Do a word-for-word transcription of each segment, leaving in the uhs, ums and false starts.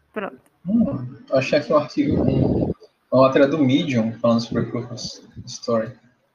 Pronto. Hum, eu achei aqui um artigo, um, uma matéria do Medium falando sobre Proof of Story.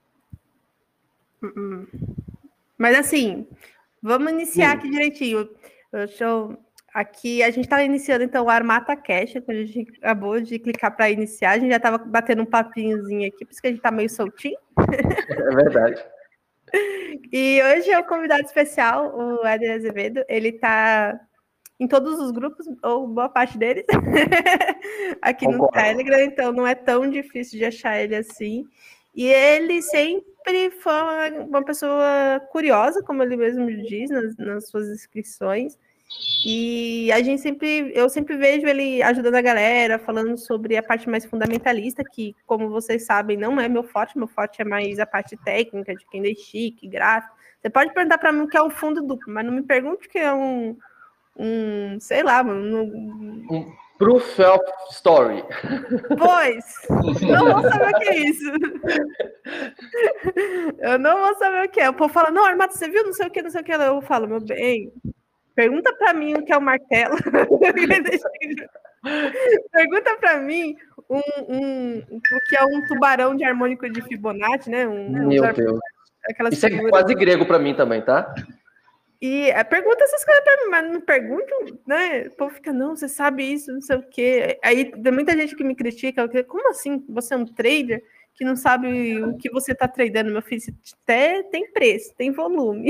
Hum. Mas assim, vamos iniciar aqui direitinho. Deixa eu... Aqui a gente está iniciando então o Armata Cash, que a gente acabou de clicar para iniciar. A gente já estava batendo um papinhozinho aqui, por isso que a gente está meio soltinho. É verdade. E hoje é o convidado especial, o Éder Azevedo. Ele está em todos os grupos, ou boa parte deles, aqui no Telegram, então não é tão difícil de achar ele assim. E ele sempre foi uma, uma pessoa curiosa, como ele mesmo diz nas, nas suas inscrições. E a gente sempre, eu sempre vejo ele ajudando a galera, falando sobre a parte mais fundamentalista, que, como vocês sabem, não é meu forte, meu forte é mais a parte técnica, de candlestick, gráfico. Você pode perguntar para mim o que é um fundo duplo, mas não me pergunte o que é um, um sei lá, mano. Um, um Proof of Story. Pois, não vou saber o que é isso. Eu não vou saber o que é. O povo fala, não, Armata, você viu não sei o que, não sei o que. Eu falo, meu bem, pergunta para mim o que é o martelo. Pergunta para mim um, um, o que é um tubarão de harmônico de Fibonacci, né? Um, Meu um, Deus. Isso figuras. é quase grego para mim também, tá? E é, pergunta essas coisas para mim, mas não perguntam, né? O povo fica, não, você sabe isso, não sei o quê. Aí tem muita gente que me critica, como assim? Você é um trader que não sabe o que você está tradando, meu filho? Até tem preço, tem volume.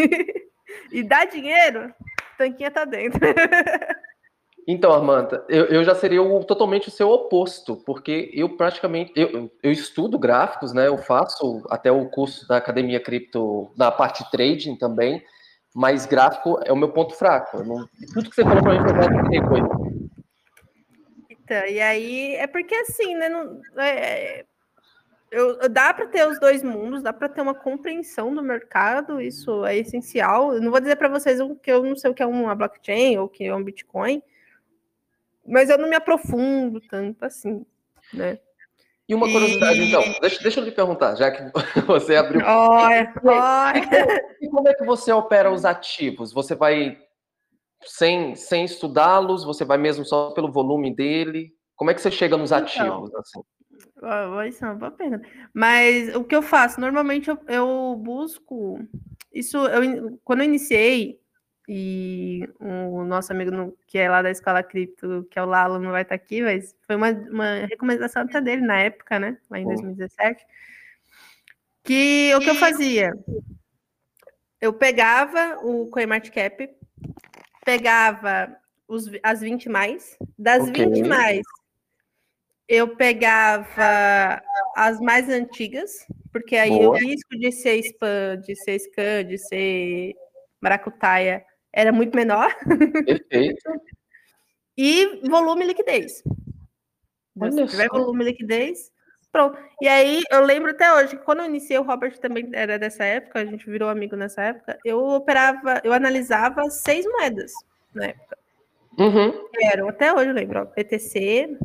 E dá dinheiro, tanquinha tá dentro. Então, Armanda, eu, eu já seria o, totalmente o seu oposto, porque eu praticamente, eu, eu estudo gráficos, né, eu faço até o curso da Academia Cripto, na parte trading também, mas gráfico é o meu ponto fraco. Eu não, tudo que você falou para mim foi mais grego aí. Então, e aí, é porque assim, né, não, é, eu, dá para ter os dois mundos, dá para ter uma compreensão do mercado, isso é essencial. Eu não vou dizer para vocês que eu não sei o que é uma blockchain ou o que é um Bitcoin, mas eu não me aprofundo tanto assim, né? E uma curiosidade, e... então, deixa, deixa eu lhe perguntar, já que você abriu... Olha, olha. E, como, e como é que você opera os ativos? Você vai sem, sem estudá-los? Você vai mesmo só pelo volume dele? Como é que você chega nos ativos? Então, assim? Isso é uma boa pergunta. Mas o que eu faço? Normalmente eu, eu busco... Isso, eu, quando eu iniciei, e o nosso amigo no, que é lá da Escola Cripto, que é o Lalo, não vai estar aqui, mas foi uma, uma recomendação até dele na época, né? Lá em dois mil e dezessete. Que o que eu fazia? Eu pegava o CoinMarketCap, pegava os, as vinte mais, das okay. vinte mais, eu pegava as mais antigas, porque aí Boa. o risco de ser spam, de ser scam, de ser maracutaia era muito menor. Perfeito. E volume e liquidez. Se tiver volume e liquidez, pronto. E aí, eu lembro até hoje, que quando eu iniciei, o Robert também era dessa época, a gente virou amigo nessa época, eu operava, eu analisava seis moedas na época. Uhum. Eram, até hoje eu lembro, ó, P T C,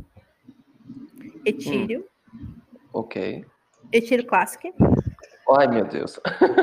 Ethereum. Hum. Ok. Ethereum Classic. Ai, meu Deus.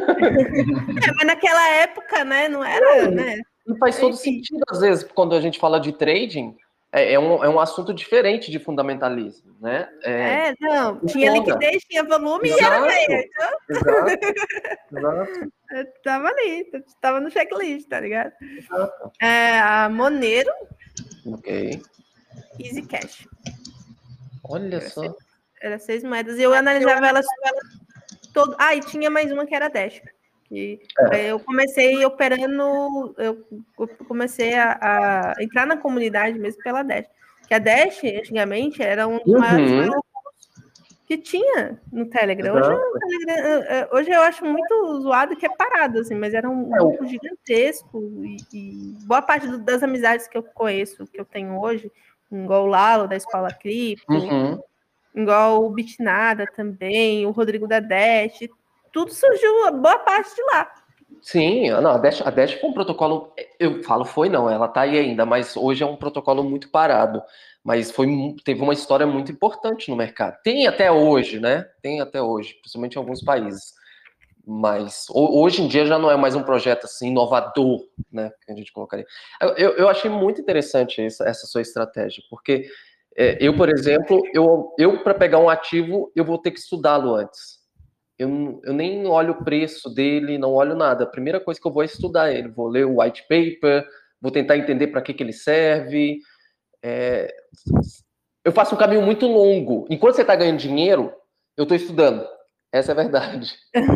É, mas naquela época, né, não era, não, né? Não faz todo Enfim. sentido, às vezes, quando a gente fala de trading, é, é, um, é um assunto diferente de fundamentalismo, né? É, é não, tinha liquidez, tinha volume exato, e era meio, então... Exato, exato. Tava ali, tava no checklist, tá ligado? Exato. É, a Monero. Ok. Easy Cash. Olha era só. Seis, era seis moedas, e eu analisava elas todo. Ah, e tinha mais uma que era Dash. Que é. Eu comecei operando, eu comecei a, a entrar na comunidade mesmo pela Dash. Que a Dash, antigamente, era um dos uhum. maiores grupos que tinha no Telegram. Hoje, no Telegram. hoje eu acho muito zoado que é parado, assim, mas era um grupo gigantesco e, e boa parte do, das amizades que eu conheço, que eu tenho hoje, igual o Lalo da Escola Cripto, uhum. igual o Bitnada também, o Rodrigo da Dash, tudo surgiu, boa parte de lá. Sim, não, a Dash, a Dash foi um protocolo, eu falo foi não, ela tá aí ainda, mas hoje é um protocolo muito parado, mas foi, teve uma história muito importante no mercado. Tem até hoje, né? Tem até hoje, principalmente em alguns países. Mas hoje em dia já não é mais um projeto assim inovador, né, que a gente colocaria. Eu, eu achei muito interessante essa, essa sua estratégia, porque é, eu, por exemplo, eu, eu para pegar um ativo, eu vou ter que estudá-lo antes. Eu, eu nem olho o preço dele, não olho nada. A primeira coisa que eu vou é estudar ele, vou ler o white paper, vou tentar entender para que, que ele serve. É, eu faço um caminho muito longo. Enquanto você está ganhando dinheiro, eu estou estudando. Essa é a verdade.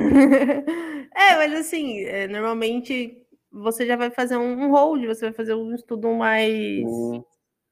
É, mas assim, é, normalmente você já vai fazer um, um hold, você vai fazer um estudo mais Hum.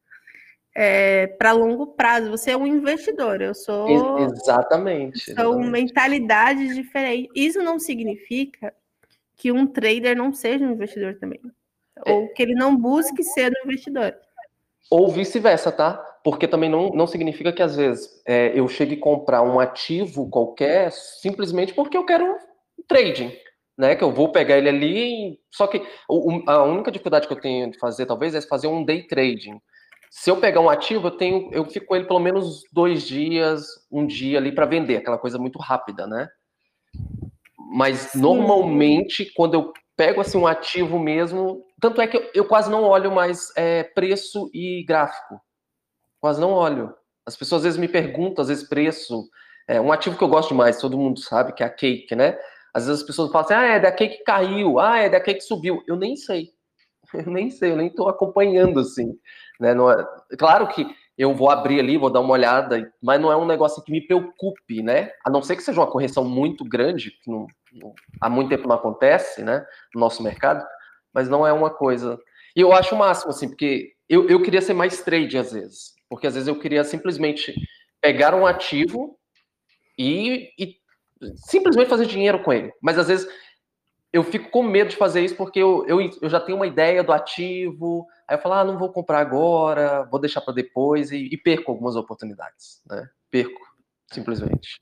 é, para longo prazo. Você é um investidor, eu sou. Exatamente. São exatamente. mentalidades diferentes. Isso não significa que um trader não seja um investidor também. É. Ou que ele não busque ser um investidor. Ou vice-versa, tá? Porque também não, não significa que, às vezes, é, eu chegue a comprar um ativo qualquer simplesmente porque eu quero um trading, né? Que eu vou pegar ele ali. Só que o, a única dificuldade que eu tenho de fazer, talvez, é fazer um day trading. Se eu pegar um ativo, eu tenho, eu fico com ele pelo menos dois dias, um dia ali para vender, aquela coisa muito rápida, né? Mas, sim, normalmente, quando eu pego assim um ativo mesmo, tanto é que eu, eu quase não olho mais é, preço e gráfico. Quase não olho. As pessoas às vezes me perguntam, às vezes preço. É um ativo que eu gosto demais, todo mundo sabe, que é a Cake, né? Às vezes as pessoas falam assim, ah, é da Cake que caiu, ah, é da Cake que subiu. Eu nem sei. Eu nem sei, eu nem estou acompanhando, assim. Né? Não é... Claro que eu vou abrir ali, vou dar uma olhada, mas não é um negócio que me preocupe, né? A não ser que seja uma correção muito grande, que não, não, há muito tempo não acontece, né? No nosso mercado, mas não é uma coisa... E eu acho o máximo, assim, porque eu, eu queria ser mais trade, às vezes. Porque, às vezes, eu queria simplesmente pegar um ativo e, e simplesmente fazer dinheiro com ele. Mas, às vezes... eu fico com medo de fazer isso porque eu, eu, eu já tenho uma ideia do ativo, aí eu falo, ah, não vou comprar agora, vou deixar para depois, e, e perco algumas oportunidades, né? Perco, simplesmente.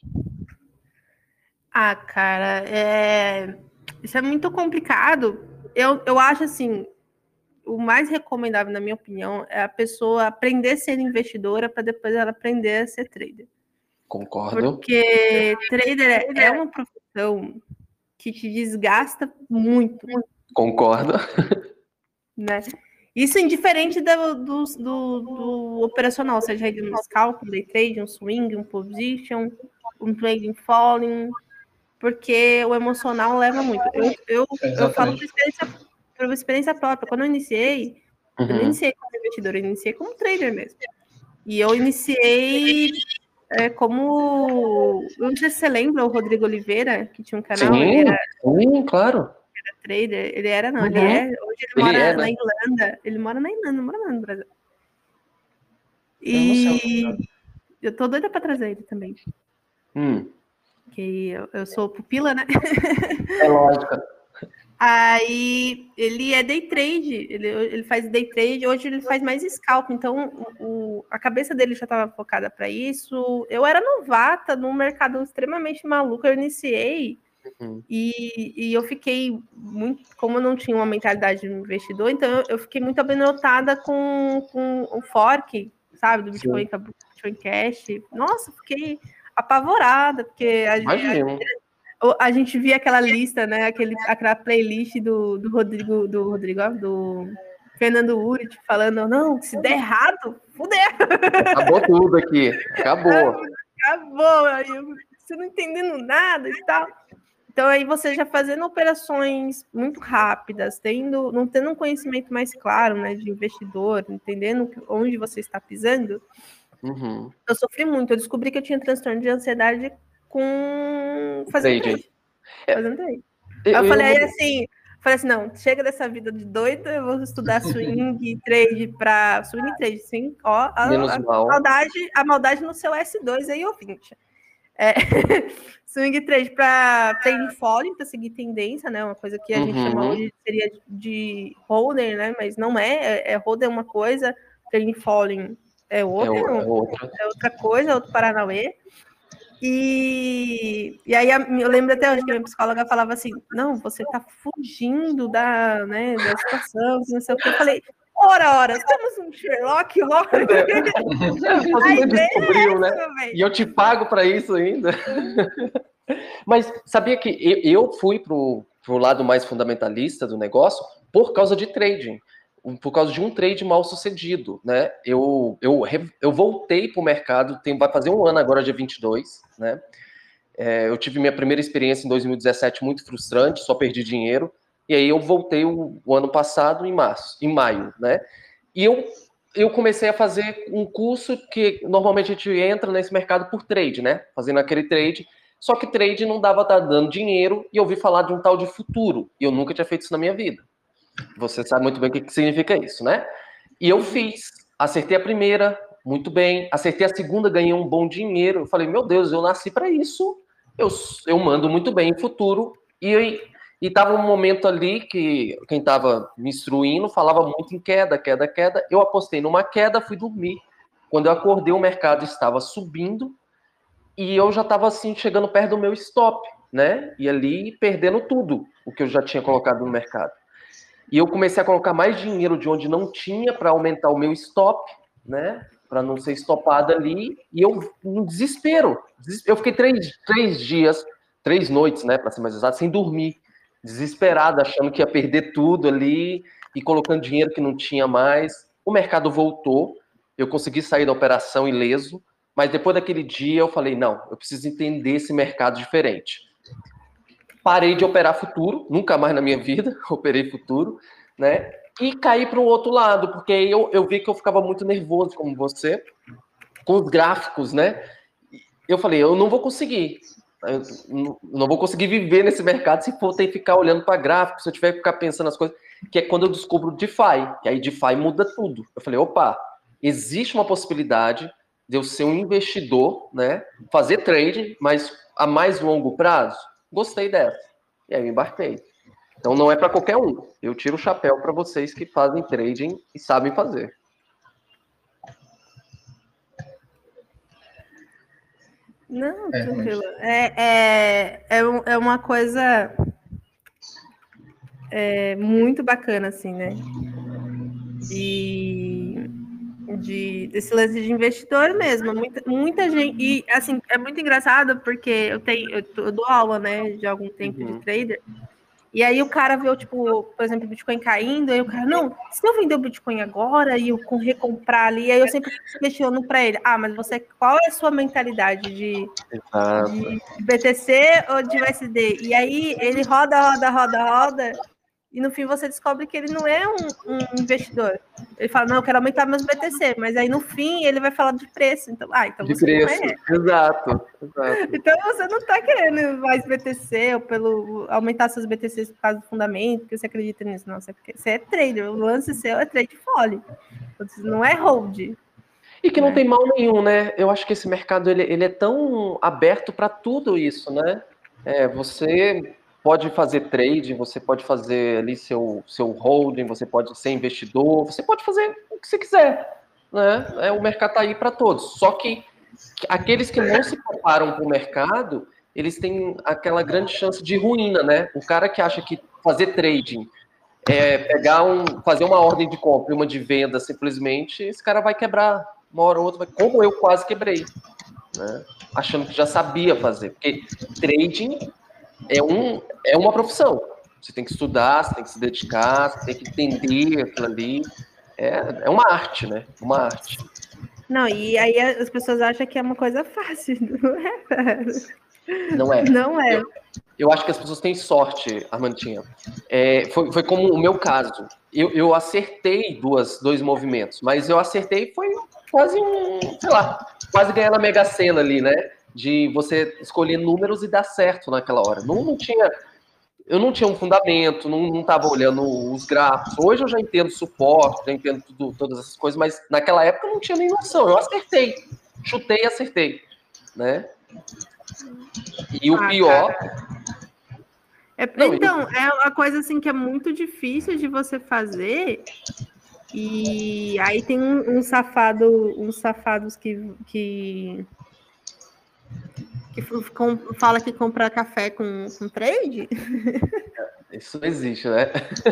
Ah, cara, é... isso é muito complicado. Eu, eu acho, assim, o mais recomendável, na minha opinião, é a pessoa aprender a ser investidora para depois ela aprender a ser trader. Concordo. Porque trader é uma profissão que te desgasta muito. Concordo. Né? Isso indiferente do, do, do, do operacional, seja um scalp, um day trade, um swing, um position, um trading falling, porque o emocional leva muito. Eu, eu, eu falo por experiência, por experiência própria. Quando eu iniciei, uhum. eu não iniciei como investidor, eu iniciei como trader mesmo. E eu iniciei é, como... Eu não sei se você lembra o Rodrigo Oliveira, que tinha um canal. Sim, ele era, sim, claro. Era trader. Ele era, não, uhum. ele é. Hoje ele, ele mora é, na né? Irlanda. Ele mora na Irlanda, não mora no Brasil. E eu, eu tô doida pra trazer ele também. Hum. Que eu, eu sou pupila, né? É lógico. Aí ele é day trade, ele, ele faz day trade, hoje ele faz mais scalp, então o, o, a cabeça dele já estava focada para isso. Eu era novata num mercado extremamente maluco, eu iniciei uhum. e, e eu fiquei muito, como eu não tinha uma mentalidade de investidor, então eu, eu fiquei muito abenotada com, com o fork, sabe, do Bitcoin, Bitcoin Cash. Nossa, fiquei apavorada, porque a gente... A gente via aquela lista, né? Aquele, aquela playlist do, do Rodrigo, do Rodrigo, do Fernando Urich falando, não, se der errado, fudeu. Acabou tudo aqui, acabou. Acabou, aí eu, você não entendendo nada e tal. Então aí você já fazendo operações muito rápidas, tendo, não tendo um conhecimento mais claro, né, de investidor, entendendo onde você está pisando. Uhum. Eu sofri muito, eu descobri que eu tinha transtorno de ansiedade com fazendo trade. Fazendo trade. Aí eu, eu falei eu... assim, falei assim, não, chega dessa vida de doida, eu vou estudar swing trade para swing trade, sim, ó, a, a, a maldade, a maldade no seu S dois aí, ouvinte. É, swing trade para trading falling, para seguir tendência, né? Uma coisa que a uhum. gente chama hoje seria de holder, né? Mas não é, é, é holder é uma coisa, trading falling é outra, é, é, outra. é outra coisa, é outro paranauê. E, e aí eu lembro até hoje que a minha psicóloga falava assim, não, você tá fugindo da, né, da situação, não sei o que. Eu falei, ora, ora, temos um Sherlock Holmes. Você descobriu, né? E eu te pago para isso ainda. Mas sabia que eu, eu fui pro, pro lado mais fundamentalista do negócio por causa de trading, por causa de um trade mal sucedido, né? Eu, eu, eu voltei pro mercado, tem, vai fazer um ano agora, dia vinte e dois, né? É, eu tive minha primeira experiência em dois mil e dezessete muito frustrante, só perdi dinheiro, e aí eu voltei o, o ano passado em março, em maio, né? E eu, eu comecei a fazer um curso que normalmente a gente entra nesse mercado por trade, né? Fazendo aquele trade, só que trade não dava tá dando dinheiro, e eu ouvi falar de um tal de futuro, e eu nunca tinha feito isso na minha vida. Você sabe muito bem o que, que significa isso, né? E eu fiz, acertei a primeira, muito bem, acertei a segunda, ganhei um bom dinheiro, eu falei, meu Deus, eu nasci para isso, eu, eu mando muito bem em futuro, e e tava um momento ali que quem estava me instruindo falava muito em queda, queda, queda, eu apostei numa queda, fui dormir, quando eu acordei o mercado estava subindo, e eu já estava assim, chegando perto do meu stop, né, e ali perdendo tudo, o que eu já tinha colocado no mercado. E eu comecei a colocar mais dinheiro de onde não tinha para aumentar o meu stop, né? Para não ser estopado ali. E eu, no desespero, eu fiquei três, três dias, três noites, né? Para ser mais exato, sem dormir. Desesperado, achando que ia perder tudo ali e colocando dinheiro que não tinha mais. O mercado voltou, eu consegui sair da operação ileso, mas depois daquele dia eu falei, não, eu preciso entender esse mercado diferente. Parei de operar futuro, nunca mais na minha vida operei futuro, né? E caí para o outro lado, porque eu, eu vi que eu ficava muito nervoso, como você, com os gráficos, né? Eu falei, eu não vou conseguir. Eu não vou conseguir viver nesse mercado se for ter que ficar olhando para gráficos, se eu tiver que ficar pensando nas coisas, que é quando eu descubro o DeFi, que aí DeFi muda tudo. Eu falei, opa, existe uma possibilidade de eu ser um investidor, né? Fazer trading, mas a mais longo prazo. Gostei dessa. E aí eu embarquei. Então não é para qualquer um. Eu tiro o chapéu para vocês que fazem trading e sabem fazer. Não, é, tranquilo. É, é, é, é uma coisa é, muito bacana, assim, né? De, de, desse lance de investidor mesmo. Muita, muita gente... E, assim, é muito engraçado porque eu, tenho, eu, eu dou aula, né, de algum tempo uhum. de trader. E aí o cara viu, tipo, por exemplo, o Bitcoin caindo, aí o cara, não, se eu vender o Bitcoin agora e eu recomprar ali, aí eu sempre questiono para ele, ah, mas você, qual é a sua mentalidade de, de B T C ou de U S D? E aí ele roda, roda, roda, roda, e no fim você descobre que ele não é um, um investidor. Ele fala, não, eu quero aumentar meus B T C, mas aí no fim ele vai falar de preço. Então, ah, então de você preço. não é. Exato, exato. Então você não está querendo mais B T C ou pelo aumentar seus B T Cs por causa do fundamento, porque você acredita nisso. Não, você, você é trader. O lance seu é trade folly. Não é hold. E que não né? tem mal nenhum, né? Eu acho que esse mercado ele, ele é tão aberto para tudo isso, né? É, você pode fazer trade, você pode fazer ali seu, seu holding, você pode ser investidor, você pode fazer o que você quiser, né? É, o mercado está aí para todos. Só que aqueles que não se preparam para o mercado, eles têm aquela grande chance de ruína, né? O cara que acha que fazer trading é pegar um, fazer uma ordem de compra e uma de venda simplesmente, esse cara vai quebrar uma hora ou outra, como eu quase quebrei, né? Achando que já sabia fazer, porque trading é, um, é uma profissão. Você tem que estudar, você tem que se dedicar, você tem que entender aquilo ali. É, é uma arte, né? Uma arte. Não, e aí as pessoas acham que é uma coisa fácil, não é? Não é. Não é. Eu, eu acho que as pessoas têm sorte, Armandinha. É, foi, foi como o meu caso. Eu, eu acertei duas, dois movimentos, mas eu acertei foi quase um, sei lá, quase ganhar na Mega Sena ali, né? De você escolher números e dar certo naquela hora. Não, não tinha... Eu não tinha um fundamento, não estava olhando os gráficos. Hoje eu já entendo suporte, já entendo tudo, todas essas coisas, mas naquela época eu não tinha nem noção. Eu acertei, chutei e acertei, né? E o ah, pior... É, não, então, eu... é uma coisa assim que é muito difícil de você fazer, e aí tem um, um safado, uns safados que... que... que fala que compra café com, com trade. Isso não existe, né?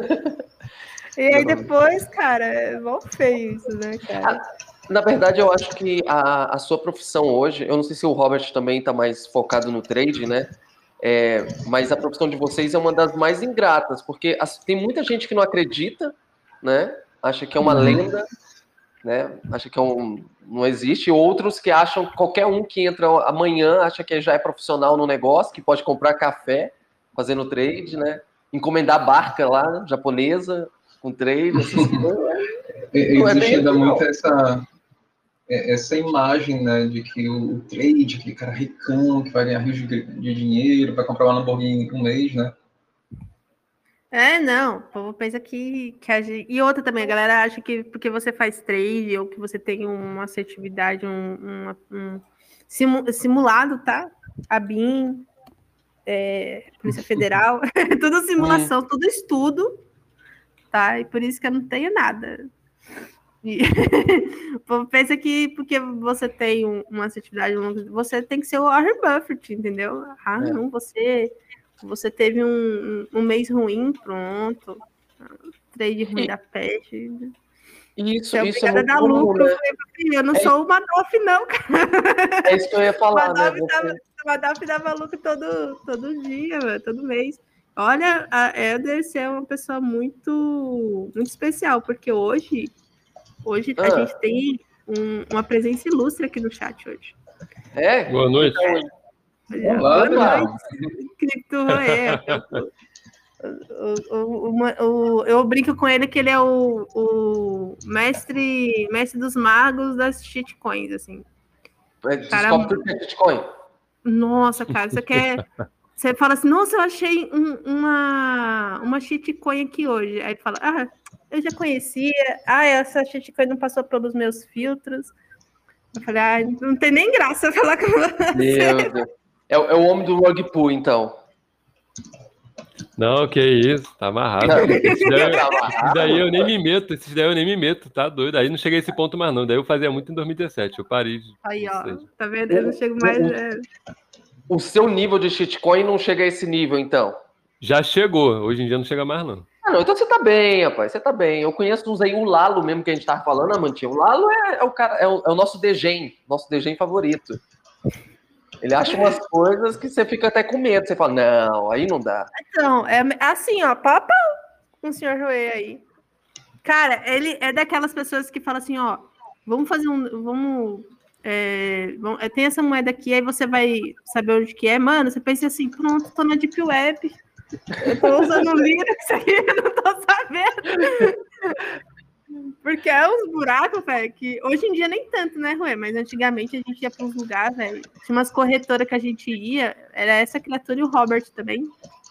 E aí depois, cara, é mó feio isso, né, cara? Ah, na verdade, eu acho que a, a sua profissão hoje, eu não sei se o Robert também está mais focado no trade, né? É, mas a profissão de vocês é uma das mais ingratas, porque as, tem muita gente que não acredita, né? Acha que é uma lenda, né? Acha que é um, não existe. Outros que acham que qualquer um que entra amanhã acha que já é profissional no negócio, que pode comprar café fazendo trade, né? Encomendar barca lá, japonesa, com trade, essas coisas. Existe ainda muito essa, essa imagem, né, de que o trade, aquele cara ricão, que vai ganhar rios de, de dinheiro, vai comprar uma Lamborghini em um mês, né? É, não, o povo pensa que, que a gente... E outra também, a galera acha que porque você faz trade ou que você tem uma assertividade, um, uma, um simu, simulado, tá? A B I M, é, Polícia Federal, tudo simulação, hum. tudo estudo, tá? E por isso que eu não tenho nada. E o povo pensa que porque você tem um, uma assertividade, você tem que ser o Warren Buffett, entendeu? Ah, é. não, você... Você teve um, um, um mês ruim, pronto. Trade ruim e, da peste. Isso, é isso é muito dar comum, lucro. né? Eu, falei, eu não é sou o Madoff, não, cara. É isso que eu ia falar, o Madoff né? Dava, o Madoff dava lucro todo, todo dia, véio, todo mês. Olha, a Elderce é uma pessoa muito, muito especial, porque hoje, hoje ah. a gente tem um, uma presença ilustre aqui no chat hoje. É? Boa noite. Então, Olá, Boa noite, Cripto Roé. O, o, o, o, eu brinco com ele que ele é o, o mestre, mestre dos magos das shitcoins, assim. Descobre tudo que é shitcoin. Nossa, cara, você quer... Você fala assim, nossa, eu achei um, uma, uma shitcoin aqui hoje. Aí fala, ah, eu já conhecia. Ah, essa shitcoin não passou pelos meus filtros. Eu falei, ah, não tem nem graça falar com você. Meu Deus. É, é o homem do rug pull, então. Não, que isso, tá amarrado. Não, esse daí, tá amarrado. Esse daí eu nem me meto, esses daí eu nem me meto, tá doido. Aí não cheguei a esse ponto mais não, daí eu fazia muito em dois mil e dezessete, eu parei. Aí, ó, tá vendo? Eu não chego mais... O, é... o seu nível de shitcoin não chega a esse nível, então? Já chegou, hoje em dia não chega mais não. Ah, não, então você tá bem, rapaz, você tá bem. Eu conheço uns aí, o Lalo mesmo que a gente tava falando, Amantinha. O Lalo é, é o cara, é o, é o nosso degen, nosso degen favorito. Ele acha umas coisas que você fica até com medo. Você fala, não, aí não dá. Então, é assim, ó, papa com o senhor Roê aí. Cara, ele é daquelas pessoas que falam assim, ó, vamos fazer um, vamos, é, vamos, tem essa moeda aqui, aí você vai saber onde que é. Mano, você pensa assim, pronto, tô na Deep Web. Eu tô usando o Linux aqui, eu não tô sabendo. Porque é uns buracos, velho, que hoje em dia nem tanto, né, Ruê? Mas antigamente a gente ia para uns lugares, velho. Tinha umas corretoras que a gente ia, era essa criatura e o Robert também.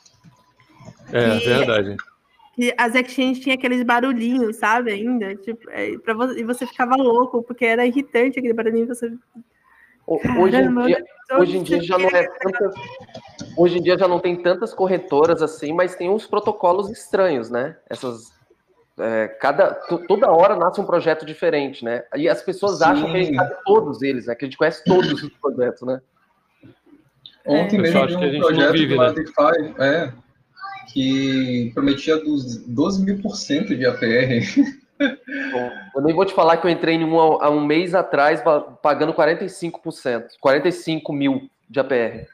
É, que, verdade. Que as exchanges tinham aqueles barulhinhos, sabe, ainda. Tipo, é, pra você, e você ficava louco, porque era irritante aquele barulhinho. Você... Hoje em dia, hoje em dia já não é tantas, hoje em dia já não tem tantas corretoras assim, mas tem uns protocolos estranhos, né? Essas É, cada, toda hora nasce um projeto diferente, né? E as pessoas Sim. acham que a gente sabe todos eles, né? Que a gente conhece todos os projetos, né? Ontem é. mesmo vi um projeto vive, do né? DeFi, é, que prometia dos doze mil por cento de A P R. Bom, eu nem vou te falar que eu entrei em um, há um mês atrás pagando quarenta e cinco por cento, quarenta e cinco mil de A P R.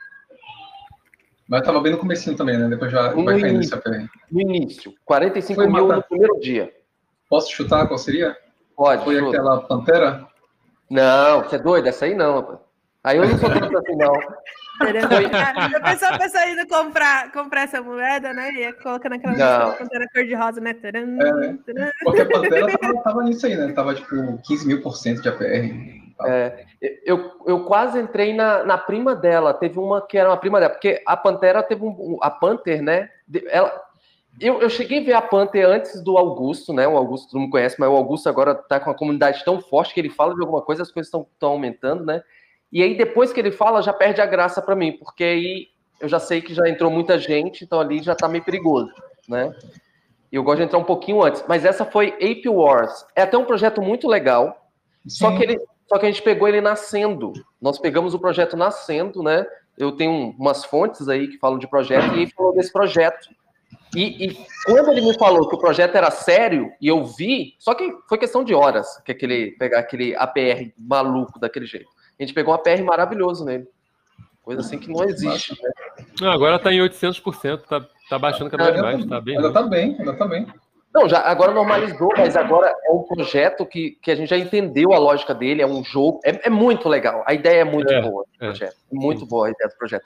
Mas estava bem no comecinho também, né? Depois já no vai caindo esse A P R. No início. quarenta e cinco mil no primeiro dia. Posso chutar qual seria? Pode. Foi chuta. Aquela Pantera? Não, você é doido? Essa aí não, rapaz. Aí eu não sou tanto assim, não. A pessoa pensa indo comprar, comprar essa moeda, né? E colocar naquela não. Pantera cor-de-rosa, né? Taran, é, taran. Porque a Pantera tava, tava nisso aí, né? Tava tipo quinze mil por cento de A P R. É, eu, eu quase entrei na, na prima dela. Teve uma que era uma prima dela, porque a Pantera teve um. A Panther, né? Ela, eu, eu cheguei a ver a Panther antes do Augusto, né? O Augusto todo mundo conhece, mas o Augusto agora tá com uma comunidade tão forte que ele fala de alguma coisa, as coisas estão aumentando, né? E aí, depois que ele fala, já perde a graça para mim, porque aí eu já sei que já entrou muita gente, então ali já tá meio perigoso, né? E eu gosto de entrar um pouquinho antes. Mas essa foi Ape Wars. É até um projeto muito legal, só que, ele, só que a gente pegou ele nascendo. Nós pegamos o projeto nascendo, né? Eu tenho umas fontes aí que falam de projeto, e ele falou desse projeto. E, e quando ele me falou que o projeto era sério, e eu vi, só que foi questão de horas, que aquele, pegar aquele A P R maluco daquele jeito. A gente pegou um A P R maravilhoso nele. Coisa assim que não existe, né? Não, agora está em oitocentos por cento, tá, tá baixando cada vez Ainda mais, tá- tá bem. Ainda tá bem, ainda tá bem. Não, já, agora normalizou, mas agora é um projeto que, que a gente já entendeu a lógica dele, é um jogo, é, é muito legal, a ideia é muito É, boa do é. projeto, muito boa a ideia do projeto.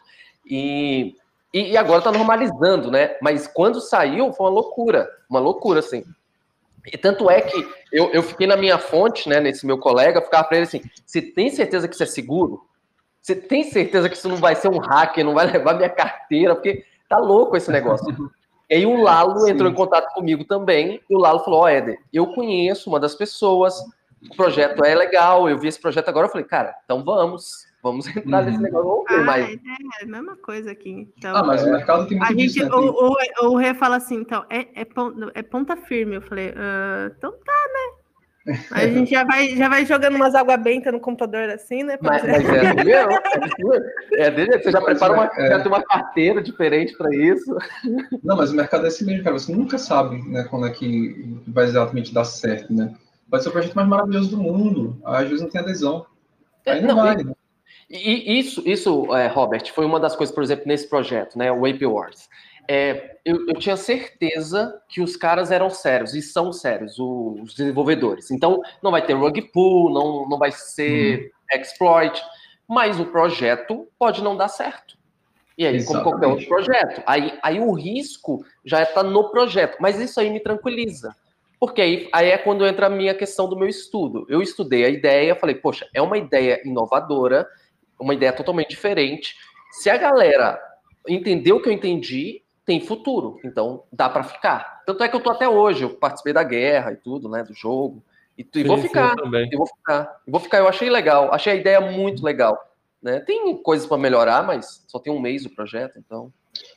E, e, e agora tá normalizando, né? Mas quando saiu, foi uma loucura, uma loucura, assim. E tanto é que eu, eu fiquei na minha fonte, né, nesse meu colega, eu ficava pra ele assim, você tem certeza que isso é seguro? Você tem certeza que isso não vai ser um hacker, não vai levar minha carteira? Porque tá louco esse negócio. E aí o Lalo Sim. entrou em contato comigo também, e o Lalo falou, ó, oh, Éder, eu conheço uma das pessoas, o projeto é legal, eu vi esse projeto agora, eu falei, cara, então vamos, vamos entrar Uhum. nesse negócio, vamos ver Ah, mais. é a mesma coisa aqui. Então, Ah, mas o mercado tem a muito disso, gente, né? Tem- o, o, o Rê fala assim, então, é, é, pon- é ponta firme. Eu falei, ah, então tá, né? Aí a gente já vai, já vai jogando umas água benta no computador assim, né? pra Mas, dizer- mas é assim mesmo, é assim mesmo. É dele, você já Mas, prepara uma, é. já tem uma carteira diferente para isso. Não, mas o mercado é assim mesmo, cara. Você nunca sabe, né, quando é que vai exatamente dar certo, né? Pode ser o projeto mais maravilhoso do mundo. Às vezes não tem adesão. Aí não, Não, vai, e- né? E isso, isso é, Robert, foi uma das coisas, por exemplo, nesse projeto, né, o Ape Wars. É, eu, eu tinha certeza que os caras eram sérios, e são sérios, o- os desenvolvedores. Então, não vai ter rug pull, não, não vai ser exploit, mas o projeto pode não dar certo. E aí, como qualquer outro Exatamente. projeto. Aí, aí o risco já está no projeto, mas isso aí me tranquiliza. Porque aí, aí é quando entra a minha questão do meu estudo. Eu estudei a ideia, falei, poxa, é uma ideia inovadora, uma ideia totalmente diferente. Se a galera entendeu o que eu entendi, tem futuro. Então, dá para ficar. Tanto é que eu tô até hoje, eu participei da guerra e tudo, né, do jogo. E, e Sim, vou sim, ficar. eu também. Eu vou ficar. Eu vou ficar, eu achei legal. Achei a ideia muito legal. Né? Tem coisas para melhorar, mas só tem um mês o projeto, então...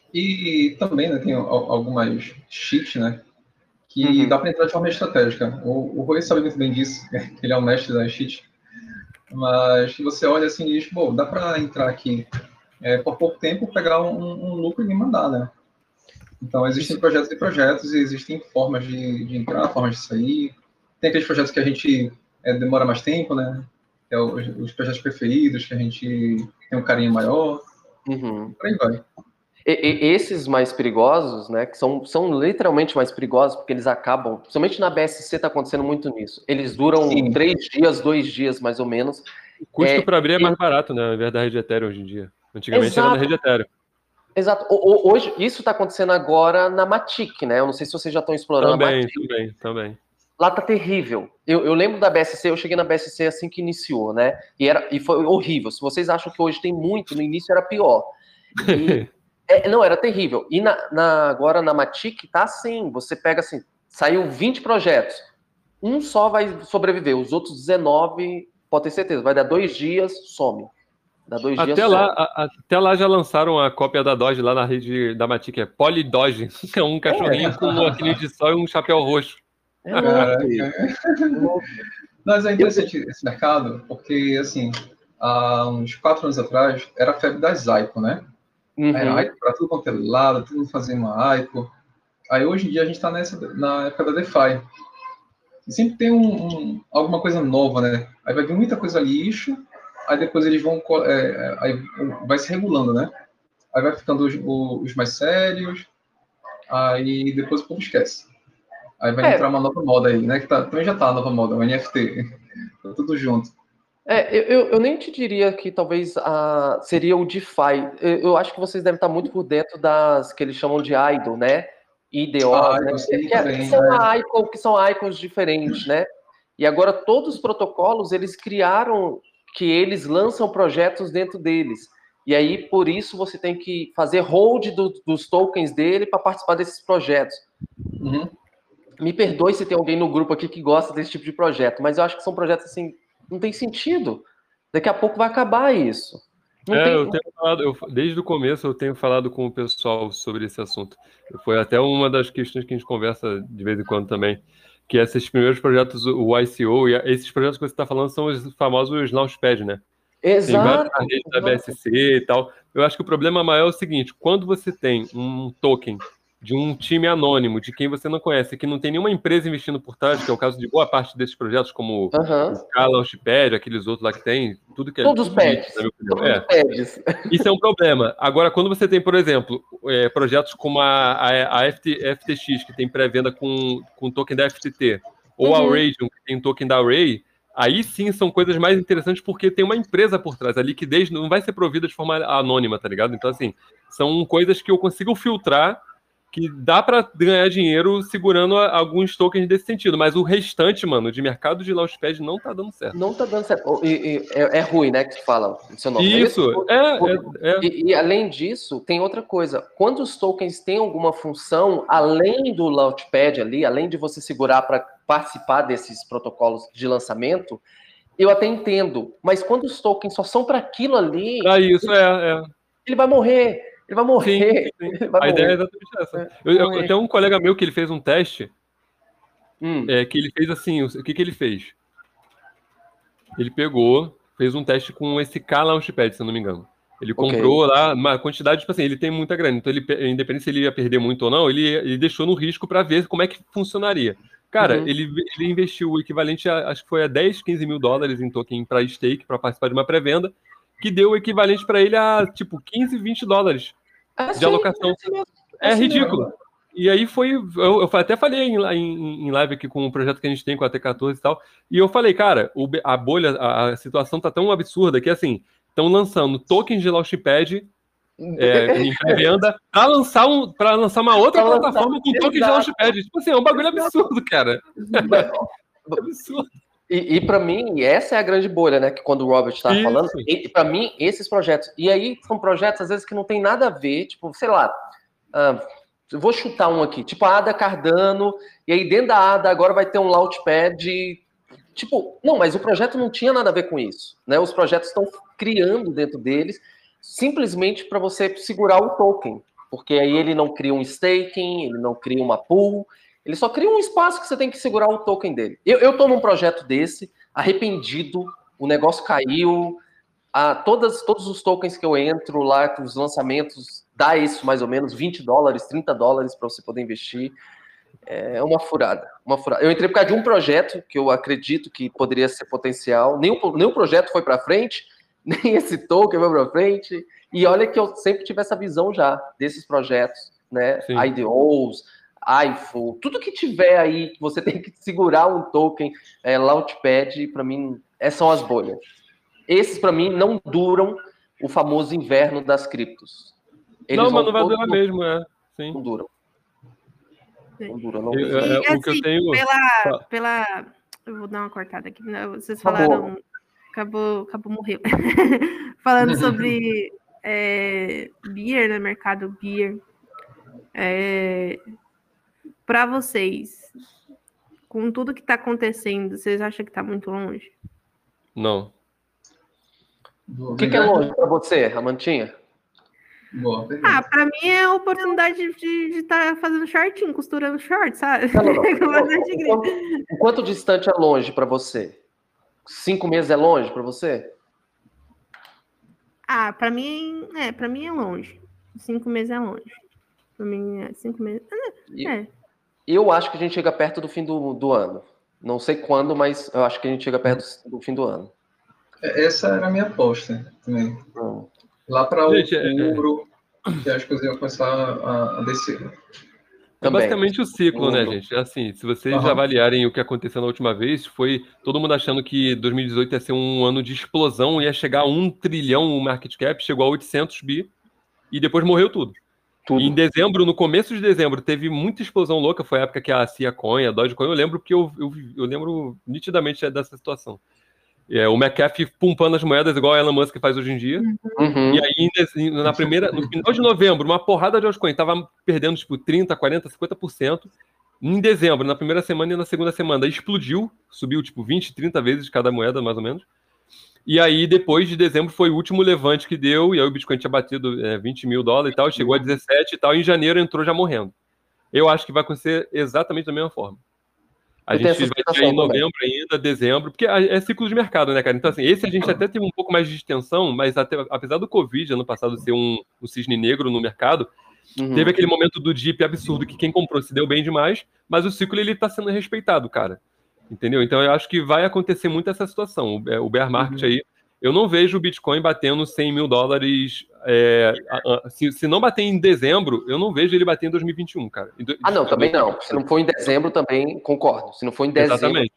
E também, né, tem al- algumas cheats, né? Que Uhum. dá para entrar de forma estratégica. O, o Rui sabe muito bem disso, ele é o mestre das cheats. Mas você olha assim e diz, pô, dá para entrar aqui é, por pouco tempo, pegar um, um lucro e me mandar, né? Então, existem Isso. projetos e projetos, e existem formas de, de entrar, formas de sair. Tem aqueles projetos que a gente é, demora mais tempo, né? Que é os, os projetos preferidos, que a gente tem um carinho maior. Uhum. E por aí vai. E, e, esses mais perigosos, né, que são, são literalmente mais perigosos, porque eles acabam, principalmente na B S C está acontecendo muito nisso. Eles duram Sim. três dias, dois dias mais ou menos. O custo É, para abrir é e- mais barato, né? Ao invés da rede Ethereum hoje em dia. Antigamente era Exato. na rede Ethereum. Exato. O- o- hoje, isso está acontecendo agora na Matic, né? Eu não sei se vocês já estão explorando a Também, Matic. também, também. Lá tá terrível. Eu, eu lembro da B S C, eu cheguei na B S C assim que iniciou, né? E, era, e foi horrível. Se vocês acham que hoje tem muito, no início era pior. E, é, não, era terrível. E na, na- agora na Matic tá assim, você pega assim, saiu vinte projetos, um só vai sobreviver, os outros dezenove, pode ter certeza, vai dar dois dias, some. Dá dois dias, Até some. lá, a- até lá já lançaram a cópia da Doge lá na rede da Matic, é Polydoge. É um cachorrinho com um óculos de sol e um chapéu roxo. É louco isso. Caraca. É louco. Mas é interessante esse mercado, porque, assim, há uns quatro anos atrás, era a febre das I C O, né? Era Uhum. I C O para tudo quanto é lado, todo mundo fazendo uma I C O. Aí, hoje em dia, a gente está na época da DeFi. E sempre tem um, um, alguma coisa nova, né? Aí vai vir muita coisa lixo, aí depois eles vão... É, aí vai se regulando, né? Aí vai ficando os, os mais sérios, aí depois o povo esquece. Aí vai É, entrar uma nova moda aí, né? Que tá, também já tá a nova moda, o N F T. Tá tudo junto. É, eu, eu- eu nem te diria que talvez ah, seria o DeFi. Eu, eu acho que vocês devem estar muito por dentro das que eles chamam de idol, né? I D Os, Ah, né? eu Que, sei que- também. que são Né? icon, que são icons diferentes, né? E agora todos os protocolos eles criaram que eles lançam projetos dentro deles. E aí por isso você tem que fazer hold do- dos tokens dele para participar desses projetos. Uhum. Me perdoe se tem alguém no grupo aqui que gosta desse tipo de projeto, mas eu acho que são projetos assim, não tem sentido. Daqui a pouco vai acabar isso. Não É, tem. eu tenho falado, eu- desde o começo eu tenho falado com o pessoal sobre esse assunto. Foi até uma das questões que a gente conversa de vez em quando também, que esses primeiros projetos, o I C O, e a- esses projetos que você está falando são os famosos Launchpad, né? Tem vários Exato. na rede da B S C e tal. Eu acho que o problema maior é o seguinte, quando você tem um token de um time anônimo, de quem você não conhece, que não tem nenhuma empresa investindo por trás, que é o caso de boa parte desses projetos, como Uhum. o Scala, Launchpad, aqueles outros lá que tem, tudo que é... Todos os pads. Todos é. os pads. Isso é um problema. Agora, quando você tem, por exemplo, é, projetos como a, a, a F T, F T X, que tem pré-venda com, com token da F T T, ou uhum. a Radium, que tem token da Array, aí sim são coisas mais interessantes porque tem uma empresa por trás. A liquidez não vai ser provida de forma anônima, tá ligado? Então, assim, são coisas que eu consigo filtrar, que dá para ganhar dinheiro segurando alguns tokens desse sentido, mas o restante, mano, de mercado de Launchpad não tá dando certo. Não tá dando certo. E, e, é, é ruim, né, que tu fala o seu nome. Isso, é, é, é. E, e além disso, tem outra coisa. Quando os tokens têm alguma função, além do Launchpad ali, além de você segurar para participar desses protocolos de lançamento, eu até entendo, mas quando os tokens só são para aquilo ali... Ah, isso, é, é. Ele vai morrer. Ele vai morrer. Sim, sim. Ele vai a morrer. ideia é exatamente essa. É, eu, eu, eu tenho um colega meu que ele fez um teste, hum. é, que ele fez assim, o que, que ele fez? Ele pegou, fez um teste com esse K Launchpad, se eu não me engano. Ele comprou okay. lá uma quantidade, tipo assim, ele tem muita grana, então ele, independente se ele ia perder muito ou não, ele, ele deixou no risco para ver como é que funcionaria. Cara, uhum. ele, ele investiu o equivalente a, acho que foi a dez, quinze mil dólares em token para stake, para participar de uma pré-venda, que deu o equivalente para ele a, tipo, quinze, vinte dólares é de alocação. Assim, é assim ridículo. Mesmo. E aí foi... Eu, eu até falei em, em, em live aqui com o projeto que a gente tem com a T quatorze e tal, e eu falei, cara, o, a bolha, a, a situação tá tão absurda que, assim, estão lançando tokens de Launchpad é, em pré-venda para lançar, um, pra lançar uma outra pra plataforma lançar, com tokens de Launchpad. Tipo assim, é um bagulho absurdo, cara. É absurdo. E, e para mim, essa é a grande bolha, né? Que quando o Robert estava falando, e para mim, esses projetos. E aí são projetos, às vezes, que não tem nada a ver, tipo, sei lá. Uh, eu vou chutar um aqui, tipo a Ada Cardano, e aí dentro da Ada agora vai ter um Launchpad. Tipo, não, mas o projeto não tinha nada a ver com isso, né? Os projetos estão criando dentro deles simplesmente para você segurar o token, porque aí ele não cria um staking, ele não cria uma pool. Ele só cria um espaço que você tem que segurar o token dele. Eu, eu tô num projeto desse, arrependido, o negócio caiu, a, todas, todos os tokens que eu entro lá, os lançamentos, dá isso mais ou menos, vinte dólares, trinta dólares para você poder investir. É uma furada, uma furada. Eu entrei por causa de um projeto que eu acredito que poderia ser potencial. Nem o, nem o projeto foi para frente, nem esse token foi para frente. E olha que eu sempre tive essa visão já desses projetos, né? Sim. I D Os, I F O, tudo que tiver aí que você tem que segurar um token, é, Launchpad, para mim, essas são as bolhas. Esses, para mim, não duram o famoso inverno das criptos. Eles não, mas não vai durar mesmo, é. Sim. Não duram. Não dura, não dura. É, é, e, o assim, que eu tenho... pela, pela... Eu vou dar uma cortada aqui. Né? Vocês falaram... Acabou, acabou morreu. Falando sobre é, beer, né? Mercado beer. É, para vocês, com tudo que está acontecendo, vocês acham que está muito longe? Não. O que, que é longe para você, Amantinha? Boa, ah, para mim é a oportunidade de estar tá fazendo shortinho, costurando short, sabe? Não, não, não. Enquanto, enquanto distante é longe para você? Cinco meses é longe para você? Ah, para mim, é, para mim é longe. Cinco meses é longe. Para mim é cinco meses. É. Eu acho que a gente chega perto do fim do, do ano. Não sei quando, mas eu acho que a gente chega perto do fim do ano. Essa era a minha aposta também. Hum. Lá para outubro, é... que as coisas iam começar a, a descer. É basicamente o ciclo, né, gente? Assim, se vocês uhum. avaliarem o que aconteceu na última vez, foi todo mundo achando que dois mil e dezoito ia ser um ano de explosão, ia chegar a um trilhão o market cap, chegou a oitocentos bi, e depois morreu tudo. tudo. E em dezembro, no começo de dezembro, teve muita explosão louca, foi a época que a Cia Coin, a Dogecoin, eu lembro porque eu, eu, eu lembro nitidamente dessa situação. É, o McAfee pumpando as moedas igual a Elon Musk faz hoje em dia. Uhum. E aí, na primeira, no final de novembro, uma porrada de altcoin tava perdendo tipo trinta, quarenta, cinquenta por cento. Em dezembro, na primeira semana e na segunda semana, explodiu, subiu tipo vinte, trinta vezes cada moeda, mais ou menos. E aí, depois de dezembro, foi o último levante que deu, e aí o Bitcoin tinha batido é, vinte mil dólares e tal, chegou a dezessete e tal, e em janeiro entrou já morrendo. Eu acho que vai acontecer exatamente da mesma forma. A eu gente vai ter em novembro também. ainda, dezembro, porque é ciclo de mercado, né, cara? Então, assim, esse a gente até teve um pouco mais de extensão, mas até, apesar do Covid, ano passado, ser um, um cisne negro no mercado, Uhum. Teve aquele momento do dip absurdo que quem comprou se deu bem demais, mas o ciclo ele tá sendo respeitado, cara. Entendeu? Então eu acho que vai acontecer muito essa situação. O, o bear market Uhum. aí, eu não vejo o Bitcoin batendo cem mil dólares. É, a- a- se, se não bater em dezembro, eu não vejo ele bater em dois mil e vinte e um, cara. Em do- Ah, não, de também não. Se dois mil e vinte e um. não for em dezembro, também concordo. Se não for em dezembro, Exatamente.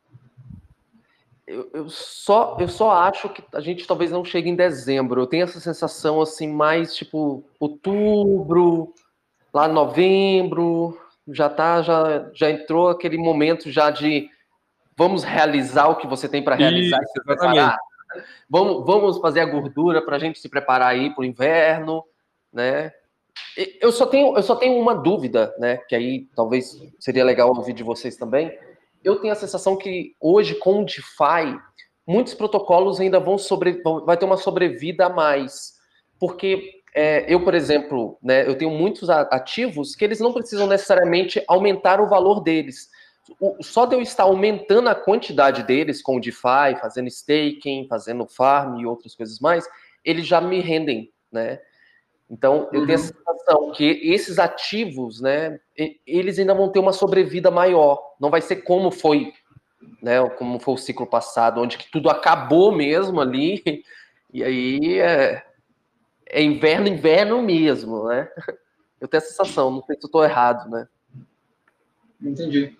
eu, eu só, eu só acho que a gente talvez não chegue em dezembro. Eu tenho essa sensação assim, mais tipo outubro, lá novembro, já tá, já, já entrou aquele momento já de vamos realizar o que você tem para realizar e Isso, se exatamente. preparar. Vamos, vamos fazer a gordura para a gente se preparar aí para o inverno, né? E Eu só tenho, eu só tenho uma dúvida, né? Que aí talvez seria legal ouvir de vocês também. Eu tenho a sensação que hoje com o DeFi muitos protocolos ainda vão sobre, vão- vai ter uma sobrevida a mais, porque é, eu, por exemplo, né, eu tenho muitos a- ativos que eles não precisam necessariamente aumentar o valor deles. O- só de eu estar aumentando a quantidade deles com o DeFi, fazendo staking, fazendo farm e outras coisas mais, eles já me rendem, né? Então, eu tenho a Uhum. sensação que esses ativos, né, e- eles ainda vão ter uma sobrevida maior. Não vai ser como foi, né, como foi o ciclo passado, onde que tudo acabou mesmo ali, e aí é, é inverno, inverno mesmo, né? Eu tenho a sensação, não sei se eu estou errado, né? Entendi.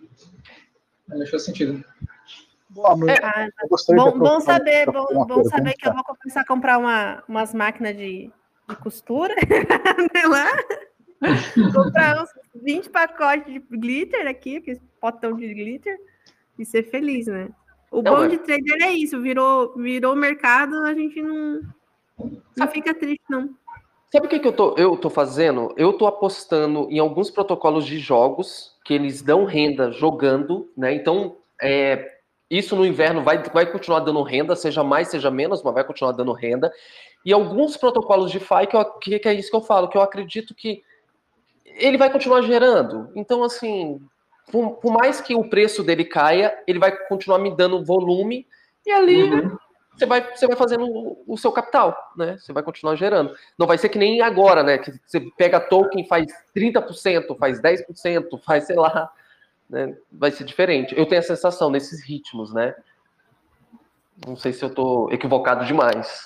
Mas faz sentido. Boa noite. Ah, Eu gostaria de bom, bom aprofundar saber, uma bom, bom saber que eu pergunta. vou começar a comprar uma, umas máquinas de, de costura, né, lá. Comprar uns vinte pacotes de glitter aqui, aquele potão de glitter, e ser feliz, né? O Não, bom mas- de trader é isso, virou, virou mercado, a gente não, não fica triste, não. Sabe o que, que eu, tô, eu tô fazendo? Eu tô apostando em alguns protocolos de jogos que eles dão renda jogando, né? Então, é, isso no inverno vai, vai continuar dando renda, seja mais, seja menos, mas vai continuar dando renda. E alguns protocolos de DeFi, que, eu, que, que é isso que eu falo, que eu acredito que ele vai continuar gerando. Então, assim, por, por mais que o preço dele caia, ele vai continuar me dando volume, e ali Uhum. você vai, você vai fazendo o, o seu capital, né? Você vai continuar gerando. Não vai ser que nem agora, né? Que você pega token, faz trinta por cento, faz dez por cento, faz, sei lá, né? Vai ser diferente. Eu tenho a sensação nesses ritmos, né? Não sei se eu tô equivocado demais.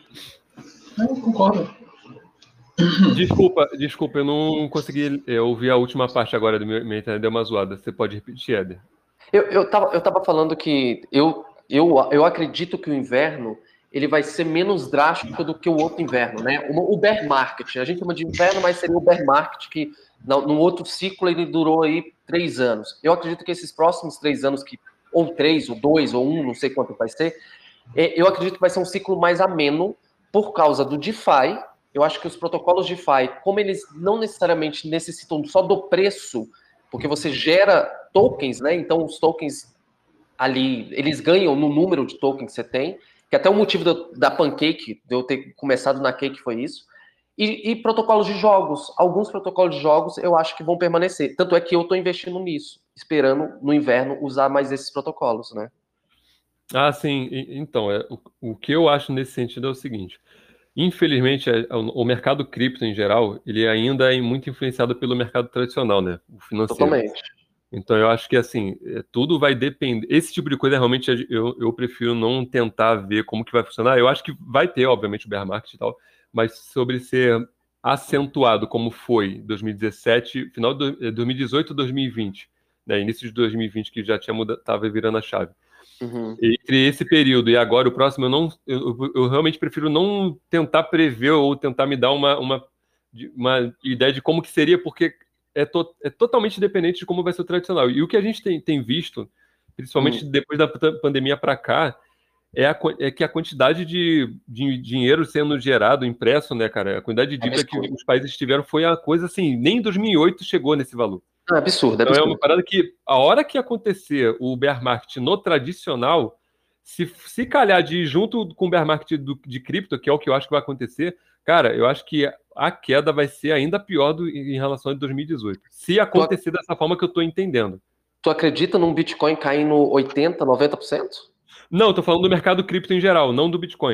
Eu concordo. Desculpa, desculpa, eu não consegui é, ouvir a última parte agora do meu, minha internet deu uma zoada. Você pode repetir, Éder? Eu, eu, tava, eu tava falando que eu, eu, eu acredito que o inverno ele vai ser menos drástico do que o outro inverno, né? O, o bear market, a gente chama de inverno, mas seria o bear market que no, no outro ciclo ele durou aí três anos. Eu acredito que esses próximos três anos, que ou três, ou dois, ou um, não sei quanto vai ser, é, eu acredito que vai ser um ciclo mais ameno por causa do DeFi. Eu acho que os protocolos DeFi, como eles não necessariamente necessitam só do preço, porque você gera tokens, né? Então os tokens ali, eles ganham no número de tokens que você tem, que até o motivo da, da Pancake, de eu ter começado na Cake foi isso. E, e protocolos de jogos. Alguns protocolos de jogos eu acho que vão permanecer. Tanto é que eu estou investindo nisso, esperando no inverno usar mais esses protocolos, né? Ah, sim. E- Então, é, o, o que eu acho nesse sentido é o seguinte. Infelizmente, é- é o, o mercado cripto em geral, ele ainda é muito influenciado pelo mercado tradicional, né? O financeiro. Totalmente. Então, eu acho que, assim, é, tudo vai depender. Esse tipo de coisa, realmente, eu, eu prefiro não tentar ver como que vai funcionar. Eu acho que vai ter, obviamente, o bear market e tal, mas sobre ser acentuado como foi dois mil e dezessete, final de do- eh, dois mil e dezoito, dois mil e vinte, né? Início de dois mil e vinte, que já tinha mudado, tava virando a chave. Uhum. Entre esse período e agora o próximo, eu não, eu, eu- eu realmente prefiro não tentar prever ou tentar me dar uma, uma, de- uma ideia de como que seria, porque é, to- é totalmente dependente de como vai ser o tradicional. E o que a gente tem, tem visto, principalmente Hum. depois da pan- pandemia para cá, é, a, quan- é que a quantidade de, de dinheiro sendo gerado, impresso, né, cara? A quantidade de dívida que Absurdo. os países tiveram foi a coisa assim, nem em dois mil e oito chegou nesse valor. É absurdo, é Então é absurdo. uma parada que, a hora que acontecer o bear market no tradicional, se, se calhar de ir junto com o bear market do, de cripto, que é o que eu acho que vai acontecer, cara, eu acho que a queda vai ser ainda pior do, em relação a dois mil e dezoito. Se acontecer dessa forma que eu tô entendendo. Tu acredita num Bitcoin caindo oitenta, noventa por cento? Não, eu tô falando do mercado cripto em geral, não do Bitcoin.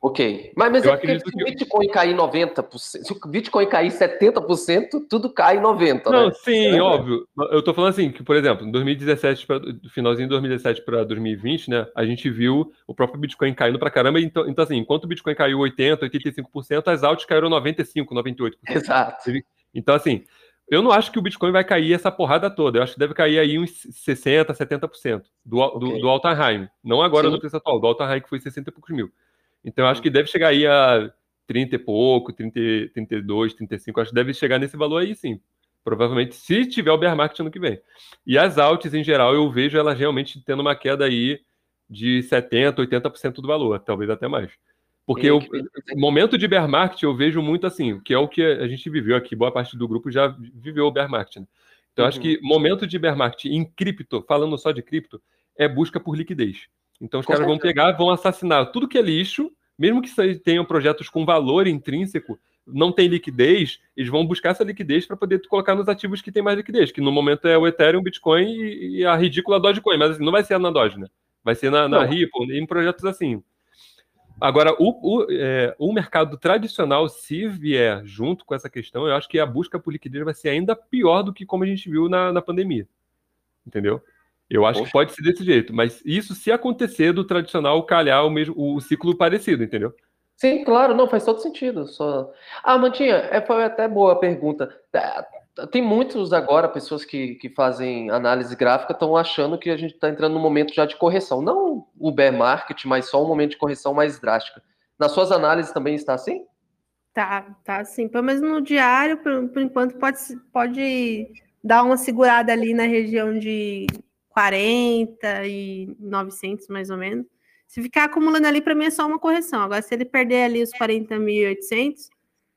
Ok. Mas, mas Eu é porque acredito se o que- Bitcoin cair noventa por cento, se o Bitcoin cair setenta por cento, tudo cai noventa por cento, Não, né? sim, óbvio. Eu tô falando assim, que, por exemplo, em dois mil e dezessete, pra, finalzinho de dois mil e dezessete para dois mil e vinte, né, a gente viu o próprio Bitcoin caindo pra caramba. Então, então assim, enquanto o Bitcoin caiu oitenta, oitenta e cinco por cento, as altas caíram noventa e cinco, noventa e oito por cento. Exato. Então, assim, eu não acho que o Bitcoin vai cair essa porrada toda. Eu acho que deve cair aí uns sessenta, setenta por cento do, do, Ok. do all-time. Não agora Sim. no preço atual, do all-time que foi sessenta e poucos mil. Então, eu acho Uhum. que deve chegar aí a trinta e pouco, trinta, trinta e dois, trinta e cinco. Acho que deve chegar nesse valor aí, sim. Provavelmente, se tiver o bear market ano que vem. E as alts, em geral, eu vejo elas realmente tendo uma queda aí de setenta, oitenta por cento do valor, talvez até mais. Porque E o que beleza, hein? momento de bear market eu vejo muito assim, que é o que a gente viveu aqui, boa parte do grupo já viveu o bear market. Né? Então, eu acho Uhum. que momento de bear market em cripto, falando só de cripto, é busca por liquidez. Então, os Com caras vão certeza. pegar, vão assassinar tudo que é lixo, mesmo que isso- tenham projetos com valor intrínseco, não tem liquidez, eles vão buscar essa liquidez para poder colocar nos ativos que tem mais liquidez, que no momento é o Ethereum, o Bitcoin e, e a ridícula Dogecoin, mas assim, não vai ser na Doge, né? Vai ser na, na Não. Ripple, em projetos assim. Agora, o, o, é, o mercado tradicional, se vier junto com essa questão, eu acho que a busca por liquidez vai ser ainda pior do que como a gente viu na, na pandemia. Entendeu? Eu acho Poxa. que pode ser desse jeito, mas isso se acontecer do tradicional calhar o mesmo o ciclo parecido, entendeu? Sim, claro, não, faz todo sentido. Só... Ah, Mantinha, é, foi até boa a pergunta. É, tem muitos agora, pessoas que, que fazem análise gráfica, estão achando que a gente está entrando num momento já de correção. Não o bear market, mas só um momento de correção mais drástica. Nas suas análises também está assim? Tá, tá assim. Pelo menos no diário, por, por enquanto, pode, pode dar uma segurada ali na região de quarenta e novecentos, mais ou menos. Se ficar acumulando ali, para mim é só uma correção. Agora, se ele perder ali os quarenta mil e oitocentos,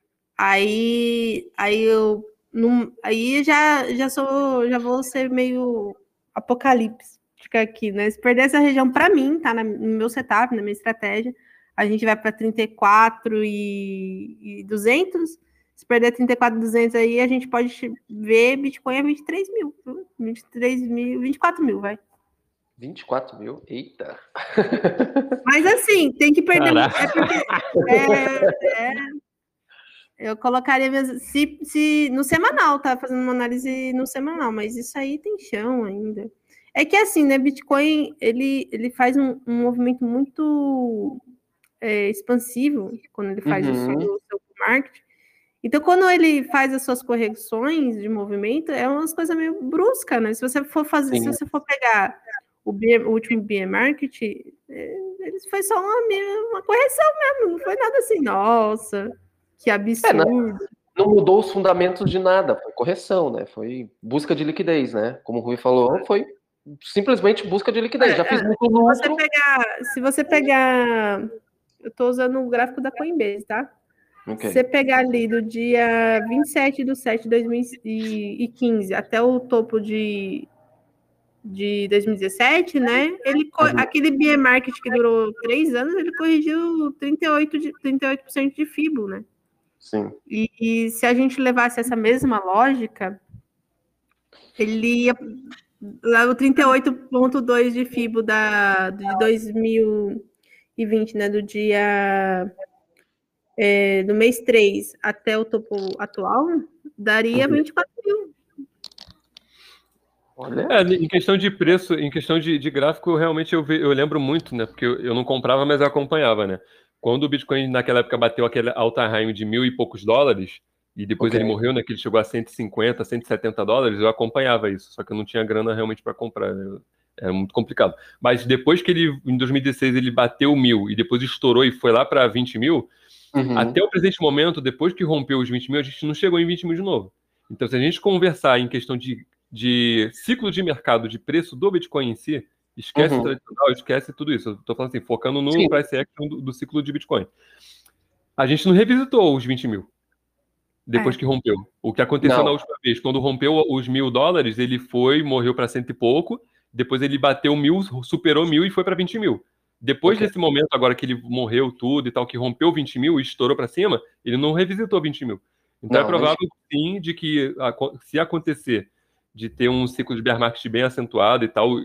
aí, aí eu não, aí já, já sou, já vou ser meio apocalíptica aqui, né? Se perder essa região, para mim, tá na, no meu setup, na minha estratégia, a gente vai para trinta e quatro e duzentos. Se perder trinta e quatro e duzentos aí, a gente pode ver Bitcoin a vinte e três mil, viu? vinte e três mil, vinte e quatro mil, vai. vinte e quatro mil? Eita! Mas assim, tem que perder. Caraca. É porque. É, é, eu colocaria mesmo. Se, se, no semanal, tá? Fazendo uma análise no semanal, mas isso aí tem chão ainda. É que assim, né? Bitcoin ele, ele faz um, um movimento muito é, expansivo quando ele faz Uhum. o seu, o seu marketing. Então, quando ele faz as suas correções de movimento, é umas coisas meio bruscas, né? Se você for fazer, Sim. se você for pegar o, bear, o último bear market, é, ele foi só uma, uma correção mesmo, não foi nada assim, nossa, que absurdo. É, não, não mudou os fundamentos de nada, foi correção, né? Foi busca de liquidez, né? Como o Rui falou, foi simplesmente busca de liquidez. Já fiz muito lucro. Se você pegar, se você pegar, eu estou usando o gráfico da Coinbase, tá? Okay. Se você pegar ali do dia vinte e sete de setembro de dois mil e quinze até o topo de, de dois mil e dezessete, né? Ele, Uhum. aquele bear market que durou três anos, ele corrigiu trinta e oito por cento de, trinta e oito por cento de Fibo, né? Sim. E, e se a gente levasse essa mesma lógica, ele ia lá o trinta e oito vírgula dois de Fibo da, de dois mil e vinte, né? Do dia é, do mês três até o topo atual, daria Uhum. vinte e quatro mil. Olha. É, em questão de preço, em questão de, de gráfico, realmente eu, ve, eu lembro muito, né? Porque eu, eu não comprava, mas eu acompanhava, né? Quando o Bitcoin naquela época bateu aquele all-time de mil e poucos dólares, e depois Okay. ele morreu, né? Que ele chegou a cento e cinquenta, cento e setenta dólares, eu acompanhava isso, só que eu não tinha grana realmente para comprar, né? Era muito complicado. Mas depois que ele, em dois mil e dezesseis, ele bateu mil e depois estourou e foi lá para vinte mil, Uhum. até o presente momento, depois que rompeu os vinte mil, a gente não chegou em vinte mil de novo. Então, se a gente conversar em questão de, de ciclo de mercado, de preço do Bitcoin em si, esquece Uhum. o tradicional, esquece tudo isso. Eu tô falando assim, focando no Sim. price action do, do ciclo de Bitcoin. A gente não revisitou os vinte mil depois É. que rompeu. O que aconteceu Não. na última vez, quando rompeu os mil dólares, ele foi, morreu para cento e pouco, depois ele bateu mil, superou mil e foi para vinte mil. Depois Okay. desse momento, agora que ele morreu tudo e tal, que rompeu vinte mil e estourou para cima, ele não revisitou vinte mil. Então Não, é provável, sim, de que se acontecer de ter um ciclo de bear market bem acentuado e tal,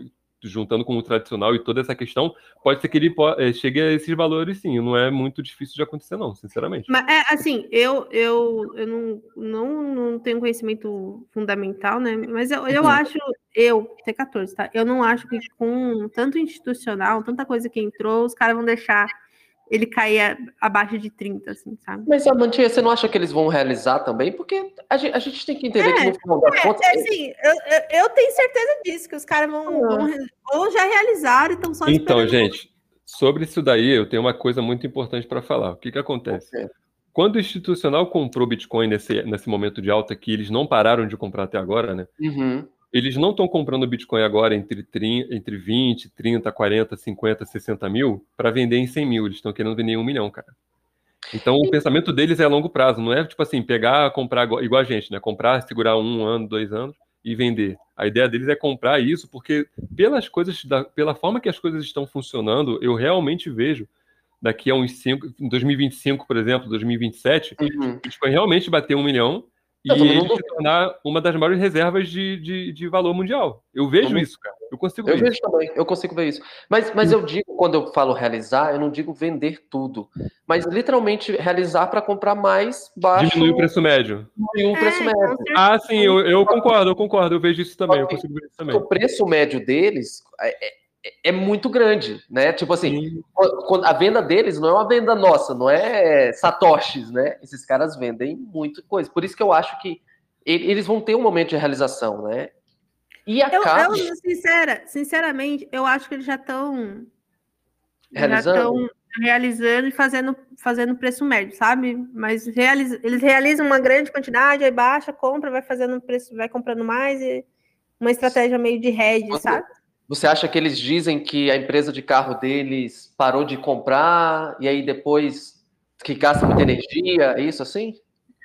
juntando com o tradicional e toda essa questão, pode ser que ele chegue a esses valores, sim. Não é muito difícil de acontecer, não, sinceramente. Mas, é, assim, eu, eu, eu não, não, não tenho conhecimento fundamental, né? Mas eu, eu uhum. acho, eu, T quatorze, tá? Eu não acho que com tanto institucional, tanta coisa que entrou, os caras vão deixar ele cair abaixo de trinta, assim, sabe? Mas, Amantia, você não acha que eles vão realizar também? Porque a gente, a gente tem que entender é, que no final das é, contas... É, assim, eu, eu, eu tenho certeza disso, que os caras vão, ah. vão... Ou já realizaram e estão só então, esperando... Então, gente, sobre isso daí, eu tenho uma coisa muito importante para falar. O que que acontece? Okay. Quando o institucional comprou Bitcoin nesse, nesse momento de alta, que eles não pararam de comprar até agora, né? Uhum. Eles não estão comprando Bitcoin agora entre, entre vinte, trinta, quarenta, cinquenta, sessenta mil para vender em cem mil. Eles estão querendo vender em um milhão, cara. Então, o pensamento deles é a longo prazo. Não é, tipo assim, pegar, comprar igual a gente, né? Comprar, segurar um ano, dois anos e vender. A ideia deles é comprar isso porque, pelas coisas, da, pela forma que as coisas estão funcionando, eu realmente vejo daqui a uns cinco, em dois mil e vinte e cinco, por exemplo, dois mil e vinte e sete, uhum. o Bitcoin realmente bater um milhão e ele se tornar uma das maiores reservas de, de, de valor mundial. Eu vejo uhum. isso, cara. Eu consigo eu ver vejo isso. também, eu consigo ver isso. Mas, mas eu digo, quando eu falo realizar, eu não digo vender tudo, mas literalmente realizar para comprar mais baixo. Diminuir o preço médio. Diminuir o preço é, médio. Ah, sim, eu, eu concordo, eu concordo, eu vejo isso também, eu consigo ver isso também. O preço médio deles é, é, é muito grande, né? Tipo assim, quando a venda deles não é uma venda nossa, não é satoshis, né? Esses caras vendem muita coisa. Por isso que eu acho que eles vão ter um momento de realização, né? E acaba... Eu, eu sincera, sinceramente, eu acho que eles já estão realizando? Já estão realizando e fazendo, fazendo preço médio, sabe? Mas realiza, eles realizam uma grande quantidade, aí baixa, compra, vai fazendo preço, vai comprando mais, e uma estratégia meio de hedge, Você, sabe? Você acha que eles dizem que a empresa de carro deles parou de comprar e aí depois que gasta muita energia, é isso assim?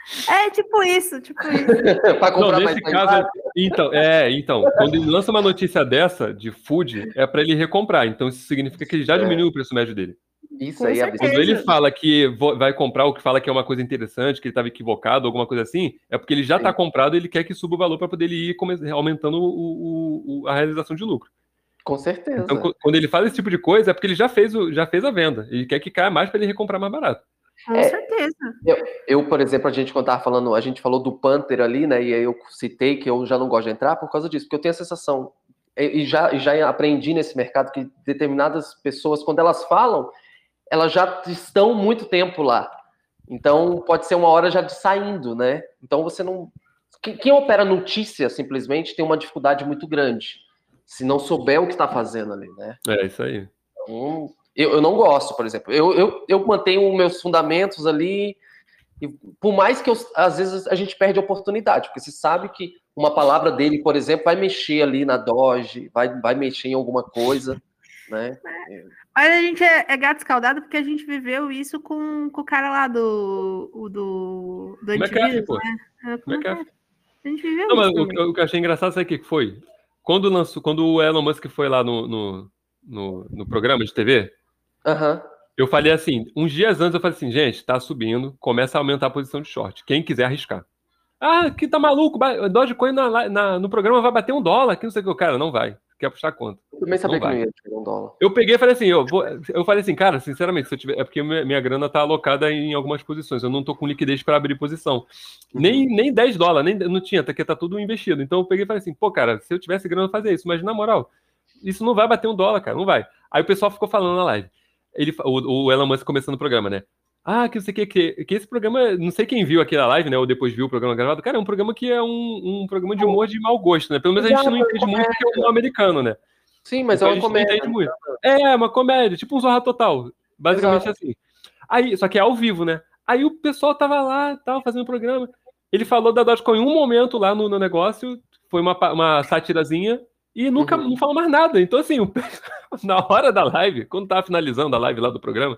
É, tipo isso, tipo isso. Para comprar Não, nesse mais caso, então, é, então, quando ele lança uma notícia dessa, de food, é para ele recomprar. Então, isso significa que ele já diminuiu é. o preço médio dele. Isso aí é Quando ele fala que vai comprar, ou que fala que é uma coisa interessante, que ele estava equivocado, alguma coisa assim, é porque ele já está comprado e ele quer que suba o valor para poder ele ir aumentando o, o, a realização de lucro. Com certeza. Então, quando ele faz esse tipo de coisa, é porque ele já fez, o, já fez a venda. Ele quer que caia mais para ele recomprar mais barato. Com é, certeza. Eu, eu, por exemplo, a gente quando tava falando, a gente falou do Panther ali, né? E aí eu citei que eu já não gosto de entrar por causa disso, porque eu tenho a sensação, e já, já aprendi nesse mercado que determinadas pessoas, quando elas falam, elas já estão muito tempo lá. Então, pode ser uma hora já de saindo, né? Então, você não... Quem, quem opera notícia, simplesmente, tem uma dificuldade muito grande. Se não souber o que está fazendo ali, né? É, isso aí. Então, eu, eu não gosto, por exemplo. Eu, eu, eu mantenho meus fundamentos ali, e por mais que, eu, às vezes, a gente perde a oportunidade, porque você sabe que uma palavra dele, por exemplo, vai mexer ali na Doge, vai, vai mexer em alguma coisa, né? Mas a gente é, é gato escaldado porque a gente viveu isso com, com o cara lá do do, do antivírus, pô. né? Como é que é? A gente viveu Não, isso mas o, o que eu achei engraçado, sabe o que foi? Quando, lançou, quando o Elon Musk foi lá no, no, no, no programa de T V, uhum. eu falei assim, uns dias antes eu falei assim, gente, tá subindo, começa a aumentar a posição de short, quem quiser arriscar. Ah, que tá maluco, Dogecoin na, na, no programa vai bater um dólar, que não sei o que, o cara, não vai. Quer apostar quanto? Eu também sabia que não ia ter um dólar. Eu peguei e falei assim, eu, vou, eu falei assim, cara, sinceramente, se eu tiver, é porque minha, minha grana tá alocada em algumas posições, eu não tô com liquidez para abrir posição. Uhum. Nem, nem dez dólares, nem, não tinha, porque tá tudo investido. Então eu peguei e falei assim, pô, cara, se eu tivesse grana eu fazia isso, mas na moral, isso não vai bater um dólar, cara, não vai. Aí o pessoal ficou falando na live, ele, o, o Elon Musk começando o programa, né? Ah, que não sei o que, que, que esse programa, não sei quem viu aqui na live, né, ou depois viu o programa gravado, cara, é um programa que é um, um programa de humor de mau gosto, né? Pelo menos a gente não entende muito porque é um americano, né? Sim, mas então é uma comédia. Muito. É, uma comédia, tipo um Zorra Total. Basicamente Exato. Assim. Aí, só que é ao vivo, né? Aí o pessoal tava lá, tava fazendo o programa. Ele falou da Dogecoin em um momento lá no, no negócio, foi uma, uma satirazinha, e nunca uhum. não falou mais nada. Então, assim, o, na hora da live, quando tava finalizando a live lá do programa,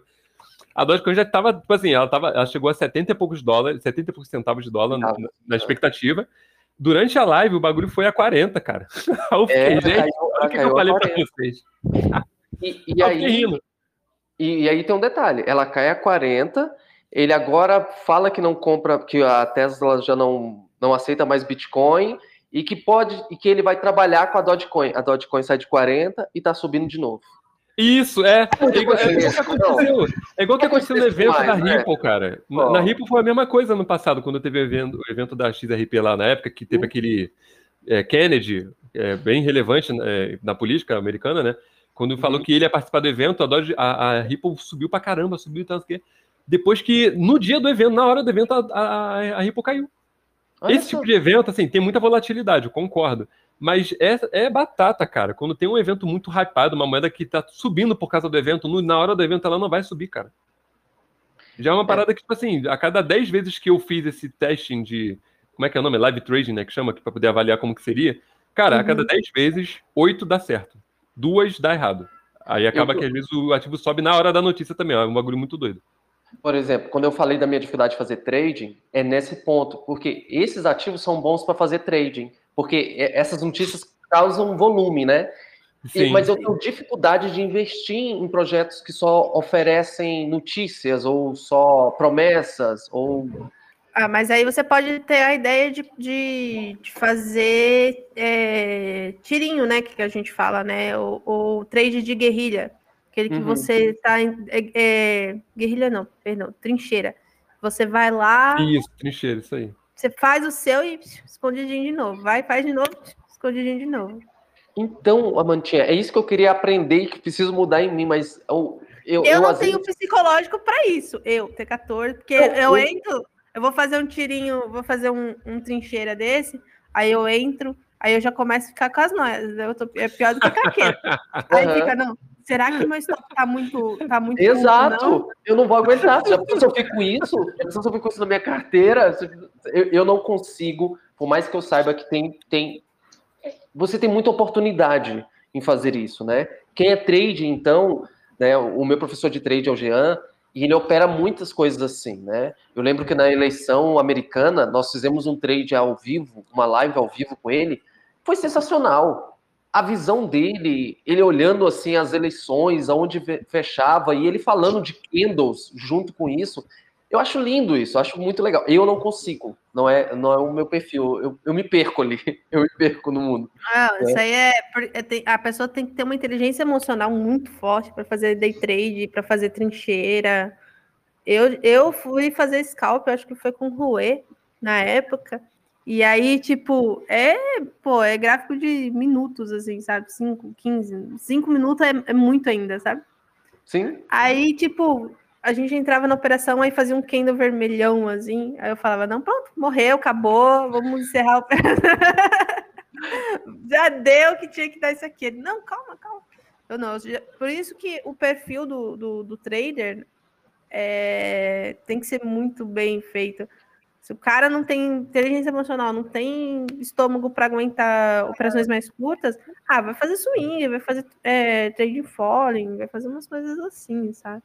a Dogecoin já tava, tipo assim, ela, tava, ela chegou a setenta e poucos dólares, setenta e poucos centavos de dólar na, na expectativa. Durante a live, o bagulho foi a quarenta, cara. Eu fiquei, é, gente, caiu, olha o que, que eu falei pra vocês. E, e, aí, e, e aí tem um detalhe, ela cai a quarenta, ele agora fala que não compra, que a Tesla já não, não aceita mais Bitcoin, e que pode e que ele vai trabalhar com a Dogecoin. A Dogecoin sai de quarenta e tá subindo de novo. Isso, é. É igual, é igual que aconteceu. É igual que aconteceu no evento mais, da né? Ripple, cara. Na, na Ripple foi a mesma coisa no passado, quando teve o evento, o evento da X R P lá na época, que teve aquele é, Kennedy, é, bem relevante é, na política americana, né? Quando falou Uhum. que ele ia participar do evento, a, Doge, a, a Ripple subiu pra caramba, subiu tanto que. Depois que, no dia do evento, na hora do evento, a, a, a Ripple caiu. Olha Esse só. tipo de evento, assim, tem muita volatilidade, eu concordo. Mas é, é batata, cara. Quando tem um evento muito hypado, uma moeda que tá subindo por causa do evento, no- na hora do evento ela não vai subir, cara. Já é uma parada que, tipo assim, a cada dez vezes que eu fiz esse testing de... Como é que é o nome? Live trading, né? Que chama aqui pra poder avaliar como que seria. Cara, a cada Uhum. dez vezes, oito dá certo. Duas dá errado. Aí acaba Eu- que às vezes o ativo sobe na hora da notícia também. ó, É um bagulho muito doido. Por exemplo, quando eu falei da minha dificuldade de fazer trading, é nesse ponto, porque esses ativos são bons para fazer trading, porque é- essas notícias causam volume, né? E- Sim. mas eu tenho dificuldade de investir em projetos que só oferecem notícias ou só promessas ou Ah, mas aí você pode ter a ideia de, de, de fazer é, tirinho, né? Que a gente fala, né? O, o trade de guerrilha. Aquele que Uhum. você tá em. É, é, guerrilha não, perdão, trincheira. Você vai lá, Isso, trincheira, isso aí. você faz o seu e pss, escondidinho de novo. Vai, faz de novo, pss, escondidinho de novo. Então, Amantinha, é isso que eu queria aprender e que preciso mudar em mim, mas eu, eu, Eu, eu, não às tenho vezes- psicológico para isso, eu, T quatorze, porque Não, eu eu- entro, eu vou fazer um tirinho, vou fazer um, um trincheira desse, aí eu entro, aí eu já começo a ficar com as noias. Eu tô, é pior do que caqueta. Aí Aham. fica, não, será que meu stop tá muito, tá muito Exato, alto, não? eu não vou aguentar. Já pensou se eu fico com isso? Já pensou se eu fico com isso na minha carteira? Eu, eu não consigo, por mais que eu saiba que tem, tem. Você tem muita oportunidade em fazer isso, né? Quem é trade, então, né? O meu professor de trade é o Jean, e ele opera muitas coisas assim, né? Eu lembro que na eleição americana nós fizemos um trade ao vivo, uma live ao vivo com ele, foi sensacional. A visão dele, ele olhando assim as eleições, aonde ve- fechava, e ele falando de candles junto com isso. Eu acho lindo isso, eu acho muito legal. Eu não consigo, não é, não é o meu perfil. Eu, eu me perco ali, eu me perco no mundo. Não, isso aí é, por- é, tem- a pessoa tem que ter uma inteligência emocional muito forte para fazer day trade, para fazer trincheira. Eu, eu fui fazer scalp, eu acho que foi com o Rue na época. E aí, tipo, é, pô, é gráfico de minutos, assim, sabe? cinco, quinze. cinco minutos é, é muito ainda, sabe? Sim? Aí, tipo, a gente entrava na operação, aí fazia um candle vermelhão, assim. Aí eu falava, não, pronto, morreu, acabou, vamos encerrar a operação. Já deu que tinha que dar isso aqui. Ele, não, calma, calma. Eu não, já- por isso que o perfil do, do, do trader é, tem que ser muito bem feito. Se o cara não tem inteligência emocional, não tem estômago para aguentar operações mais curtas, ah, vai fazer swing, vai fazer é, trading falling, vai fazer umas coisas assim, sabe?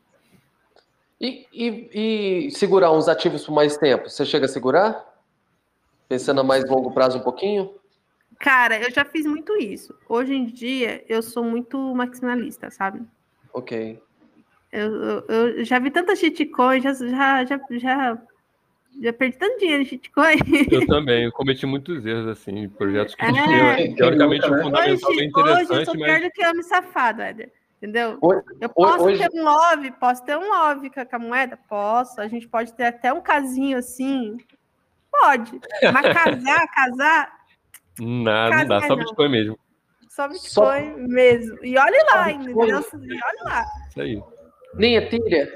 E, e, e segurar uns ativos por mais tempo? Você chega a segurar? Pensando a mais longo prazo um pouquinho? Cara, eu já fiz muito isso. Hoje em dia, eu sou muito maximalista, sabe? Ok. Eu, eu, eu já vi tanta shitcoin, já, já, já, já, já perdi tanto dinheiro em shitcoin. Eu também, eu cometi muitos erros, assim, projetos que É. tinham, teoricamente, um Nunca, né? fundamental Hoje, bem hoje eu interessante, sou mas... pior do que homem safado, Éder. Entendeu? Hoje, Eu posso hoje- ter um love, posso ter um love com a, com a moeda? Posso. A gente pode ter até um casinho assim? Pode. Mas casar, casar, Nada, não dá, casar só não. Bitcoin mesmo. Só Bitcoin mesmo. E olha lá ainda, Bitcoin. entendeu? E olha lá. Isso aí. nem Ethereum?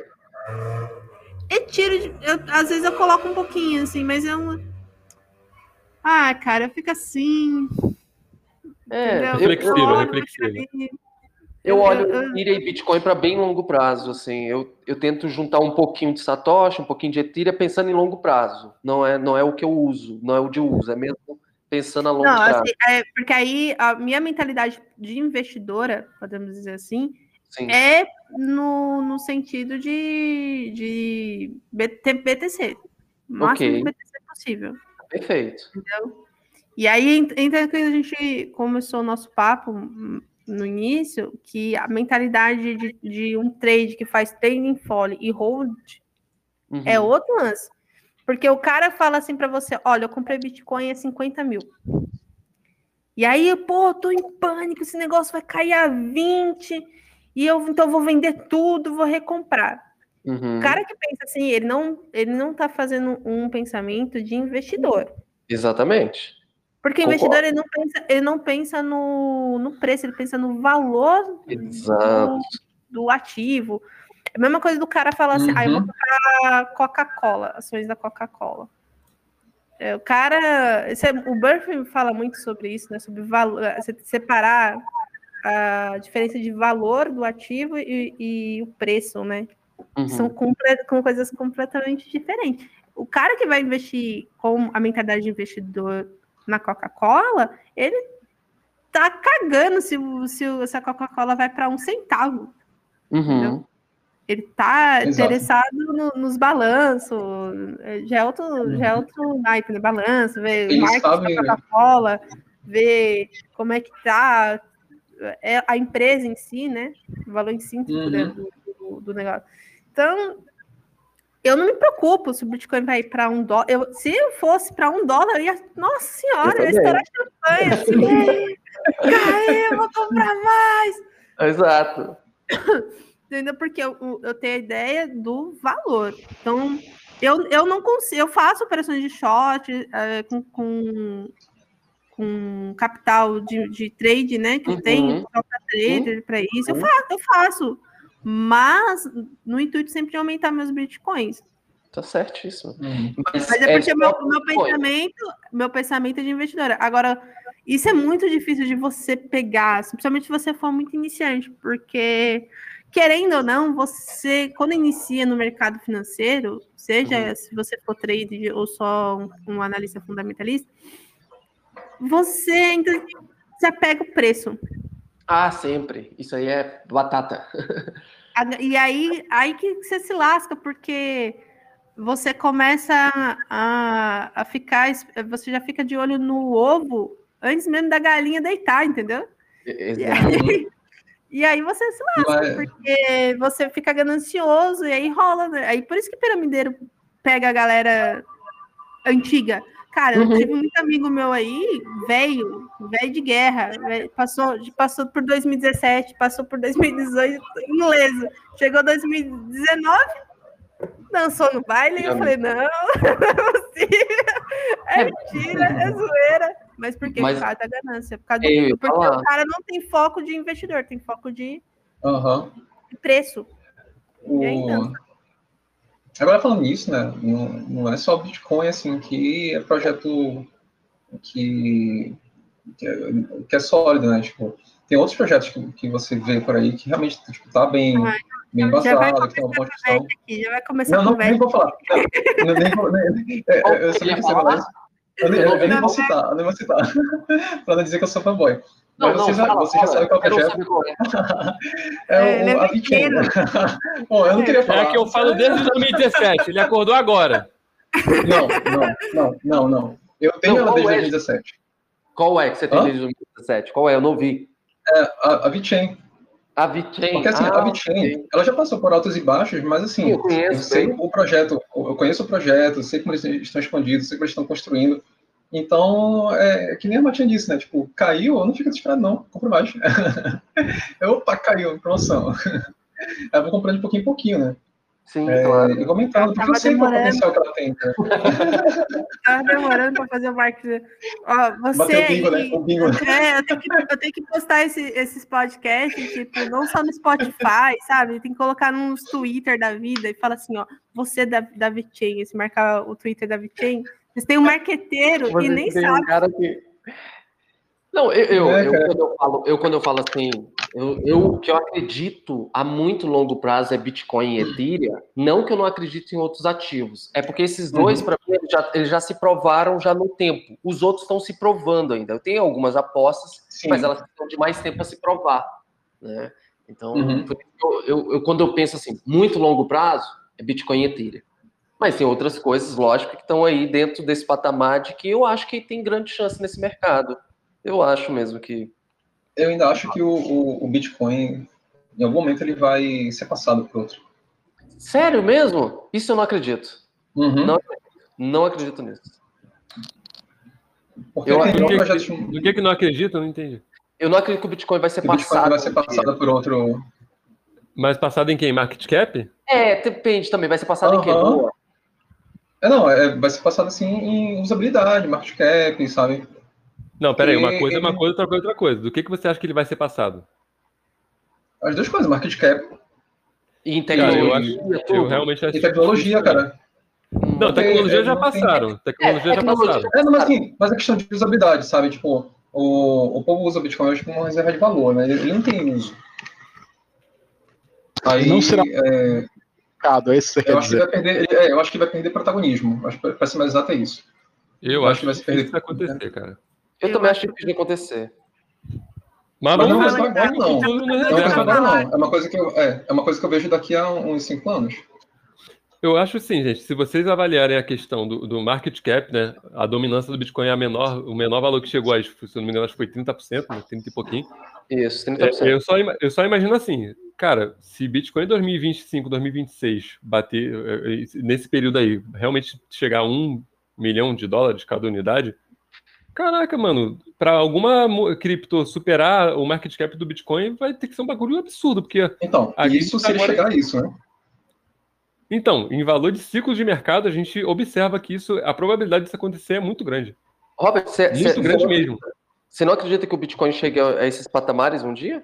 E tiro de. Eu, às vezes eu coloco um pouquinho, assim, mas eu. Ah, cara, eu fico assim. É, Entendeu? eu, Reflexivo, eu olho reflexivo. aquilo ali, eu eu- olho eu- eu- Ethereum e Bitcoin para bem longo prazo, assim. Eu, eu tento juntar um pouquinho de Satoshi, um pouquinho de Ethereum, pensando em longo prazo. Não é, não é o que eu uso, não é o de uso, é mesmo pensando a longo Não, prazo. assim, é, porque aí a minha mentalidade de investidora, podemos dizer assim, Sim. é no, no sentido de, de B T B T C. O máximo Ok. de B T C possível. Perfeito. Entendeu? E aí, entra que a gente começou o nosso papo no início, que a mentalidade de, de um trade que faz trading folly e hold Uhum. é outro lance. Porque o cara fala assim para você, olha, eu comprei Bitcoin a cinquenta mil. E aí, pô, eu tô em pânico, esse negócio vai cair a vinte, e eu então vou vender tudo, vou recomprar. Uhum. O cara que pensa assim, ele não, ele não tá fazendo um pensamento de investidor. Exatamente. Porque o Concordo. investidor ele não pensa, ele não pensa no, no preço, ele pensa no valor Exato. do, do ativo. É a mesma coisa do cara falar assim, Uhum. ah, eu vou comprar Coca-Cola, ações da Coca-Cola. É, o cara, esse é, o Burford fala muito sobre isso, né? Sobre valor, separar a diferença de valor do ativo e, e o preço, né? Uhum. São comple- com coisas completamente diferentes. O cara que vai investir com a mentalidade de investidor na Coca-Cola, ele tá cagando se, se, se a Coca-Cola vai para um centavo. Uhum. Entendeu? Ele tá Exato. interessado no, nos balanços, já é outro, Uhum. já é outro naipe, né? Balanço, ver o Ele marketing sabe- da Coca-Cola, ver como é que tá é, a empresa em si, né? O valor intrínseco Uhum. do, do, do negócio. Então, eu não me preocupo se o Bitcoin vai para um dólar. Eu, se eu fosse para um dólar, eu ia, nossa senhora, eu ia estourar champanhe, assim, caiu, vou comprar mais. Exato. Entendeu? Porque eu, eu tenho a ideia do valor. Então, eu, eu não consigo, eu faço operações de short é, com, com, com capital de, de trade, né? Que Uhum. eu tenho para trader para isso, eu faço, eu faço. Mas no intuito sempre de aumentar meus bitcoins. Tá certíssimo. Uhum. Mas, Mas é porque é meu, só meu Bitcoin. pensamento, meu pensamento é de investidora. Agora, isso é muito difícil de você pegar, principalmente se você for muito iniciante, porque, querendo ou não, você, quando inicia no mercado financeiro, seja Uhum. se você for trader ou só um, um analista fundamentalista, você ainda se apega ao preço. Ah, sempre. Isso aí é batata. E aí, aí que você se lasca, porque você começa a, a ficar, você já fica de olho no ovo antes mesmo da galinha deitar, entendeu? Exato. E aí, e aí você se lasca, Mas- porque você fica ganancioso e aí rola, né? Aí por isso que piramideiro pega a galera antiga. Cara, eu Uhum. tive muito amigo meu aí, velho, velho de guerra, véio, passou, passou por dois mil e dezessete, passou por dois mil e dezoito, inglês, chegou dois mil e dezenove, dançou no baile, e eu falei, não, não é possível, é mentira, é zoeira. Mas por quê? Mas- Por causa da ganância, por causa Eu ia do, porque falar. o cara não tem foco de investidor, tem foco de Aham. preço. O... E aí, não. Agora falando nisso, né? Não, não é só o Bitcoin assim que é projeto que, que, é, que é sólido, né? Tipo, tem outros projetos que, que você vê por aí que realmente tipo, tá bem, Ah, bem já vai embasado, que tem uma começar a construção. conversa aqui, já vai começar Não, a não, conversa. nem vou falar. Não, não, nem, vou- nem, é, é, eu sabia que você ia falar isso. Eu nem, eu nem vou citar, eu nem vou citar. Pra não dizer que eu sou fanboy. Mas Não, você, não, já, fala, você já fala. sabe qual é o Quero projeto. saber qual é. É, É, ele o, é a VeChain. vequeiro. Bom, eu não queria falar. É que eu falo desde dois mil e dezessete, ele acordou agora. Não, não, não, não, não. Eu tenho Não, ela qual desde é? dois mil e dezessete. Qual é que você tem Hã? desde dois mil e dezessete? Qual é? Eu não vi. É, a, a VeChain. A VeChain. Porque assim, ah, a VeChain, ok. ela já passou por altos e baixos, mas assim, Eu conheço eu sei bem. o projeto, eu conheço o projeto, sei como eles estão expandidos, sei como eles estão construindo. Então, é que nem a Matinha disse, né? Tipo, caiu, eu não fico desesperado, não. Compro mais. Eu, opa, caiu, promoção. Eu vou comprando de pouquinho em pouquinho, né? Sim, É, claro. e vou aumentando, porque Tava eu sei qual é o demorando. potencial que ela tem. Né? Tava demorando para fazer o marketing. Ó, você Bateu o bingo, aí, né? O bingo. É, eu, tenho que, eu tenho que postar esse, esses podcasts, tipo, não só no Spotify, sabe? Tem que colocar nos Twitter da vida e falar assim, ó, você da, da VeChain, se marcar o Twitter da VeChain, vocês têm um marqueteiro Você e nem tem sabe. um cara que... Não, eu, eu, Né, eu, cara? quando eu falo, eu quando eu falo assim, eu, eu o que eu acredito a muito longo prazo é Bitcoin e Ethereum, não que eu não acredite em outros ativos, é porque esses dois, Uhum. para mim, eles já, eles já se provaram já no tempo. Os outros estão se provando ainda. Eu tenho algumas apostas, Sim. mas elas precisam de mais tempo a se provar, né? Então, Uhum. por isso que eu, eu, eu, quando eu penso assim, muito longo prazo, é Bitcoin e Ethereum. Mas tem outras coisas, lógico, que estão aí dentro desse patamar de que eu acho que tem grande chance nesse mercado. Eu acho mesmo que... Eu ainda acho que o, o, o Bitcoin, em algum momento, ele vai ser passado por outro. Sério mesmo? Isso eu não acredito. Uhum. Não, não acredito nisso. Porque Eu- tem Do um que, projeto que, do que que não acredita? Eu não entendi. Eu não acredito que o Bitcoin vai ser que o Bitcoin passado. vai ser um dia. passado por outro. Mas passado em quem? Market cap? É, depende também. Vai ser passado em quê? Aham. Boa. É, não, é, vai ser passado assim em usabilidade, market cap, sabe? Não, peraí, uma Porque coisa é uma ele- coisa, outra coisa é outra coisa. Do que, que você acha que ele vai ser passado? As duas coisas, market cap E em Cara, eu tecnologia, acho, eu tudo. realmente acho e tecnologia, difícil também. cara. Não, Porque, tecnologia é, já não tem- passaram. Tecnologia É, já tecnologia. passaram. É, não, mas assim, mas a questão de usabilidade, sabe? Tipo, o, o povo usa o Bitcoin hoje como uma reserva de valor, né? Ele, ele não tem uso. Aí, Não será é, mercado, é isso que você eu quer acho que dizer. vai perder, ele- é, eu acho que vai perder protagonismo. Acho que para ser mais exato é isso. Eu Eu acho acho que vai se difícil perder. isso acontecer, cara. Eu, Eu também acho acho difícil de acontecer. Mas Mas não vamos vai ver. ser agora, não. Tudo no Não vai ser reserva. agora, não. É uma coisa que eu, é, é uma coisa que eu vejo daqui a uns cinco anos. Eu acho assim, gente, se vocês avaliarem a questão do, do market cap, né, a dominância do Bitcoin é a menor, o menor valor que chegou, a, se eu não me engano, acho que foi trinta por cento, né, trinta e pouquinho. Isso, trinta por cento. É, eu, só, ima- eu só imagino assim, cara, se Bitcoin em dois mil e vinte e cinco, dois mil e vinte e seis bater, eh, eh, nesse período aí, realmente chegar a um milhão de dólares cada unidade, caraca, mano, para alguma mo- cripto superar o market cap do Bitcoin, vai ter que ser um bagulho absurdo, porque Então, a gente isso tá se ele agora- chegar a isso, né? Então, em valor de ciclos de mercado, a gente observa que isso, a probabilidade disso acontecer é muito grande. Robert, você, Muito você- grande você não mesmo. acredita- você não acredita que o Bitcoin chegue a a esses patamares um dia?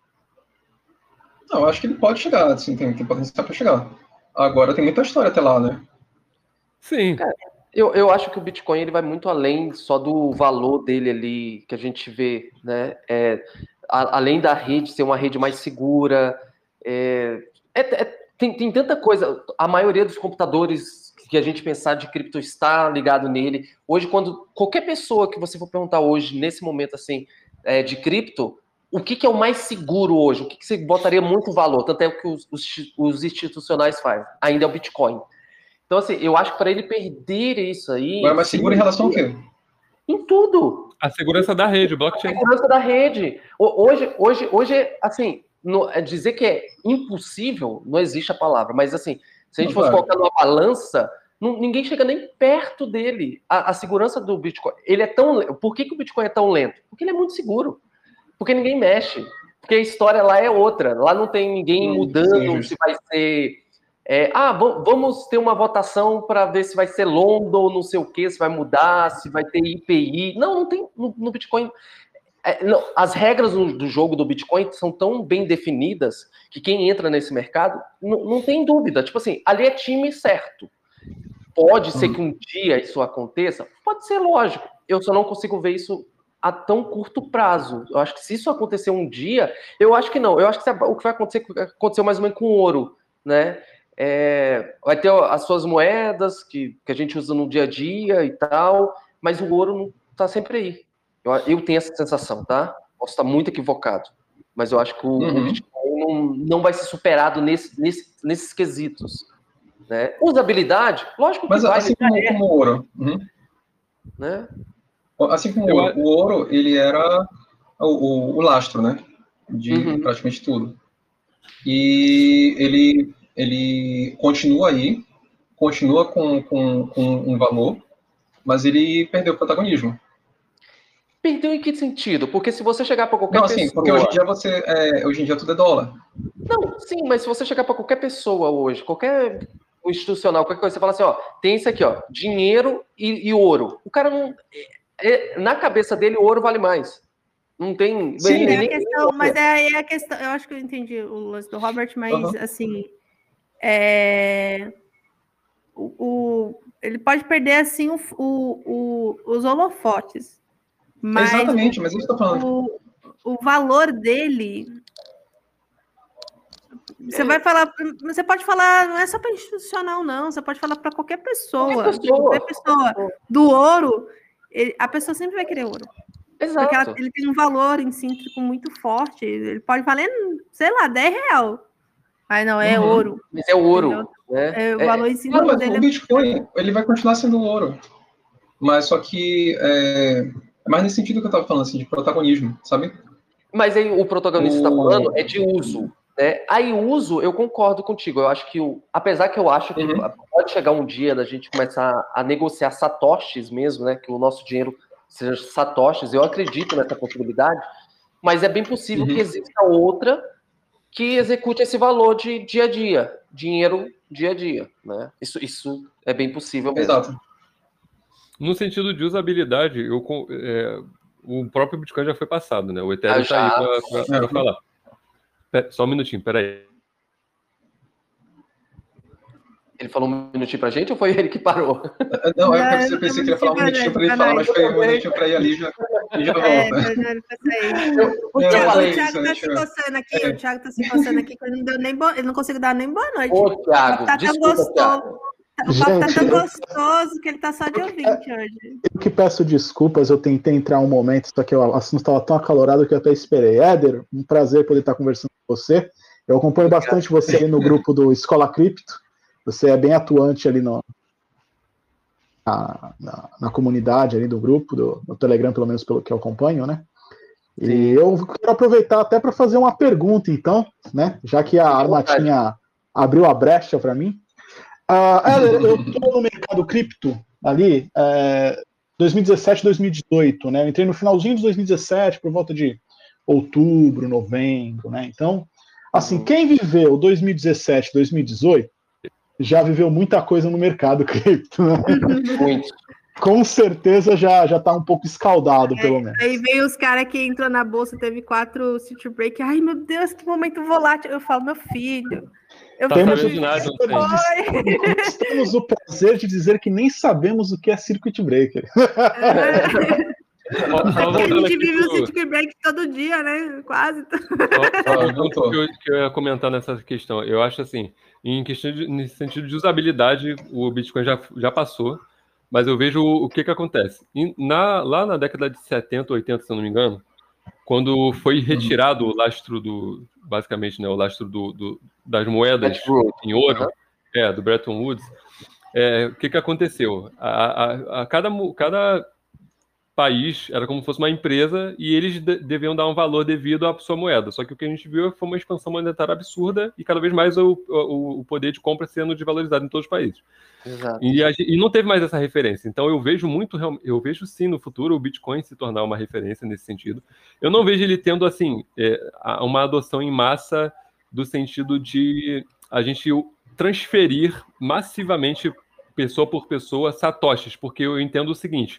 Não, eu acho que ele pode chegar, assim, tem, tem potencial para chegar. Agora tem muita história até lá, né? Sim. Eu, eu acho que o Bitcoin ele vai muito além só do valor dele ali que a gente vê, né? É, a- além da rede ser uma rede mais segura, é, é- é- tem, tem tanta coisa. A maioria dos computadores que a gente pensar de cripto está ligado nele. Hoje, quando qualquer pessoa que você for perguntar hoje, nesse momento assim, é, de cripto, o que, que é o mais seguro hoje? O que, que você botaria muito valor? Tanto é o que os, os, os institucionais fazem. Ainda é o Bitcoin. Então, assim, eu acho que para ele perder isso aí. Agora, mais seguro em relação ao quê? Em tudo. A segurança da rede, o A blockchain. segurança da rede. Ho- Hoje, hoje, hoje assim, no- é dizer que é impossível, não existe a palavra, mas assim, se a gente Não, fosse claro. colocar numa balança, não- ninguém chega nem perto dele. A, a segurança do Bitcoin, ele é tão. le- Por que, que o Bitcoin é tão lento? Porque ele é muito seguro. Porque ninguém mexe. Porque a história lá é outra. Lá não tem ninguém Hum, mudando sim, justo. se vai ser. é, ah, va- vamos ter uma votação para ver se vai ser London ou não sei o que, se vai mudar, se vai ter I P I. Não, não tem no, no Bitcoin. É, não, as regras do, do jogo do Bitcoin são tão bem definidas que quem entra nesse mercado não, não tem dúvida. Tipo assim, ali é time certo. Pode ser que um dia isso aconteça? Pode ser, lógico. Eu só não consigo ver isso a tão curto prazo. Eu acho que se isso acontecer um dia, eu acho que não. Eu acho que o que vai acontecer aconteceu mais ou menos com o ouro, né? É, vai ter as suas moedas que, que a gente usa no dia a dia e tal, mas o ouro não tá sempre aí. Eu, eu tenho essa sensação, tá? Posso estar muito equivocado, mas eu acho que o, Uhum. o Bitcoin não, não vai ser superado nesse, nesse, nesses quesitos. Né? Usabilidade, lógico que Mas vai, assim como, como o ouro. Uhum. né? Assim como Eu o ouro, o ouro, ele era o, o, o lastro, né? De Uhum. praticamente tudo. E ele, ele continua aí, continua com, com, com um valor, mas ele perdeu o protagonismo. Perdeu em que sentido? Porque se você chegar para qualquer Não, assim, pessoa... porque hoje em dia você, é, hoje em dia tudo é dólar. Não, sim, mas se você chegar para qualquer pessoa hoje, qualquer institucional, qualquer coisa, você fala assim, ó, tem isso aqui, ó, dinheiro e, e ouro. O cara não... é- na cabeça dele, o ouro vale mais. Não tem... Sim, ele É a nem- questão, mas é aí a questão. Eu acho que eu entendi o lance do Robert, mas Uhum. assim, é, o, o- ele pode perder assim o, o- o- os holofotes, mas Exatamente, mas é isso que eu tô falando. o, o valor dele. Você vai falar, você pode falar, não é só para institucional, não. Você pode falar para qualquer pessoa. Qualquer pessoa. Qualquer pessoa do ouro, ele- a pessoa sempre vai querer ouro. Porque ela- Exato. ele tem um valor intrínseco muito forte. Ele pode valer, sei lá, dez real. Aí não, é Uhum. ouro. Mas é ouro. Entendeu? Né? É, o É- valor Claro, intrínseco mas dele o é Bitcoin, ele vai continuar sendo ouro. Mas só que é, é mais nesse sentido que eu estava falando, assim, de protagonismo, sabe? Mas aí o protagonista está O- falando é de uso. Né? Aí uso, eu concordo contigo. Eu acho que, o, apesar que eu acho que Uhum. pode chegar um dia da gente começar a negociar satoshis mesmo, né? Que o nosso dinheiro sejam satoshis, eu acredito nessa possibilidade, mas é bem possível uhum. que exista outra que execute esse valor de dia a dia, dinheiro dia a dia, né? Isso, isso é bem possível mesmo. Exato. No sentido de usabilidade, eu, é, o próprio Bitcoin já foi passado, né? O Ethereum está já... aí para falar. Pera, só um minutinho, peraí. Ele falou um minutinho pra gente ou foi ele que parou? Não, é porque eu pensei que ele ia falar um minutinho pra ele falar, mas foi um minutinho pra ir ali já, e já volta. É, o Thiago tá se coçando aqui, o Thiago tá se coçando aqui, que ele não deu nem boa, ele não conseguiu dar nem boa noite. Ô, Thiago, tá desculpa, tão gostoso. Thiago. O papo tá tão gostoso que ele tá só de ouvinte hoje. Eu que peço desculpas, eu tentei entrar um momento, só que o assunto estava tão acalorado que eu até esperei. Éder, um prazer poder estar conversando com você. Eu acompanho bastante você aí no grupo do Escola Cripto. Você é bem atuante ali no, na, na, na comunidade ali do grupo, do, do Telegram, pelo menos pelo que eu acompanho, né? E Sim. eu quero aproveitar até para fazer uma pergunta, então, né? Já que a Armatinha abriu a brecha para mim. Uh, eu estou no mercado cripto ali, é, dois mil e dezessete, dois mil e dezoito, né? Eu entrei no finalzinho de dois mil e dezessete, por volta de outubro, novembro, né? Então, assim, uhum. quem viveu dois mil e dezessete, dois mil e dezoito já viveu muita coisa no mercado cripto, né? Muito. Com certeza já já está um pouco escaldado, é, pelo menos. Aí veio os caras que entrou na bolsa, teve quatro city break. Ai, meu Deus, que momento volátil. Eu falo, meu filho. Eu tá temos, nós temos o prazer de dizer que nem sabemos o que é circuit breaker. É. A gente vive o circuit break todo dia, né? Quase. O que eu, que eu ia comentar nessa questão, eu acho assim, em questão de, nesse sentido de usabilidade, o Bitcoin já, já passou, mas eu vejo o, o que que acontece. Na, lá na década de setenta, oitenta, se eu não me engano, quando foi retirado o lastro do, basicamente, né, o lastro do, do, das moedas em ouro, é, do Bretton Woods, é, o que que aconteceu? A, a, a cada, cada país era como se fosse uma empresa e eles de, deviam dar um valor devido à sua moeda. Só que o que a gente viu foi uma expansão monetária absurda e cada vez mais o, o, o poder de compra sendo desvalorizado em todos os países. Exato. E, a, e não teve mais essa referência. Então eu vejo muito, eu vejo sim no futuro o Bitcoin se tornar uma referência nesse sentido. Eu não vejo ele tendo assim é, uma adoção em massa do sentido de a gente transferir massivamente pessoa por pessoa satoshis, porque eu entendo o seguinte: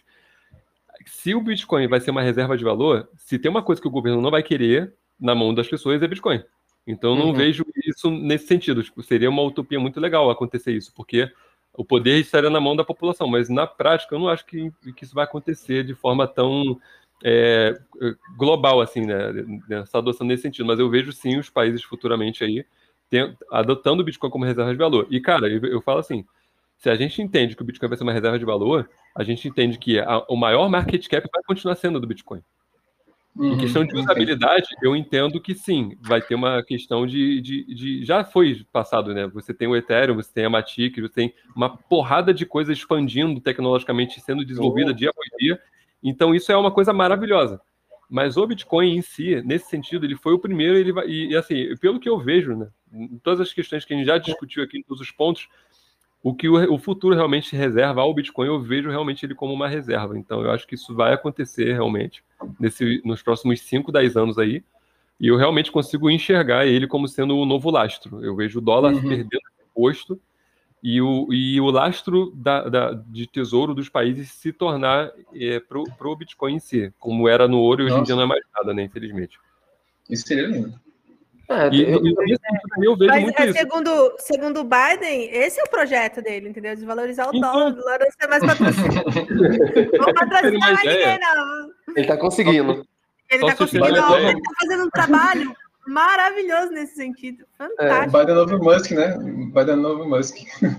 se o Bitcoin vai ser uma reserva de valor, se tem uma coisa que o governo não vai querer na mão das pessoas é Bitcoin. Então eu não uhum. vejo isso nesse sentido. Tipo, seria uma utopia muito legal acontecer isso, porque o poder estaria na mão da população, mas na prática eu não acho que, que isso vai acontecer de forma tão é, global assim, né? Essa adoção nesse sentido. Mas eu vejo sim os países futuramente aí tem, adotando o Bitcoin como reserva de valor. E cara, eu, eu falo assim, se a gente entende que o Bitcoin vai ser uma reserva de valor, a gente entende que a, o maior market cap vai continuar sendo do Bitcoin. Uhum, em questão de usabilidade, eu entendo que sim, vai ter uma questão de, de, de... Já foi passado, né? Você tem o Ethereum, você tem a Matic, você tem uma porrada de coisas expandindo tecnologicamente, sendo desenvolvida dia após dia. Então isso é uma coisa maravilhosa. Mas o Bitcoin em si, nesse sentido, ele foi o primeiro, ele vai, e assim, pelo que eu vejo, né? Em todas as questões que a gente já discutiu aqui, em todos os pontos, o que o, o futuro realmente reserva ao Bitcoin, eu vejo realmente ele como uma reserva. Então, eu acho que isso vai acontecer realmente nesse, nos próximos cinco, dez anos aí. E eu realmente consigo enxergar ele como sendo o novo lastro. Eu vejo o dólar uhum. perdendo posto e o, e o lastro da, da, de tesouro dos países se tornar é, para o Bitcoin em si, como era no ouro e hoje em dia não é mais nada, né? Infelizmente. Isso seria lindo. É, e, eu, eu, eu, eu vejo mas, muito é, isso. Segundo, segundo o Biden, esse é o projeto dele, entendeu? Desvalorizar o então, dólar, o dólar não ser mais patrocinado. Não patrocinar mais ninguém, não. Ele tá conseguindo. Ele tá conseguindo, não, ele tá fazendo um trabalho maravilhoso nesse sentido. Fantástico. É, Biden é novo Musk, né? Biden é novo Musk.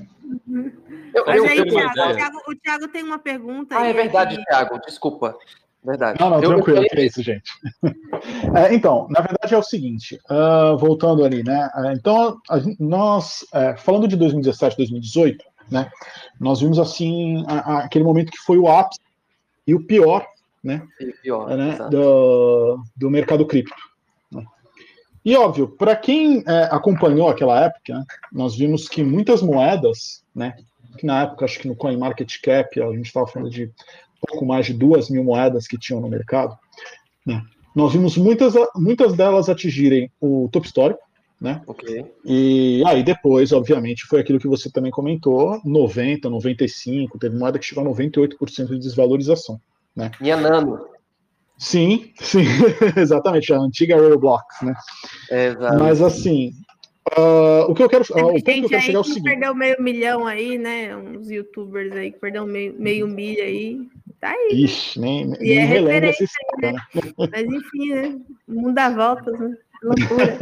Eu, Mas aí, eu, Thiago, o, Thiago, o Thiago tem uma pergunta. Ah, é verdade, que... Thiago, desculpa. Verdade. Não, não, eu, tranquilo, eu... que é isso, gente. É, então, na verdade é o seguinte, uh, voltando ali, né? Uh, então, a, nós, uh, falando de dois mil e dezessete, dois mil e dezoito, né? Nós vimos, assim, a, a, aquele momento que foi o ápice e o pior, né? E pior, né do, do mercado cripto. Né? E, óbvio, para quem uh, acompanhou aquela época, né, nós vimos que muitas moedas, né? Que na época, acho que no CoinMarketCap, a gente estava falando de pouco mais de duas mil moedas que tinham no mercado, né, nós vimos muitas, muitas delas atingirem o topo histórico, né? Okay. E aí depois, obviamente, foi aquilo que você também comentou, noventa, noventa e cinco, teve moeda que chegou a noventa e oito por cento de desvalorização, né? Minha Nano. Sim, sim, exatamente, a antiga Roblox, né? É, exato. Mas assim, uh, o que eu quero, uh, o ponto que eu quero chegar é o que seguinte. Perdeu meio milhão aí, né? Uns youtubers aí que perdeu meio, meio milha aí. Tá aí. Ixi, nem, E nem é relembra essa referência, história, né? né? Mas enfim, né? O mundo dá voltas, né? Loucura.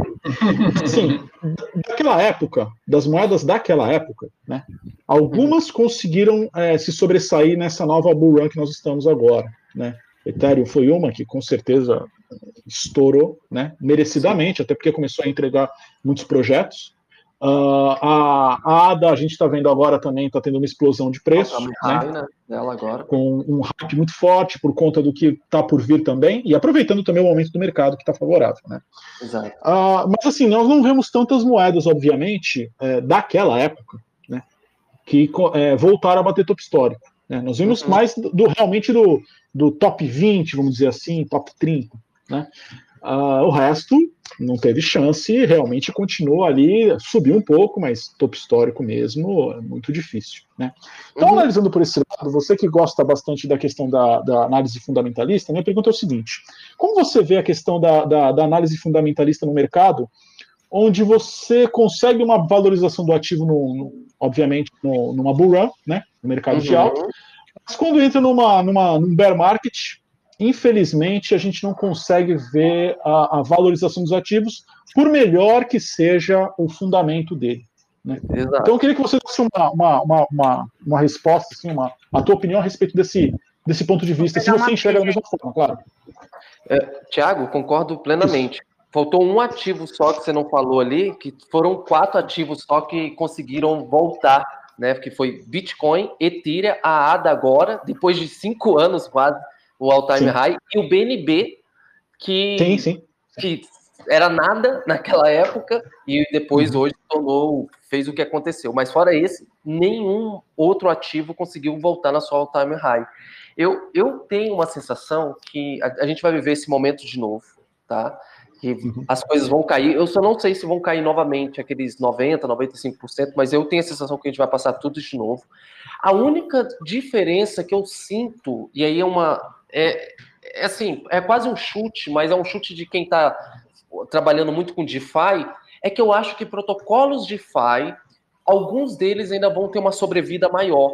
Sim, daquela época, das moedas daquela época, né? Algumas conseguiram é, se sobressair nessa nova bull run que nós estamos agora, né? Ethereum foi uma que com certeza estourou, né? Merecidamente, Sim. até porque começou a entregar muitos projetos. Uh, a, a ADA, a gente está vendo agora também, está tendo uma explosão de preço, né? High, né? Dela agora. Com um hype muito forte por conta do que está por vir também, e aproveitando também o momento do mercado que está favorável, né? Exato. Uh, mas assim, nós não vemos tantas moedas, obviamente, é, daquela época, né? Que é, voltaram a bater topo histórico. Né? Nós vimos uhum. mais do, do realmente do, do top vinte, vamos dizer assim, top trinta, né? Uh, o resto não teve chance, realmente continuou ali, subiu um pouco, mas topo histórico mesmo é muito difícil, né? Então, uhum. analisando por esse lado, você que gosta bastante da questão da, da análise fundamentalista, minha pergunta é o seguinte: como você vê a questão da, da, da análise fundamentalista no mercado, onde você consegue uma valorização do ativo, no, no, obviamente, no, numa bull run, né, no mercado uhum. de alta, mas quando entra numa, numa, num bear market, infelizmente, a gente não consegue ver a, a valorização dos ativos, por melhor que seja o fundamento dele. Né? Então, eu queria que você desse uma, uma, uma, uma, uma resposta, assim, uma, a tua opinião a respeito desse, desse ponto de vista, se você enxerga da mesma forma, claro. É, Tiago, concordo plenamente. Isso. Faltou um ativo só que você não falou ali, que foram quatro ativos só que conseguiram voltar, né? Que foi Bitcoin, Ethereum, a ADA agora, depois de cinco anos quase, o all-time high, e o B N B, que, sim, sim. que era nada naquela época, e depois uhum. hoje tornou, fez o que aconteceu. Mas fora esse, nenhum outro ativo conseguiu voltar na sua all-time high. Eu, eu tenho uma sensação que a, a gente vai viver esse momento de novo, tá? Que uhum. as coisas vão cair. Eu só não sei se vão cair novamente, aqueles noventa, noventa e cinco por cento, mas eu tenho a sensação que a gente vai passar tudo de novo. A única diferença que eu sinto, e aí é uma... É, é assim, é quase um chute, mas é um chute de quem está trabalhando muito com DeFi, é que eu acho que protocolos DeFi, alguns deles ainda vão ter uma sobrevida maior.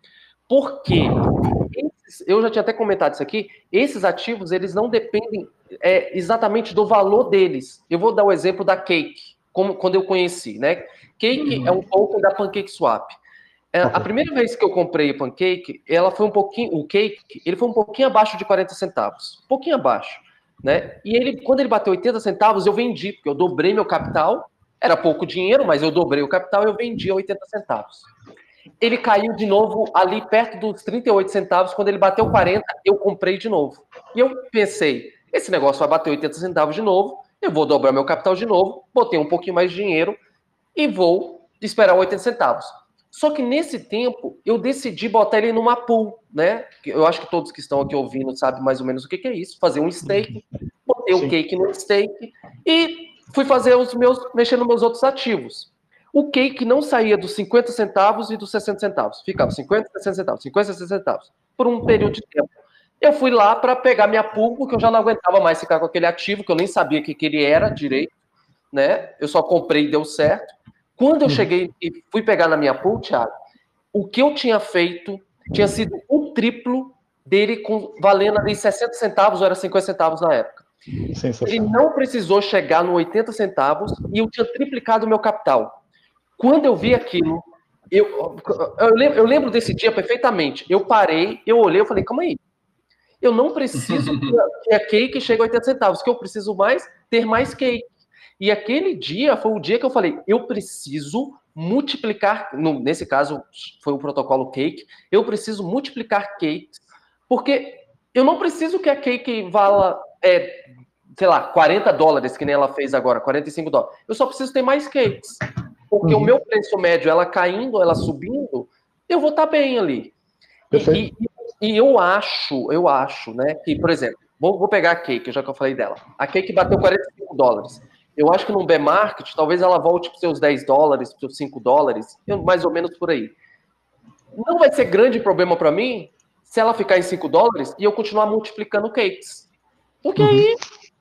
Por quê? Eu já tinha até comentado isso aqui, esses ativos, eles não dependem é, exatamente do valor deles. Eu vou dar o exemplo da Cake, como, quando eu conheci, né? Cake uhum. é um token da PancakeSwap. É, a primeira vez que eu comprei o Pancake, ela foi um pouquinho, o Cake, ele foi um pouquinho abaixo de quarenta centavos, um pouquinho abaixo, né? E ele, quando ele bateu oitenta centavos, eu vendi, porque eu dobrei meu capital, era pouco dinheiro, mas eu dobrei o capital e eu vendi a oitenta centavos. Ele caiu de novo ali perto dos trinta e oito centavos, quando ele bateu quarenta, eu comprei de novo. E eu pensei, esse negócio vai bater oitenta centavos de novo, eu vou dobrar meu capital de novo, botei um pouquinho mais de dinheiro e vou esperar oitenta centavos. Só que nesse tempo, eu decidi botar ele numa pool, né? Eu acho que todos que estão aqui ouvindo sabem mais ou menos o que, que é isso. Fazer um stake, botei Sim. o Cake no stake e fui fazer os meus, mexer nos meus outros ativos. O Cake não saía dos cinquenta centavos e dos sessenta centavos. Ficava cinquenta, sessenta centavos, cinquenta, sessenta centavos, por um período de tempo. Eu fui lá para pegar minha pool, porque eu já não aguentava mais ficar com aquele ativo, que eu nem sabia o que, que ele era direito, né? Eu só comprei e deu certo. Quando eu cheguei e fui pegar na minha pool, Thiago, o que eu tinha feito tinha sido o triplo dele com, valendo ali sessenta centavos ou era cinquenta centavos na época. Ele não precisou chegar no oitenta centavos e eu tinha triplicado o meu capital. Quando eu vi aquilo, eu, eu, lembro, eu lembro desse dia perfeitamente. Eu parei, eu olhei, eu falei, calma aí. Eu não preciso que a Cake chegue a oitenta centavos, o que eu preciso mais, ter mais Cake. E aquele dia foi o dia que eu falei, eu preciso multiplicar, no, nesse caso foi o protocolo Cake, eu preciso multiplicar cakes, porque eu não preciso que a Cake vala, é, sei lá, quarenta dólares, que nem ela fez agora, quarenta e cinco dólares. Eu só preciso ter mais cakes, porque uhum. o meu preço médio, ela caindo, ela subindo, eu vou estar bem ali. E, e, E eu acho, eu acho, né, que, por exemplo, vou, vou pegar a Cake, já que eu falei dela. A Cake bateu quarenta e cinco dólares. Eu acho que no bear market, talvez ela volte para os seus dez dólares, para os seus cinco dólares, mais ou menos por aí. Não vai ser grande problema para mim se ela ficar em cinco dólares e eu continuar multiplicando cakes. Porque aí...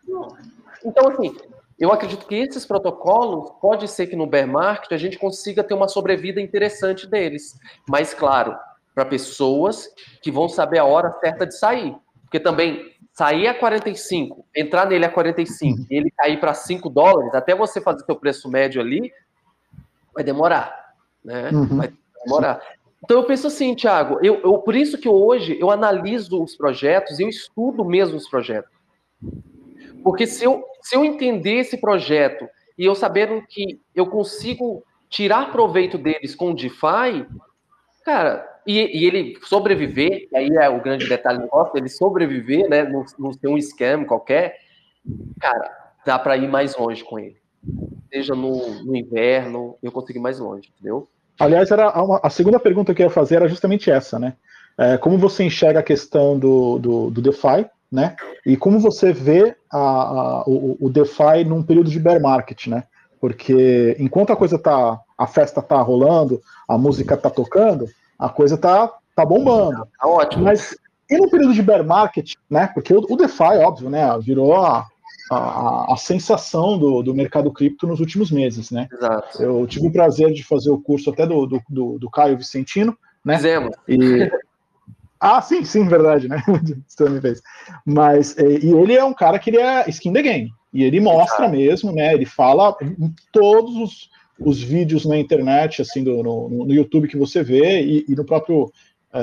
Então, assim, eu acredito que esses protocolos, pode ser que no bear market a gente consiga ter uma sobrevida interessante deles. Mas, claro, para pessoas que vão saber a hora certa de sair. Porque também, sair a quarenta e cinco, entrar nele a quarenta e cinco e ele cair para cinco dólares, até você fazer seu preço médio ali, vai demorar, né? Uhum. Vai demorar. Então eu penso assim, Thiago, eu, eu, por isso que hoje eu analiso os projetos e eu estudo mesmo os projetos. Porque se eu, se eu entender esse projeto e eu saber que eu consigo tirar proveito deles com o DeFi, cara, e, e ele sobreviver, aí é o grande detalhe do negócio, ele sobreviver, né, não, não ser um scam qualquer, cara, dá para ir mais longe com ele. Seja no, no inverno, eu consigo ir mais longe, entendeu? Aliás, era uma, a segunda pergunta que eu ia fazer era justamente essa, né? É, como você enxerga a questão do, do, do DeFi, né? E como você vê a, a, o, o DeFi num período de bear market, né? Porque enquanto a coisa tá, a festa tá rolando, a música tá tocando, a coisa tá, tá bombando. Tá ótimo. Mas e no período de bear market, né? Porque o, o DeFi, óbvio, né? Virou a, a, a sensação do, do mercado cripto nos últimos meses, né? Exato. Eu tive o prazer de fazer o curso até do, do, do, do Caio Vicentino, né? Fizemos. E... Ah, sim, sim, verdade, né? Você me fez. Mas, e, e ele é um cara que ele é skin the game. E ele mostra Exato. mesmo, né? Ele fala em todos os, os vídeos na internet, assim, do, no, no YouTube que você vê, e, e no próprio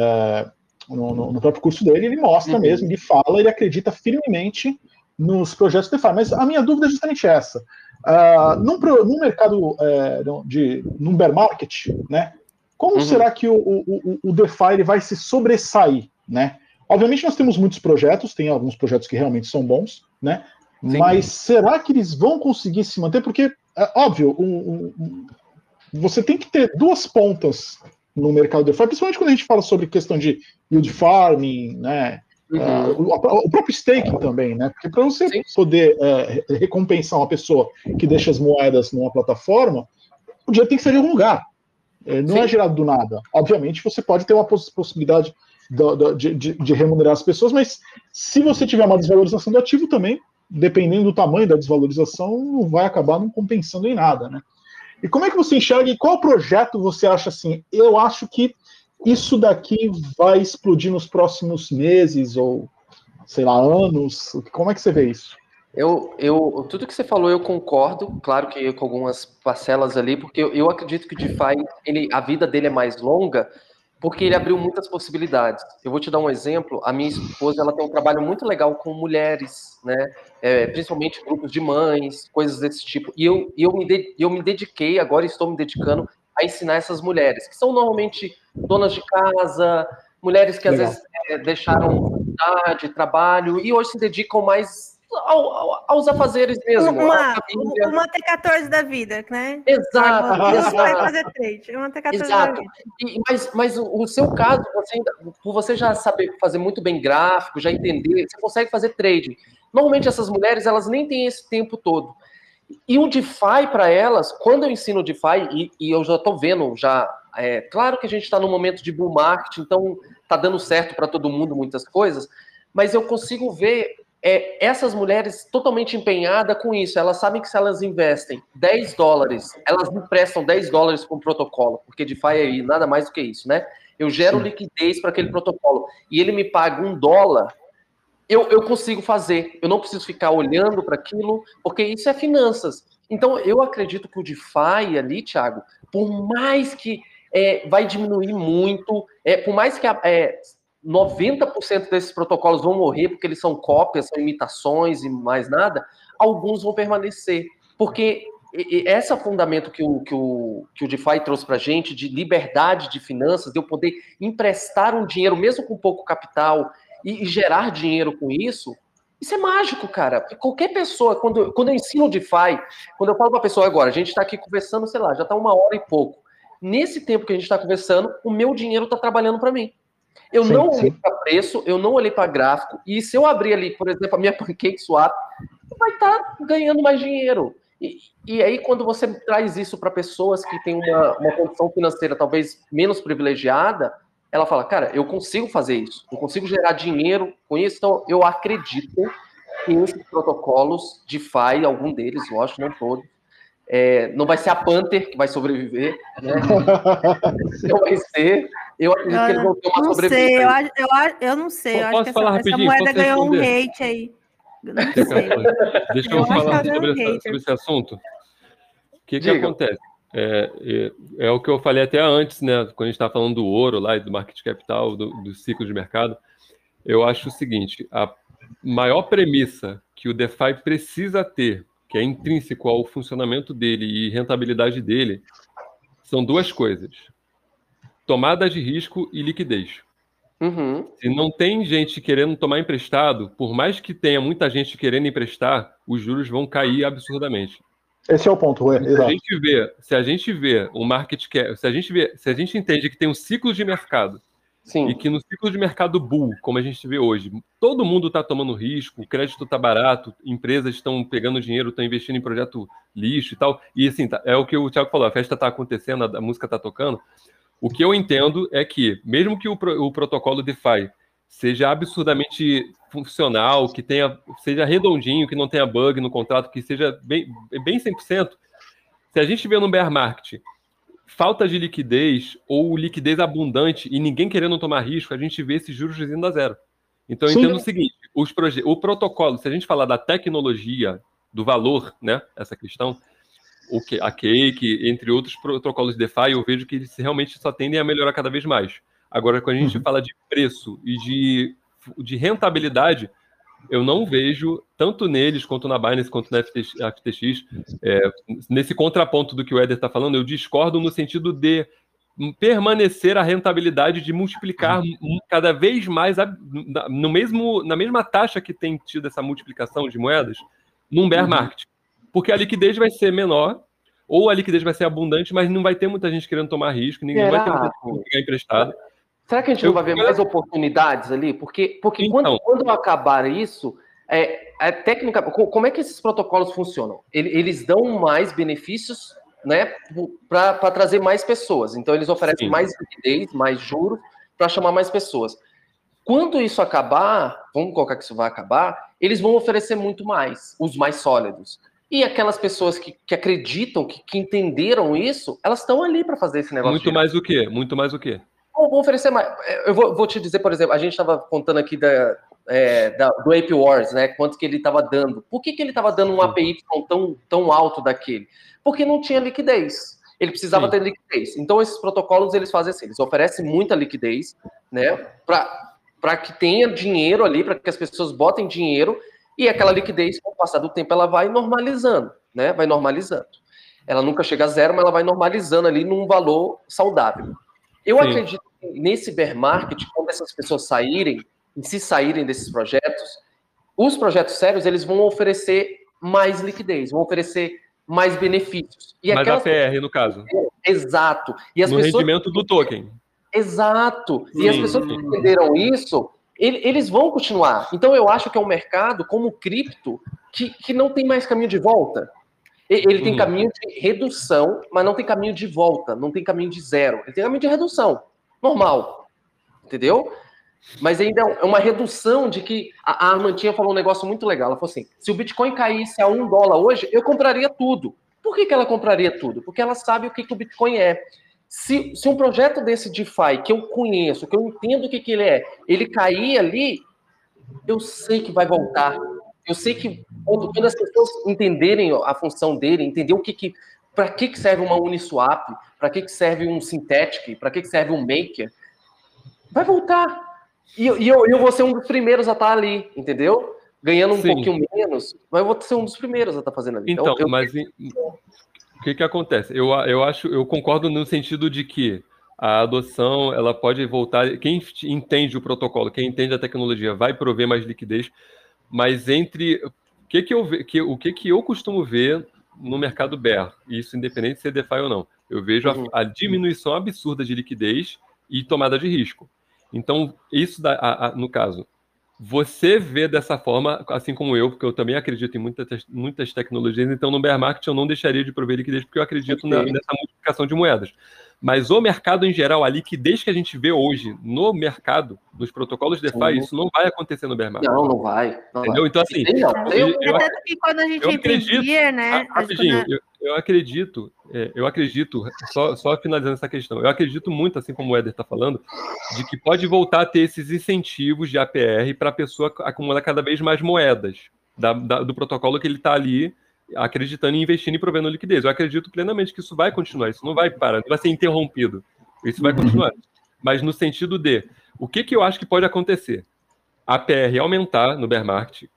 é, no, no, no próprio curso dele, ele mostra uhum. mesmo, ele fala, ele acredita firmemente nos projetos DeFi. Mas a minha dúvida é justamente essa. Uh, num, num mercado é, de num bear market, né? Como uhum. será que o, o, o DeFi ele vai se sobressair, né? Obviamente nós temos muitos projetos, tem alguns projetos que realmente são bons, né? Sim. Mas será que eles vão conseguir se manter? Porque, é, óbvio, um, um, você tem que ter duas pontas no mercado DeFi, principalmente quando a gente fala sobre questão de yield farming, né? Uhum. Uh, o, o próprio staking também, né? Porque para você Sim. poder é, recompensar uma pessoa que deixa as moedas numa plataforma, o dinheiro tem que sair de algum lugar. Não Sim. é gerado do nada. Obviamente, você pode ter uma possibilidade de, de, de remunerar as pessoas, mas se você tiver uma desvalorização do ativo também, dependendo do tamanho da desvalorização, não vai acabar não compensando em nada, né? E como é que você enxerga e qual projeto você acha assim? Eu acho que isso daqui vai explodir nos próximos meses ou, sei lá, anos. Como é que você vê isso? Eu, eu, tudo que você falou eu concordo, claro que com algumas parcelas ali, porque eu, eu acredito que o DeFi, ele, a vida dele é mais longa, porque ele abriu muitas possibilidades. Eu vou te dar um exemplo, a minha esposa ela tem um trabalho muito legal com mulheres, né? É, principalmente grupos de mães, coisas desse tipo, e eu, eu, me de, eu me dediquei, agora estou me dedicando a ensinar essas mulheres, que são normalmente donas de casa, mulheres que legal. às vezes é, deixaram faculdade, trabalho, e hoje se dedicam mais Ao, ao, aos afazeres mesmo. Uma, uma T quatorze da vida, né? Exato. Isso vai fazer trade. Uma T quatorze Exato. da vida. E, mas, mas o, o seu caso, você ainda, por você já saber fazer muito bem gráfico, já entender, você consegue fazer trading. Normalmente essas mulheres, elas nem têm esse tempo todo. E o DeFi para elas, quando eu ensino o DeFi, e, e eu já estou vendo, já é claro que a gente está num momento de bull market, então está dando certo para todo mundo muitas coisas, mas eu consigo ver É, essas mulheres totalmente empenhadas com isso, elas sabem que se elas investem dez dólares, elas emprestam dez dólares com o protocolo, porque DeFi é nada mais do que isso, né? Eu gero Sim. liquidez para aquele protocolo e ele me paga um dólar, eu, eu consigo fazer, eu não preciso ficar olhando para aquilo, porque isso é finanças. Então, eu acredito que o DeFi ali, Thiago, por mais que é, vai diminuir muito, é, por mais que a, é, noventa por cento desses protocolos vão morrer porque eles são cópias, são imitações e mais nada, alguns vão permanecer. Porque esse fundamento que o, que o, que o DeFi trouxe para a gente, de liberdade de finanças, de eu poder emprestar um dinheiro, mesmo com pouco capital, e, e gerar dinheiro com isso, isso é mágico, cara. Qualquer pessoa, quando, quando eu ensino o DeFi, quando eu falo para a pessoa agora, a gente está aqui conversando, sei lá, já está uma hora e pouco. Nesse tempo que a gente está conversando, o meu dinheiro está trabalhando para mim. Eu Sim, não sim. olhei para preço, eu não olhei para gráfico, e se eu abrir ali, por exemplo, a minha PancakeSwap, vai estar ganhando mais dinheiro. E, e aí, quando você traz isso para pessoas que têm uma, uma condição financeira talvez menos privilegiada, ela fala, cara, eu consigo fazer isso, eu consigo gerar dinheiro com isso, então eu acredito que esses protocolos DeFi, algum deles, lógico, não todos, é, não vai ser a Panther que vai sobreviver, né? Não vai ser. Eu acredito que eles vão ter uma Não sobrevivência. sei, eu, acho- eu, acho- eu não sei. Eu acho Posso que falar essa, essa rapidinho? moeda Posso ganhou um responder? hate aí. Eu não Quer que eu sei. fale? Deixa eu, Eu acho que falar ela ganhou sobre, um essa- hater. sobre esse assunto. O que, que Diga. acontece? É, é, é o que eu falei até antes, né? Quando a gente estava falando do ouro lá e do market capital, do, do ciclo de mercado. Eu acho o seguinte: a maior premissa que o DeFi precisa ter, que é intrínseco ao funcionamento dele e rentabilidade dele, são duas coisas: tomada de risco e liquidez. Uhum. Se não tem gente querendo tomar emprestado, por mais que tenha muita gente querendo emprestar, os juros vão cair absurdamente. Esse é o ponto, Rui. Se a Exato. gente vê, se a gente vê um market cap, se a gente vê, se a gente entende que tem um ciclo de mercado Sim. e que no ciclo de mercado bull, como a gente vê hoje, todo mundo está tomando risco, o crédito está barato, empresas estão pegando dinheiro, estão investindo em projeto lixo e tal. E assim, tá, é o que o Thiago falou, a festa está acontecendo, a, a música está tocando. O que eu entendo é que, mesmo que o, pro, o protocolo DeFi seja absurdamente funcional, que tenha, seja redondinho, que não tenha bug no contrato, que seja bem, bem cem por cento, se a gente vê no bear market falta de liquidez ou liquidez abundante e ninguém querendo tomar risco, a gente vê esses juros indo a zero. Então eu Sim. entendo o seguinte, os proje- o protocolo, se a gente falar da tecnologia, do valor, né, essa questão, o que, a Cake, entre outros protocolos de DeFi, eu vejo que eles realmente só tendem a melhorar cada vez mais. Agora, quando a gente Uhum. fala de preço e de, de rentabilidade, eu não vejo, tanto neles quanto na Binance, quanto na F T X, é, nesse contraponto do que o Éder está falando, eu discordo no sentido de permanecer a rentabilidade de multiplicar cada vez mais a, no mesmo, na mesma taxa que tem tido essa multiplicação de moedas num bear market. Porque a liquidez vai ser menor, ou a liquidez vai ser abundante, mas não vai ter muita gente querendo tomar risco, ninguém Será? vai ter muita gente querendo pegar emprestado. Será que a gente Eu- não vai ver mais oportunidades ali? Porque, porque Então. quando, quando acabar isso, é, é técnica, co- como é que esses protocolos funcionam? Ele- Eles dão mais benefícios, né, para trazer mais pessoas. Então, eles oferecem Sim. mais liquidez, mais juros, para chamar mais pessoas. Quando isso acabar, vamos colocar que isso vai acabar, eles vão oferecer muito mais, os mais sólidos. E aquelas pessoas que, que acreditam, que, que entenderam isso, elas estão ali para fazer esse negócio. Muito girar. mais o quê? Muito mais o quê? Vou vou oferecer mais. Eu vou, vou te dizer, por exemplo, a gente estava contando aqui da, é, da- do A P Wars, né? Quanto que ele estava dando. Por que, que ele estava dando um A P Y tão, tão alto daquele? Porque não tinha liquidez. Ele precisava Sim. ter liquidez. Então, esses protocolos, eles fazem assim, eles oferecem muita liquidez, né? Para que tenha dinheiro ali, para que as pessoas botem dinheiro, e aquela liquidez, com o passar do tempo, ela vai normalizando, né? Vai normalizando. Ela nunca chega a zero, mas ela vai normalizando ali num valor saudável. Eu Sim. acredito que nesse bear market, quando essas pessoas saírem, e se saírem desses projetos, os projetos sérios, eles vão oferecer mais liquidez, vão oferecer mais benefícios. E Mais aquelas A P R, no caso. Exato. E as No pessoas rendimento do token. Exato. E as Sim, pessoas que sim. entenderam isso, ele- eles vão continuar. Então eu acho que é um mercado como o cripto que, que não tem mais caminho de volta. E- Ele tem Uhum. caminho de redução, mas não tem caminho de volta, não tem caminho de zero. Ele tem caminho de redução, normal. Entendeu? Mas ainda é uma redução de que a a Armantinha falou um negócio muito legal. Ela falou assim: se o Bitcoin caísse a um dólar hoje, eu compraria tudo. Por que, que ela compraria tudo? Porque ela sabe o que, que o Bitcoin é. Se, se um projeto desse DeFi que eu conheço, que eu entendo o que, que ele é, ele cair ali, eu sei que vai voltar. Eu sei que quando, quando as pessoas entenderem a função dele, entender o que que, para que, que serve uma Uniswap, para que, que serve um Synthetic, para que, que serve um Maker, vai voltar. E, eu- e eu, eu vou ser um dos primeiros a estar ali, entendeu? Ganhando um Sim. pouquinho menos, mas eu vou ser um dos primeiros a estar fazendo ali. Então, eu, mas em- o que que acontece? Eu, eu acho, eu concordo no sentido de que a adoção, ela pode voltar, quem entende o protocolo, quem entende a tecnologia, vai prover mais liquidez, mas entre o que que eu ve- que, o que que eu costumo ver no mercado bear, isso independente de ser DeFi ou não, eu vejo Uhum. a, a diminuição absurda de liquidez e tomada de risco. Então, isso, da, a, a, no caso, você vê dessa forma, assim como eu, porque eu também acredito em muitas, muitas tecnologias, então no bear market eu não deixaria de prover liquidez, porque eu acredito na, nessa multiplicação de moedas. Mas o mercado em geral, a liquidez que a gente vê hoje no mercado, nos protocolos DeFi, Sim. isso não vai acontecer no bear market. Não, não vai. Não Entendeu? vai. Então, assim, não, eu, eu, é tanto que quando a gente eu acredito, Beer, né? Rapidinho, eu, eu acredito, é, eu acredito, só, só finalizando essa questão, eu acredito muito, assim como o Éder está falando, de que pode voltar a ter esses incentivos de A P R para a pessoa acumular cada vez mais moedas da, da, do protocolo que ele está ali acreditando e investindo e provendo liquidez. Eu acredito plenamente que isso vai continuar, isso não vai parar, não vai ser interrompido, isso vai continuar. Mas no sentido de, o que, que eu acho que pode acontecer? A A P R aumentar no bear market,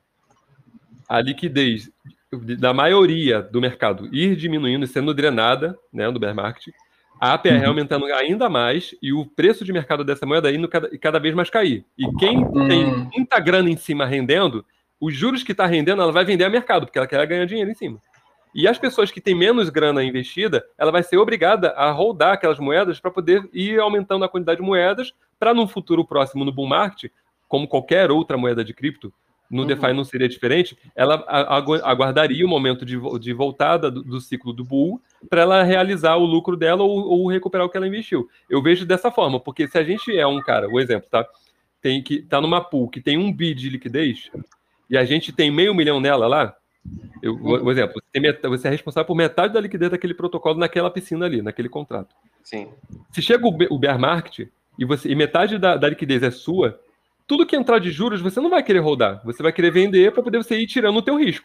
a liquidez da maioria do mercado ir diminuindo e sendo drenada, né, do bear market, a A P R uhum. aumentando ainda mais e o preço de mercado dessa moeda indo cada, cada vez mais cair. E quem uhum. tem muita grana em cima rendendo, os juros que está rendendo, ela vai vender a mercado, porque ela quer ganhar dinheiro em cima. E as pessoas que têm menos grana investida, ela vai ser obrigada a holdar aquelas moedas para poder ir aumentando a quantidade de moedas para, num futuro próximo, no bull market, como qualquer outra moeda de cripto, no uhum. DeFi não seria diferente, ela aguardaria o momento de, de voltada do, do ciclo do bull para ela realizar o lucro dela ou, ou recuperar o que ela investiu. Eu vejo dessa forma, porque se a gente é um cara, o exemplo, tá? Tem que tá numa pool que tem um bi de liquidez e a gente tem meio milhão nela lá, eu, uhum. o exemplo, você, tem met, você é responsável por metade da liquidez daquele protocolo naquela piscina ali, naquele contrato. Sim. Se chega o, o bear market e, você, e metade da, da liquidez é sua, tudo que entrar de juros, você não vai querer rodar. Você vai querer vender para poder você ir tirando o teu risco.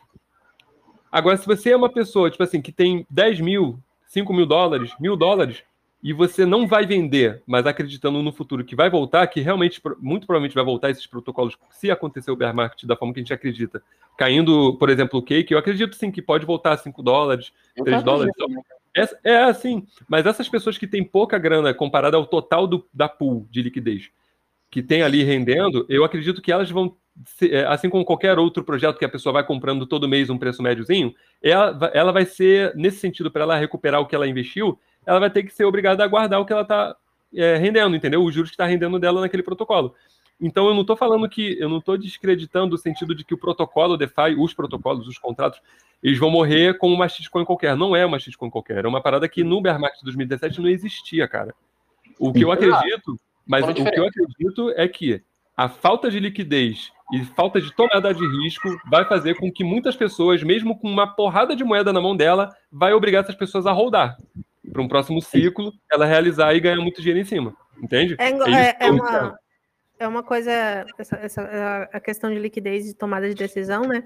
Agora, se você é uma pessoa, tipo assim, que tem dez mil, cinco mil dólares, mil dólares, e você não vai vender, mas acreditando no futuro que vai voltar, que realmente, muito provavelmente vai voltar esses protocolos, se acontecer o bear market da forma que a gente acredita, caindo, por exemplo, o cake, eu acredito sim que pode voltar a cinco dólares, três dólares. É, é assim, mas essas pessoas que têm pouca grana comparada ao total do, da pool de liquidez, que tem ali rendendo, eu acredito que elas vão, assim como qualquer outro projeto que a pessoa vai comprando todo mês um preço médiozinho, ela, ela vai ser, nesse sentido, para ela recuperar o que ela investiu, ela vai ter que ser obrigada a guardar o que ela está é, rendendo, entendeu? Os juros que está rendendo dela naquele protocolo. Então, eu não estou falando que, eu não estou descreditando o sentido de que o protocolo DeFi, os protocolos, os contratos, eles vão morrer como uma shitcoin qualquer. Não é uma shitcoin qualquer. É uma parada que no bear market de dois mil e dezessete não existia, cara. O que eu acredito... Mas o que eu acredito é que a falta de liquidez e falta de tomada de risco vai fazer com que muitas pessoas, mesmo com uma porrada de moeda na mão dela, vai obrigar essas pessoas a holdar para um próximo ciclo, ela realizar e ganhar muito dinheiro em cima. Entende? É, é, é, uma, é uma coisa, essa, essa, a questão de liquidez e tomada de decisão, né?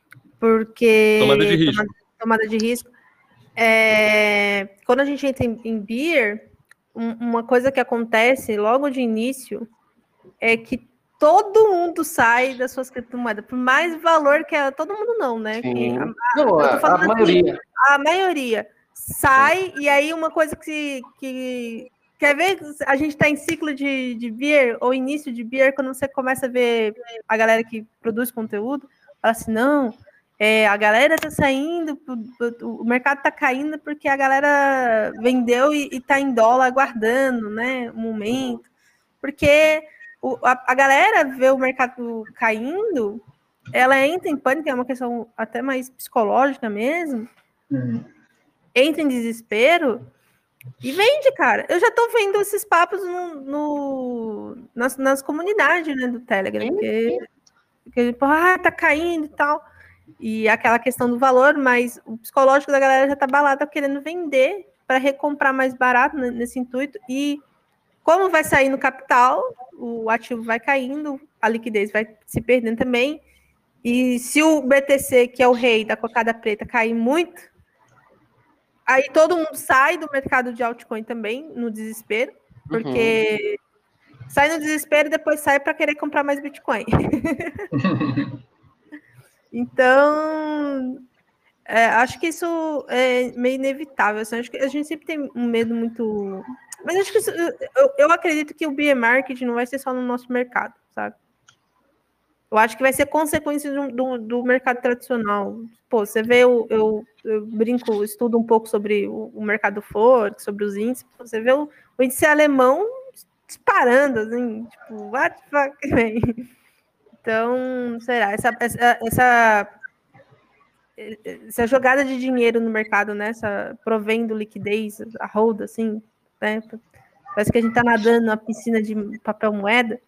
Porque... Tomada de risco. Tomada, tomada de risco. É, quando a gente entra em, em Beer... Uma coisa que acontece logo de início é que todo mundo sai das suas criptomoedas, por mais valor que é, todo mundo não, né? Que a, não, a, a maioria. Assim, a maioria sai, e aí uma coisa que, que quer ver, a gente está em ciclo de, de beer, ou início de beer, quando você começa a ver a galera que produz conteúdo, fala assim, não, é, a galera tá saindo, o mercado tá caindo porque a galera vendeu e, e tá em dólar aguardando, né, um momento. Porque o, a, a galera vê o mercado caindo, ela entra em pânico, é uma questão até mais psicológica mesmo, uhum. Entra em desespero e vende, cara. Eu já tô vendo esses papos no, no, nas, nas comunidades, né, do Telegram, porque, porque ah, tá caindo e tal. E aquela questão do valor, mas o psicológico da galera já tá abalado, tá querendo vender para recomprar mais barato nesse intuito. E como vai sair no capital, o ativo vai caindo, a liquidez vai se perdendo também. E se o B T C, que é o rei da cocada preta, cair muito, aí todo mundo sai do mercado de altcoin também, no desespero, porque uhum. sai no desespero e depois sai para querer comprar mais Bitcoin. Então, é, acho que isso é meio inevitável. Assim, acho que a gente sempre tem um medo muito... Mas acho que isso, eu, eu acredito que o bear market não vai ser só no nosso mercado, sabe? Eu acho que vai ser consequência do, do, do mercado tradicional. Pô, você vê, eu, eu, eu brinco, estudo um pouco sobre o, o mercado Forex, sobre os índices. Você vê o, o índice alemão disparando, assim, tipo, what the fuck, man? Então, será? Essa, essa, essa, essa jogada de dinheiro no mercado, né? Essa provendo liquidez, a hold, assim, né? Parece que a gente tá nadando numa piscina de papel moeda.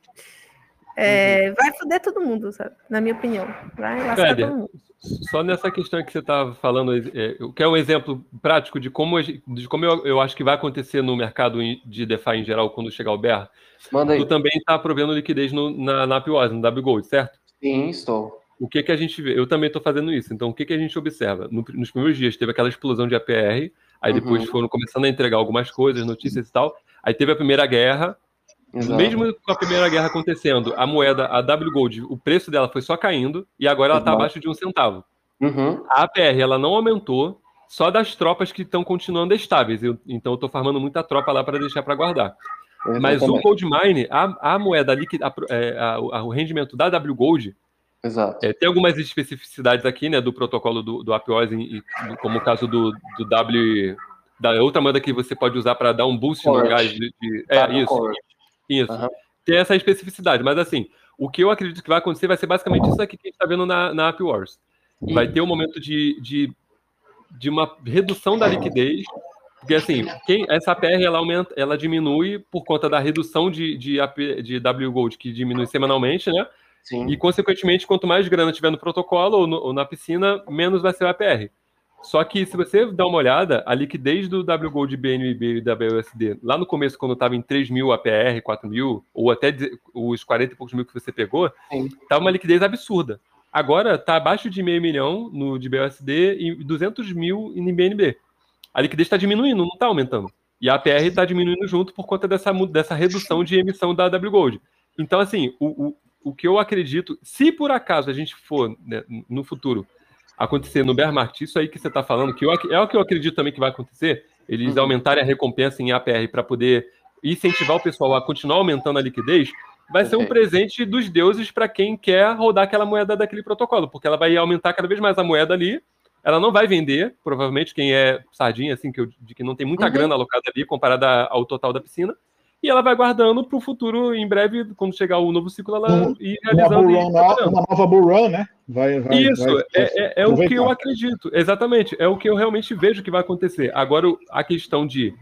É, uhum. Vai foder todo mundo, sabe? Na minha opinião. Vai lascar Éder, todo mundo. Só nessa questão que você estava falando, é, que é um exemplo prático de como, de como eu, eu acho que vai acontecer no mercado de DeFi em geral quando chegar o bear. Manda aí. Tu também está provendo liquidez no, na, na Apwose, no W Gold, certo? Sim, estou. O que que a gente vê? Eu também estou fazendo isso. Então, o que que a gente observa? No, nos primeiros dias teve aquela explosão de A P R, aí depois uhum. foram começando a entregar algumas coisas, notícias e tal. Aí teve a primeira guerra. Exato. Mesmo com a primeira guerra acontecendo, a moeda, a W Gold, o preço dela foi só caindo e agora ela está abaixo de um centavo. Uhum. A A P R ela não aumentou, só das tropas que estão continuando estáveis. Eu, então eu estou farmando muita tropa lá para deixar para guardar. Exatamente. Mas o Gold Mine, a, a moeda líquida, a, a, a, o rendimento da W Gold, Exato. É, tem algumas especificidades aqui, né, do protocolo do, do Apwose, como o caso do, do W, da outra moeda que você pode usar para dar um boost Correct. no gás. De, de, é, tá, isso. Correct. Isso. Uhum. Tem essa especificidade, mas assim, o que eu acredito que vai acontecer vai ser basicamente isso aqui que a gente está vendo na, na Apwars. Vai ter um momento de, de, de uma redução da liquidez, porque assim, quem, essa A P R ela, aumenta, ela diminui por conta da redução de, de, de W Gold, que diminui semanalmente, né? Sim. E, consequentemente, quanto mais grana tiver no protocolo ou, no, ou na piscina, menos vai ser o A P R. Só que, se você dá uma olhada, a liquidez do W Gold, B N B e W S D, lá no começo, quando estava em três mil A P R, quatro mil, ou até os quarenta e poucos mil que você pegou, estava uma liquidez absurda. Agora, está abaixo de meio milhão no de B U S D e duzentos mil em B N B. A liquidez está diminuindo, não está aumentando. E a A P R está diminuindo junto por conta dessa, dessa redução de emissão da W Gold. Então, assim, o, o, o que eu acredito, se por acaso a gente for, né, no futuro, acontecer no bear market, isso aí que você está falando, que eu, é o que eu acredito também que vai acontecer, eles uhum. aumentarem a recompensa em A P R para poder incentivar o pessoal a continuar aumentando a liquidez, vai okay. ser um presente dos deuses para quem quer rodar aquela moeda daquele protocolo, porque ela vai aumentar cada vez mais a moeda ali, ela não vai vender, provavelmente quem é sardinha, assim, que, eu, de que não tem muita uhum. grana alocada ali comparada ao total da piscina, e ela vai guardando para o futuro, em breve, quando chegar o novo ciclo, ela um, ir realizando. Uma, run, uma nova bull run, né? Vai, vai, Isso, vai, é, é, é o que eu acredito, exatamente, é o que eu realmente vejo que vai acontecer. Agora, a questão de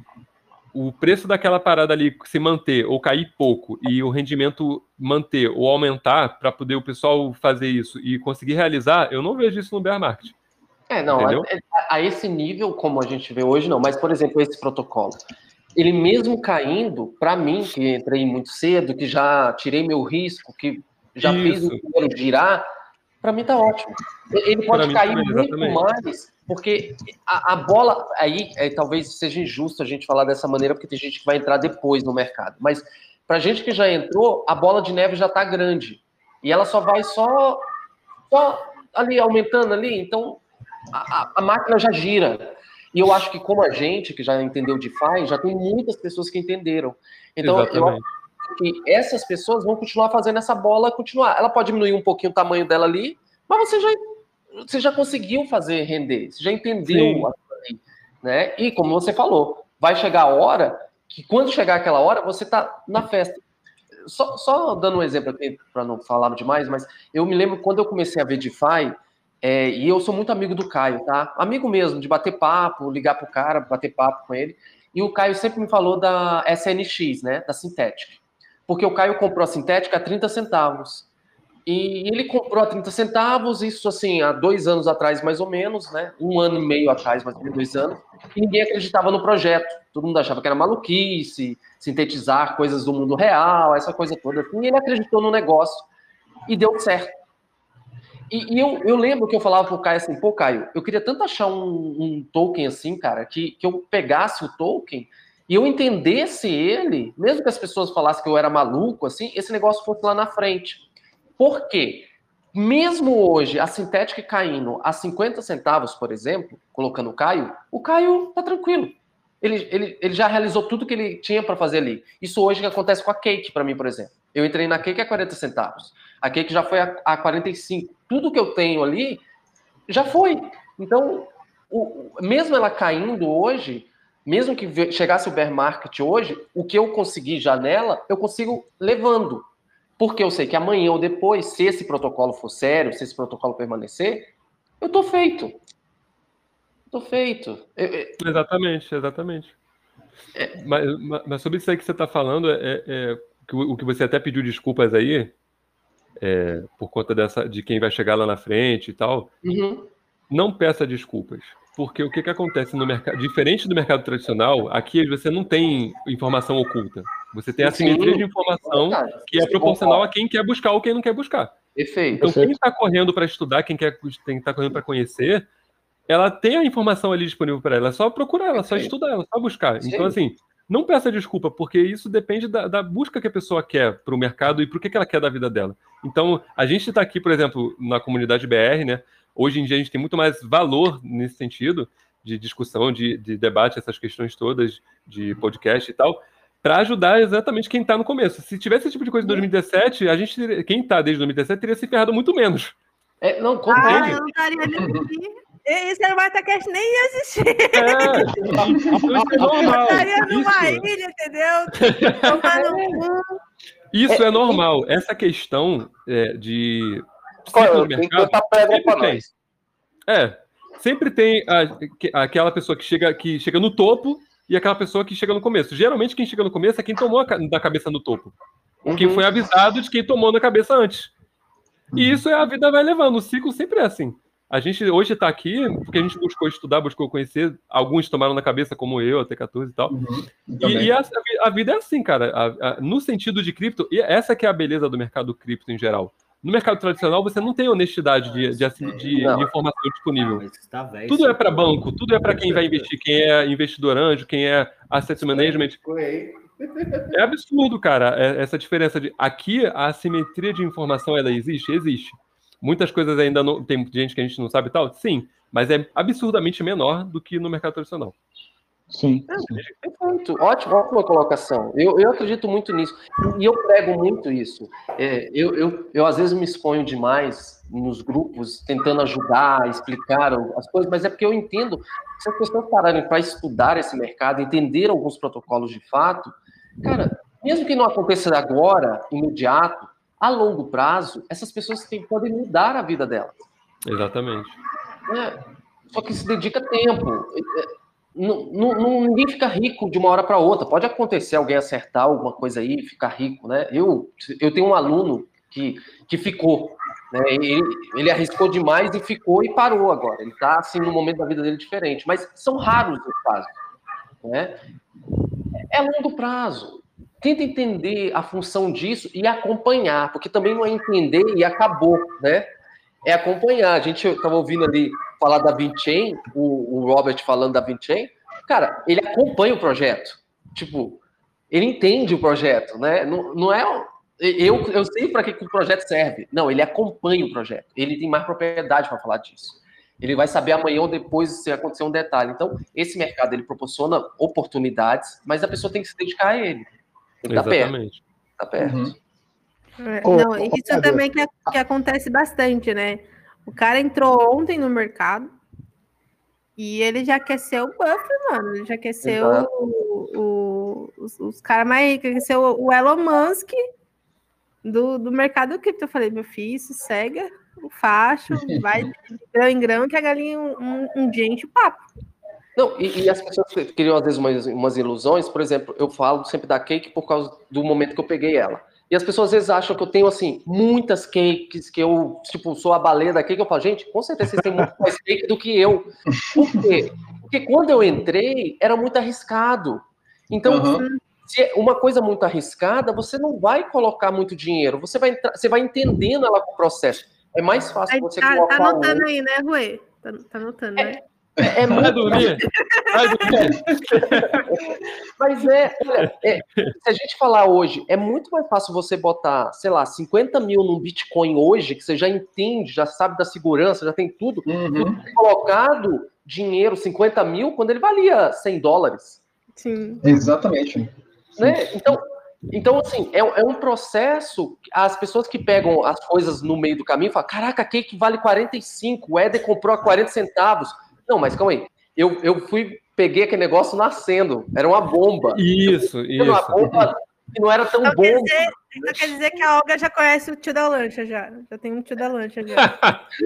o preço daquela parada ali se manter ou cair pouco e o rendimento manter ou aumentar para poder o pessoal fazer isso e conseguir realizar, eu não vejo isso no bear market. É, não, a, a esse nível, como a gente vê hoje, não, mas, por exemplo, esse protocolo, ele mesmo caindo, para mim, que entrei muito cedo, que já tirei meu risco, que já isso. Fiz o dinheiro girar, para mim tá ótimo. Ele pode cair também, muito exatamente. Mais, porque a, a bola, aí é, talvez seja injusto a gente falar dessa maneira, porque tem gente que vai entrar depois no mercado, mas pra gente que já entrou, a bola de neve já tá grande, e ela só vai só, só ali, aumentando ali, então a, a máquina já gira. E eu acho que como a gente, que já entendeu DeFi, já tem muitas pessoas que entenderam. Então, exatamente. Eu acho que essas pessoas vão continuar fazendo essa bola continuar. Ela pode diminuir um pouquinho o tamanho dela ali, mas você já, você já conseguiu fazer render, você já entendeu ali, né? E como você falou, vai chegar a hora que quando chegar aquela hora, você tá na festa. Só, só dando um exemplo aqui, para não falar demais, mas eu me lembro quando eu comecei a ver DeFi, É, e eu sou muito amigo do Caio, tá? Amigo mesmo, de bater papo, ligar pro cara, bater papo com ele. E o Caio sempre me falou da S N X, né? Da Synthetix. Porque o Caio comprou a Synthetix a trinta centavos. E ele comprou a trinta centavos, isso assim, há dois anos atrás, mais ou menos, né? Um ano e meio atrás, mais ou menos dois anos. E ninguém acreditava no projeto. Todo mundo achava que era maluquice, sintetizar coisas do mundo real, essa coisa toda. E ele acreditou no negócio. E deu certo. E, e eu, eu lembro que eu falava pro Caio assim, pô, Caio, eu queria tanto achar um, um token assim, cara, que, que eu pegasse o token e eu entendesse ele, mesmo que as pessoas falassem que eu era maluco, assim, esse negócio fosse lá na frente. Por quê? Mesmo hoje, a Synthetix caindo a cinquenta centavos, por exemplo, colocando o Caio, o Caio tá tranquilo. Ele, ele, ele já realizou tudo que ele tinha para fazer ali. Isso hoje que acontece com a Cake, para mim, por exemplo. Eu entrei na Cake a quarenta centavos. A Cake já foi a, a quarenta e cinco. Tudo que eu tenho ali já foi. Então, o, mesmo ela caindo hoje, mesmo que chegasse o bear market hoje, o que eu consegui já nela, eu consigo levando. Porque eu sei que amanhã ou depois, se esse protocolo for sério, se esse protocolo permanecer, eu tô feito. Tô feito. Eu, eu... Exatamente, exatamente. É. Mas, mas sobre isso aí que você está falando, é, é, o que você até pediu desculpas aí, é, por conta dessa, de quem vai chegar lá na frente e tal, uhum. Não peça desculpas. Porque o que, que acontece no mercado, diferente do mercado tradicional, aqui você não tem informação oculta. Você tem a simetria de informação que é proporcional a quem quer buscar ou quem não quer buscar. Perfeito. Então, quem está correndo para estudar, quem quer quem está correndo para conhecer, ela tem a informação ali disponível para ela. É só procurar, ela, é só estudar, ela, é só buscar. Sim. Então, assim, não peça desculpa, porque isso depende da, da busca que a pessoa quer para o mercado e para o que, que ela quer da vida dela. Então, a gente está aqui, por exemplo, na comunidade B R, né? Hoje em dia a gente tem muito mais valor nesse sentido de discussão, de, de debate, essas questões todas de podcast e tal, para ajudar exatamente quem está no começo. Se tivesse esse tipo de coisa em dois mil e dezessete, a gente, quem está desde dois mil e dezessete teria se ferrado muito menos. É, não, ah, eu não estaria nem aqui. Esse era o MataCast nem ia existir. É, isso é normal. Eu estaria numa isso. ilha, entendeu? Tomando cu. Isso é, é normal. Essa questão é, de... Olha, tem que botar pedra para nós. É, sempre tem a, aquela pessoa que chega, que chega no topo e aquela pessoa que chega no começo. Geralmente quem chega no começo é quem tomou a, da cabeça no topo. Uhum. Quem foi avisado de quem tomou na cabeça antes. E uhum. isso é, a vida vai levando. O ciclo sempre é assim. A gente hoje está aqui porque a gente buscou estudar, buscou conhecer. Alguns tomaram na cabeça, como eu, até quatorze e tal. Uhum. E, e a, a vida é assim, cara. A, a, no sentido de cripto, e essa que é a beleza do mercado cripto em geral. No mercado tradicional, você não tem honestidade de, de, de, de informação disponível. Tudo é para banco, tudo é para quem vai investir, quem é investidor anjo, quem é asset management. É absurdo, cara, essa diferença de... Aqui, a assimetria de informação, ela existe? Existe. Muitas coisas ainda não... Tem gente que a gente não sabe e tal? Sim, mas é absurdamente menor do que no mercado tradicional. Sim. Perfeito. Ótimo, ótima colocação. Eu, eu acredito muito nisso. E eu prego muito isso. É, eu, eu, eu, às vezes, me exponho demais nos grupos, tentando ajudar, explicar as coisas, mas é porque eu entendo que se as pessoas pararem para estudar esse mercado, entender alguns protocolos de fato, cara, mesmo que não aconteça agora, imediato, a longo prazo, essas pessoas têm, podem mudar a vida delas. Exatamente. É, só que se dedica tempo. Não, não, ninguém fica rico de uma hora para outra. Pode acontecer alguém acertar alguma coisa aí, ficar rico, né? Eu, eu tenho um aluno que, que ficou, né? Ele, ele arriscou demais e ficou e parou agora. Ele está assim num momento da vida dele diferente, mas são raros os casos, né? É longo prazo. Tenta entender a função disso e acompanhar, porque também não é entender e acabou, né? É acompanhar. A gente estava ouvindo ali falar da VeChain, o, o Robert falando da VeChain. Cara, ele acompanha o projeto. Tipo, ele entende o projeto, né? Não, não é... Eu, eu sei para que, que o projeto serve. Não, ele acompanha o projeto. Ele tem mais propriedade para falar disso. Ele vai saber amanhã ou depois se acontecer um detalhe. Então, esse mercado, ele proporciona oportunidades, mas a pessoa tem que se dedicar a ele. Tem que estar perto. Tá perto. Uhum. Não, isso também que, que acontece bastante, né? O cara entrou ontem no mercado e ele já quer ser o Buffett, mano. Ele já quer ser o, o, os, os caras mais ricos, quer ser o, o Elon Musk do, do mercado cripto. Eu falei, meu filho, isso cega o facho, vai de grão em grão que a galinha um, um, um dia enche o papo. Não, e, e as pessoas criam às vezes umas, umas ilusões. Por exemplo, eu falo sempre da Cake por causa do momento que eu peguei ela. E as pessoas às vezes acham que eu tenho, assim, muitas cakes, que eu, tipo, sou a baleia da cake. Eu falo, gente, com certeza vocês têm muito mais cake do que eu. Por quê? Porque quando eu entrei, era muito arriscado. Então, uhum. se é uma coisa muito arriscada, você não vai colocar muito dinheiro. Você vai, entrar, você vai entendendo ela com o processo. É mais fácil aí, você tá, colocar... Tá anotando um... aí, né, Rui? Tá, tá anotando, é, né? É, é muito... Vai dormir. Vai dormir. Mas é, olha, é, se a gente falar hoje, é muito mais fácil você botar, sei lá, cinquenta mil num Bitcoin hoje, que você já entende, já sabe da segurança, já tem tudo, uhum. colocado dinheiro, cinquenta mil, quando ele valia cem dólares. Sim. Exatamente. Né? Então, então, assim, é, é um processo, as pessoas que pegam as coisas no meio do caminho falam, caraca, a cake vale quarenta e cinco, o Éder comprou a quarenta centavos. Não, mas calma aí. Eu, eu fui peguei aquele negócio nascendo. Era uma bomba. Isso, isso. Uma bomba que não era tão Então, bomba. quer dizer, então quer dizer que a Olga já conhece o tio da lancha, já. Já tem um tio da lancha, já.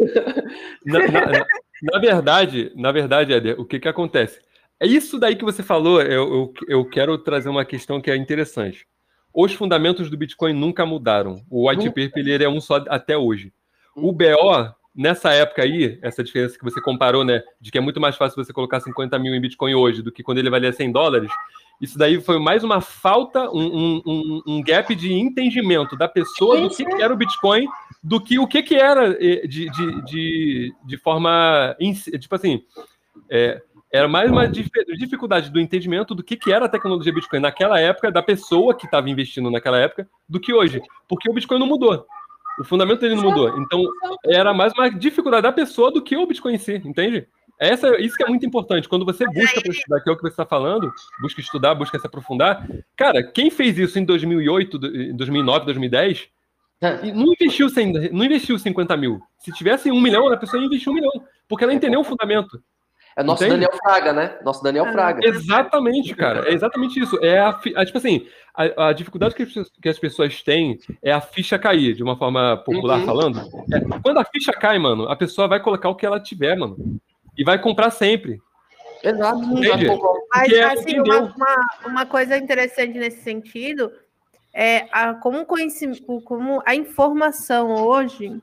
na, na, na, na verdade, na verdade, Éder, o que que acontece? É isso daí que você falou, eu, eu, eu quero trazer uma questão que é interessante. Os fundamentos do Bitcoin nunca mudaram. O white paper ele é um só até hoje. O B O, nessa época aí, essa diferença que você comparou, né, de que é muito mais fácil você colocar cinquenta mil em Bitcoin hoje do que quando ele valia cem dólares, isso daí foi mais uma falta, um, um, um gap de entendimento da pessoa do que, que era o Bitcoin, do que o que, que era de, de, de, de forma, tipo assim, é, era mais uma dificuldade do entendimento do que, que era a tecnologia Bitcoin naquela época, da pessoa que estava investindo naquela época, do que hoje. Porque o Bitcoin não mudou. O fundamento dele não mudou. Então, era mais uma dificuldade da pessoa do que o Bitcoin em si, entende? Essa, isso que é muito importante. Quando você busca para estudar, que é o que você está falando, busca estudar, busca se aprofundar. Cara, quem fez isso em dois mil e oito, dois mil e nove, dois mil e dez, não investiu, cem, não investiu cinquenta mil. Se tivesse um milhão, a pessoa ia investir um milhão. Porque ela entendeu o fundamento. É nosso Entende? Daniel Fraga, né? Nosso Daniel Fraga. Exatamente, cara. É exatamente isso. É a, a tipo assim, a, a dificuldade que as, que as pessoas têm é a ficha cair, de uma forma popular uhum. falando. É, quando a ficha cai, mano, a pessoa vai colocar o que ela tiver, mano. E vai comprar sempre. Exato. Entende? Mas, assim, uma, uma, uma coisa interessante nesse sentido é a, como, conhecimento, como a informação hoje,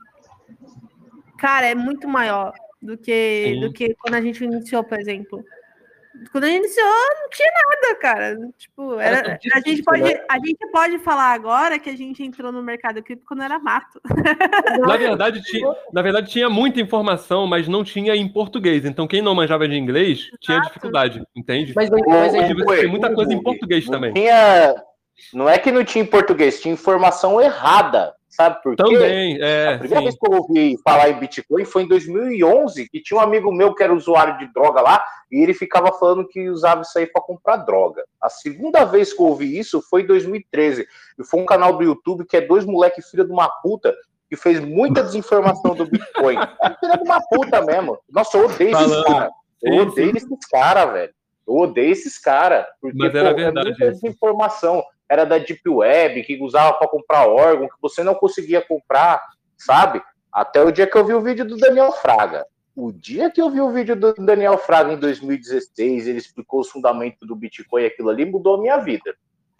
cara, é muito maior. Do que, do que quando a gente iniciou, por exemplo. Quando a gente iniciou, não tinha nada, cara. Tipo, era, a, gente pode, a gente pode falar agora que a gente entrou no mercado cripto quando era mato. Na verdade, tinha, na verdade, tinha muita informação, mas não tinha em português. Então, quem não manjava de inglês tinha Exato. dificuldade, entende? Mas, mas hoje você tem muita coisa em português não também. Tinha, não é que não tinha em português, tinha informação errada. Sabe por quê? Também, é. A primeira sim. vez que eu ouvi falar em Bitcoin foi em dois mil e onze, que tinha um amigo meu que era usuário de droga lá, e ele ficava falando que usava isso aí para comprar droga. A segunda vez que eu ouvi isso foi em dois mil e treze, e foi um canal do YouTube que é dois moleque filha de uma puta, que fez muita desinformação do Bitcoin. É filha de uma puta mesmo. Nossa, eu odeio Falando. esses caras. Eu sim, odeio sim. esses caras, velho. Eu odeio esses caras. Porque, Mas era pô, verdade, é muita desinformação. Era da Deep Web, que usava para comprar órgão, que você não conseguia comprar, sabe? Até o dia que eu vi o vídeo do Daniel Fraga. O dia que eu vi o vídeo do Daniel Fraga em dois mil e dezesseis, ele explicou os fundamentos do Bitcoin, aquilo ali mudou a minha vida.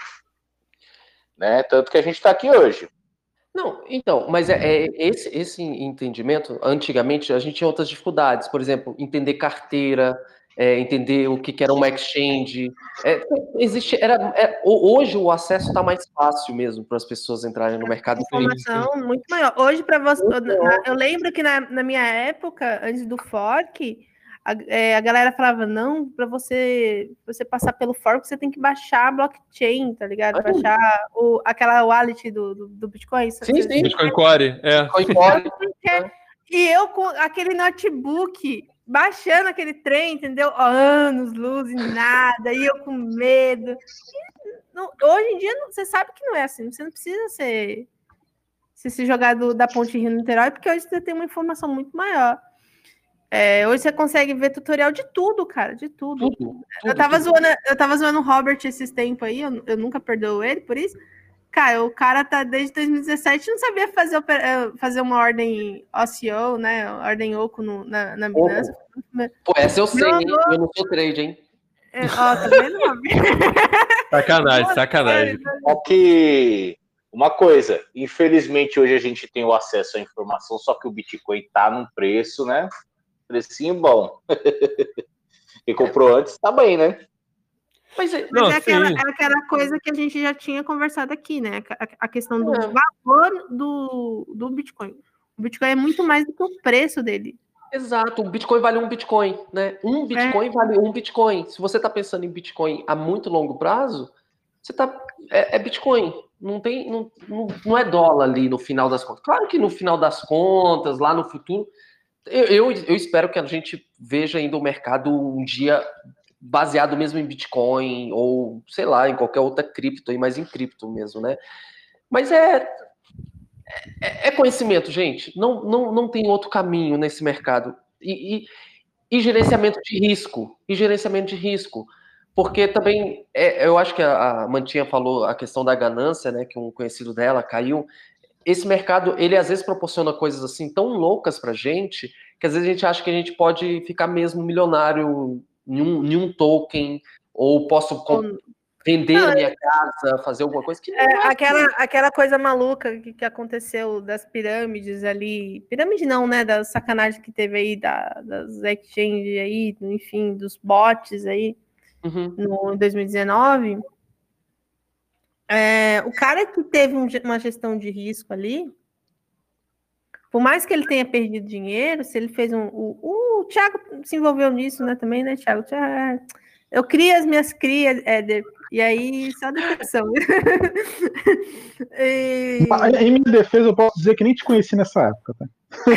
Né? Tanto que a gente está aqui hoje. Não, então, mas é, é esse, esse entendimento, antigamente a gente tinha outras dificuldades, por exemplo, entender carteira, é, entender o que, que era uma exchange. É, existe, era, é, hoje o acesso está mais fácil mesmo para as pessoas entrarem no mercado. Informação muito maior. Hoje, para você, eu lembro que na, na minha época, antes do fork, a, é, a galera falava, não, para você, você passar pelo fork, você tem que baixar a blockchain, tá ligado? Ah, baixar o, aquela wallet do, do, do Bitcoin. Sim, sim. sim. Bitcoin Core, é. Bitcoin Core. E eu com aquele notebook, baixando aquele trem, entendeu? Ó, anos, luz e nada, e eu com medo. E, não, hoje em dia, não, você sabe que não é assim, você não precisa ser, se, se jogar do, da Ponte Rio-Niterói, porque hoje você tem uma informação muito maior. É, hoje você consegue ver tutorial de tudo, cara, de tudo. tudo, tudo eu, tava tudo. Zoando, eu tava zoando o Robert esses tempos aí, eu, eu nunca perdoo ele por isso. Cara, o cara tá desde dois mil e dezessete, não sabia fazer, fazer uma ordem O C O, né? Ordem Oco no, na, na Binance. Pô, essa eu sei, não, hein? Eu não sou trade, hein? É, ó, tá vendo? Sacanagem, sacanagem. Só que, uma coisa, infelizmente hoje a gente tem o acesso à informação, só que o Bitcoin tá num preço, né? Precinho bom. Quem comprou antes tá bem, né? Mas, é, não, mas é, aquela, é aquela coisa que a gente já tinha conversado aqui, né? A, a questão do é. valor do, do Bitcoin. O Bitcoin é muito mais do que o preço dele. Exato, o Bitcoin vale um Bitcoin, né? Um Bitcoin é. vale um Bitcoin. Se você está pensando em Bitcoin a muito longo prazo, você tá, é, é Bitcoin. Não tem, não, não, não é dólar ali no final das contas. Claro que no final das contas, lá no futuro, eu, eu, eu espero que a gente veja ainda o mercado um dia baseado mesmo em Bitcoin, ou, sei lá, em qualquer outra cripto, mas em cripto mesmo, né? Mas é, é, é conhecimento, gente. Não, não, não tem outro caminho nesse mercado. E, e, E gerenciamento de risco. E gerenciamento de risco. Porque também, é, eu acho que a, a Mantinha falou a questão da ganância, né? Que um conhecido dela caiu. Esse mercado, ele às vezes proporciona coisas assim tão loucas pra gente, que às vezes a gente acha que a gente pode ficar mesmo milionário em um, em um token, ou posso com, vender não, a minha casa, fazer alguma coisa que não é, é aquela, assim. Aquela coisa maluca que, que aconteceu das pirâmides ali, pirâmide não, né, da sacanagem que teve aí da, das exchanges aí, enfim, dos bots aí, uhum. no dois mil e dezenove, é, o cara que teve um, uma gestão de risco ali, por mais que ele tenha perdido dinheiro, se ele fez um... O, o Thiago se envolveu nisso, né, também, né, Thiago? Eu crio as minhas crias, Éder, e aí só decepção. e... Em minha defesa, eu posso dizer que nem te conheci nessa época, tá?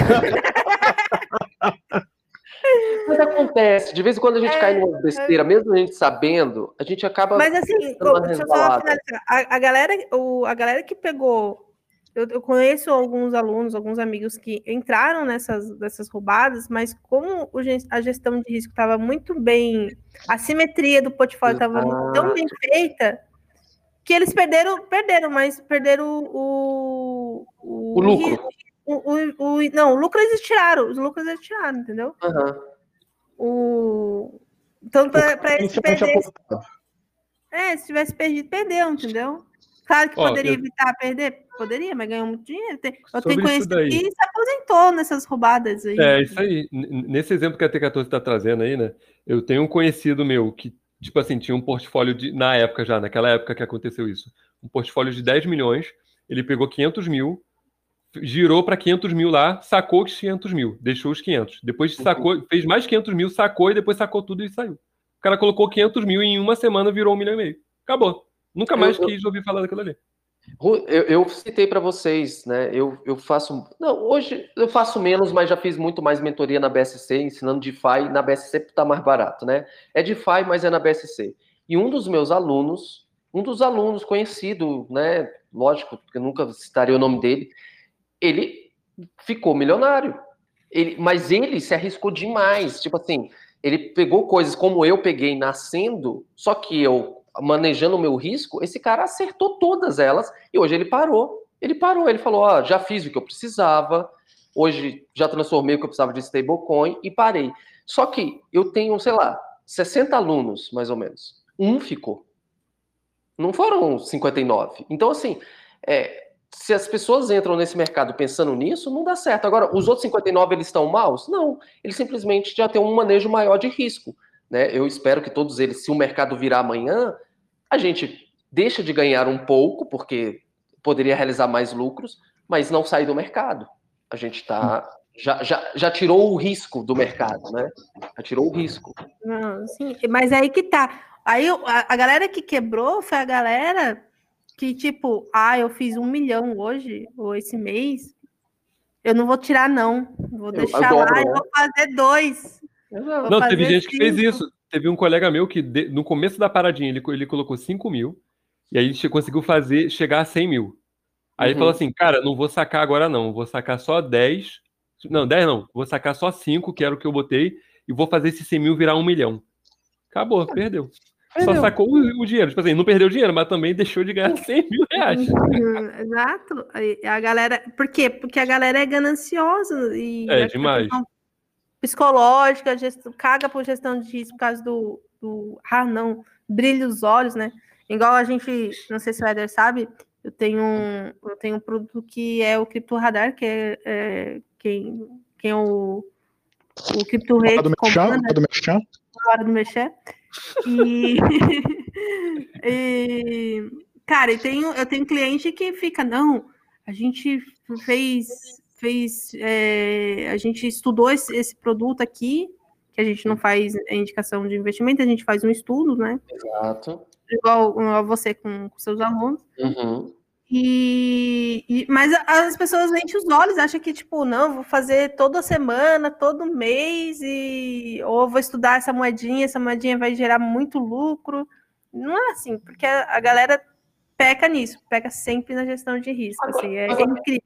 Mas acontece, de vez em quando a gente é, cai numa besteira, é... mesmo a gente sabendo, a gente acaba... Mas assim, deixa eu só finalizar. A, a, galera, o, a galera que pegou... Eu, eu conheço alguns alunos, alguns amigos que entraram nessas, nessas roubadas, mas como o, a gestão de risco estava muito bem... A simetria do portfólio estava tão bem feita que eles perderam, perderam, mas perderam o... O, o lucro. O, o, o, não, o lucro eles tiraram, os lucros eles tiraram, entendeu? Uhum. O, então, para eles perderem... É, se tivesse perdido, perdeu, entendeu? Claro que Ó, poderia eu... evitar perder, poderia, mas ganhou muito dinheiro. Eu tenho conhecido que se aposentou nessas roubadas aí. É, isso aí. Nesse exemplo que a T quatorze está trazendo aí, né? Eu tenho um conhecido meu que, tipo assim, tinha um portfólio de, na época já, naquela época que aconteceu isso, um portfólio de dez milhões, ele pegou quinhentos mil, girou para quinhentos mil lá, sacou os quinhentos mil, deixou os quinhentos. Depois sacou, fez mais quinhentos mil, sacou e depois sacou tudo e saiu. O cara colocou quinhentos mil e em uma semana virou um milhão e meio. Acabou. Nunca mais eu, quis ouvir falar daquilo ali. Eu, eu citei para vocês, né? Eu, eu faço. Não, hoje eu faço menos, mas já fiz muito mais mentoria na B S C, ensinando DeFi. Na B S C porque tá mais barato, né? É DeFi, mas é na B S C. E um dos meus alunos, um dos alunos conhecido, né? Lógico, porque eu nunca citaria o nome dele, ele ficou milionário. Ele, mas ele se arriscou demais. Tipo assim, ele pegou coisas como eu peguei nascendo, só que eu. Manejando o meu risco, esse cara acertou todas elas e hoje ele parou. Ele parou, ele falou, ó, já fiz o que eu precisava, hoje já transformei o que eu precisava de stablecoin e parei. Só que eu tenho, sei lá, sessenta alunos, mais ou menos. Um ficou. Não foram cinquenta e nove. Então, assim, é, se as pessoas entram nesse mercado pensando nisso, não dá certo. Agora, os outros cinquenta e nove, eles estão maus? Não. Eles simplesmente já têm um manejo maior de risco. Né? Eu espero que todos eles, se o mercado virar amanhã, a gente deixa de ganhar um pouco, porque poderia realizar mais lucros, mas não sair do mercado. A gente tá, já, já, já tirou o risco do mercado, né? Já tirou o risco. Não, sim, mas aí que tá. Aí a, a galera que quebrou foi a galera que, tipo, ah, eu fiz um milhão hoje, ou esse mês, eu não vou tirar, não. Vou eu, deixar eu dobro, lá né? E vou fazer dois. Vou não, teve gente cinco. Que fez isso. Teve um colega meu que, de, no começo da paradinha, ele, ele colocou cinco mil, e aí a gente conseguiu fazer, chegar a cem mil. Aí uhum. Ele falou assim, cara, não vou sacar agora não, vou sacar só dez, não, dez não, vou sacar só cinco, que era o que eu botei, e vou fazer esse cem mil virar um milhão. Acabou, perdeu. Perdeu. Só sacou o, o dinheiro, tipo assim, não perdeu dinheiro, mas também deixou de ganhar cem mil reais. Uhum, exato. A galera, por quê? Porque a galera é gananciosa. E é, demais. Psicológica, gestão, caga por gestão de risco por causa do, do... Ah, não, brilha os olhos, né? Igual a gente, não sei se o Éder sabe, eu tenho um, eu tenho um produto que é o Crypto Radar, que é, é quem, quem é o, o Crypto Rate comanda. Do Mechan? Hora do Mechan. E, e... Cara, eu tenho, eu tenho cliente que fica, não, a gente fez... fez, é, a gente estudou esse, esse produto aqui, que a gente não faz a indicação de investimento, a gente faz um estudo, né? Exato. Igual, igual você com, com seus alunos. Uhum. E, e, mas as pessoas enchem os olhos, acham que, tipo, não, vou fazer toda semana, todo mês, e, ou vou estudar essa moedinha, essa moedinha vai gerar muito lucro. Não é assim, porque a, a galera peca nisso, peca sempre na gestão de risco, assim, é, é incrível.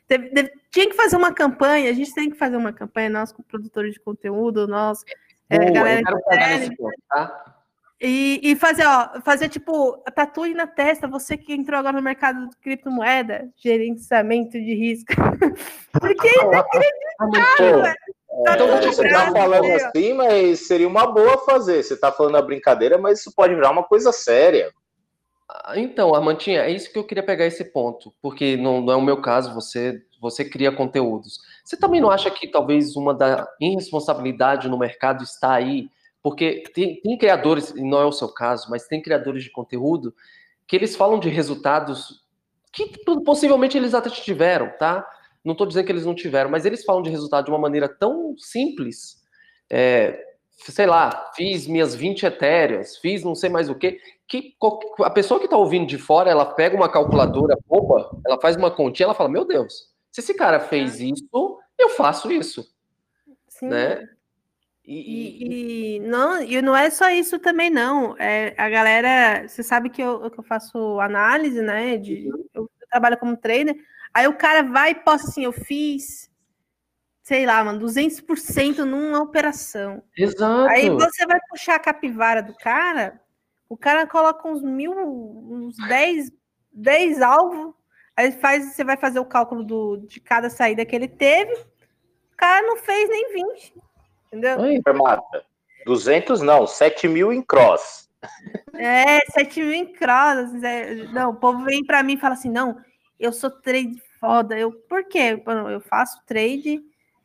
Teve, teve, tinha que fazer uma campanha, a gente tem que fazer uma campanha, nós, como produtores de conteúdo, nós, Boa, é, galera eu quero de pegar série, nesse ponto, tá? E, e fazer, ó, fazer tipo, tatuagem na testa, você que entrou agora no mercado de criptomoeda, gerenciamento de risco. Porque é inacreditável, velho. É, você tá falando assim, mas seria uma boa fazer. Você tá falando a brincadeira, mas isso pode virar uma coisa séria. Então, Armantinha, é isso que eu queria pegar esse ponto, porque não, não é o meu caso, você, você cria conteúdos. Você também não acha que talvez uma da irresponsabilidade no mercado está aí? Porque tem, tem criadores, e não é o seu caso, mas tem criadores de conteúdo que eles falam de resultados que possivelmente eles até tiveram, tá? Não estou dizendo que eles não tiveram, mas eles falam de resultado de uma maneira tão simples, é, sei lá, fiz minhas vinte etéreas, fiz não sei mais o quê, que a pessoa que está ouvindo de fora, ela pega uma calculadora boba, ela faz uma continha, ela fala, meu Deus, se esse cara fez isso, eu faço isso. Sim. Né? E, e, e, não, e não é só isso também, não. É, a galera, você sabe que eu, que eu faço análise, né? De, eu trabalho como trader, aí o cara vai e posta assim, eu fiz, sei lá, mano, duzentos por cento numa operação. Exato. Aí você vai puxar a capivara do cara, o cara coloca uns mil, uns dez, dez alvos, aí faz, você vai fazer o cálculo do, de cada saída que ele teve, o cara não fez nem vinte, entendeu? Mata. duzentos não, sete mil em cross. É, sete mil em cross. Não, o povo vem pra mim e fala assim, não, eu sou trade foda. Eu, por quê? Eu faço trade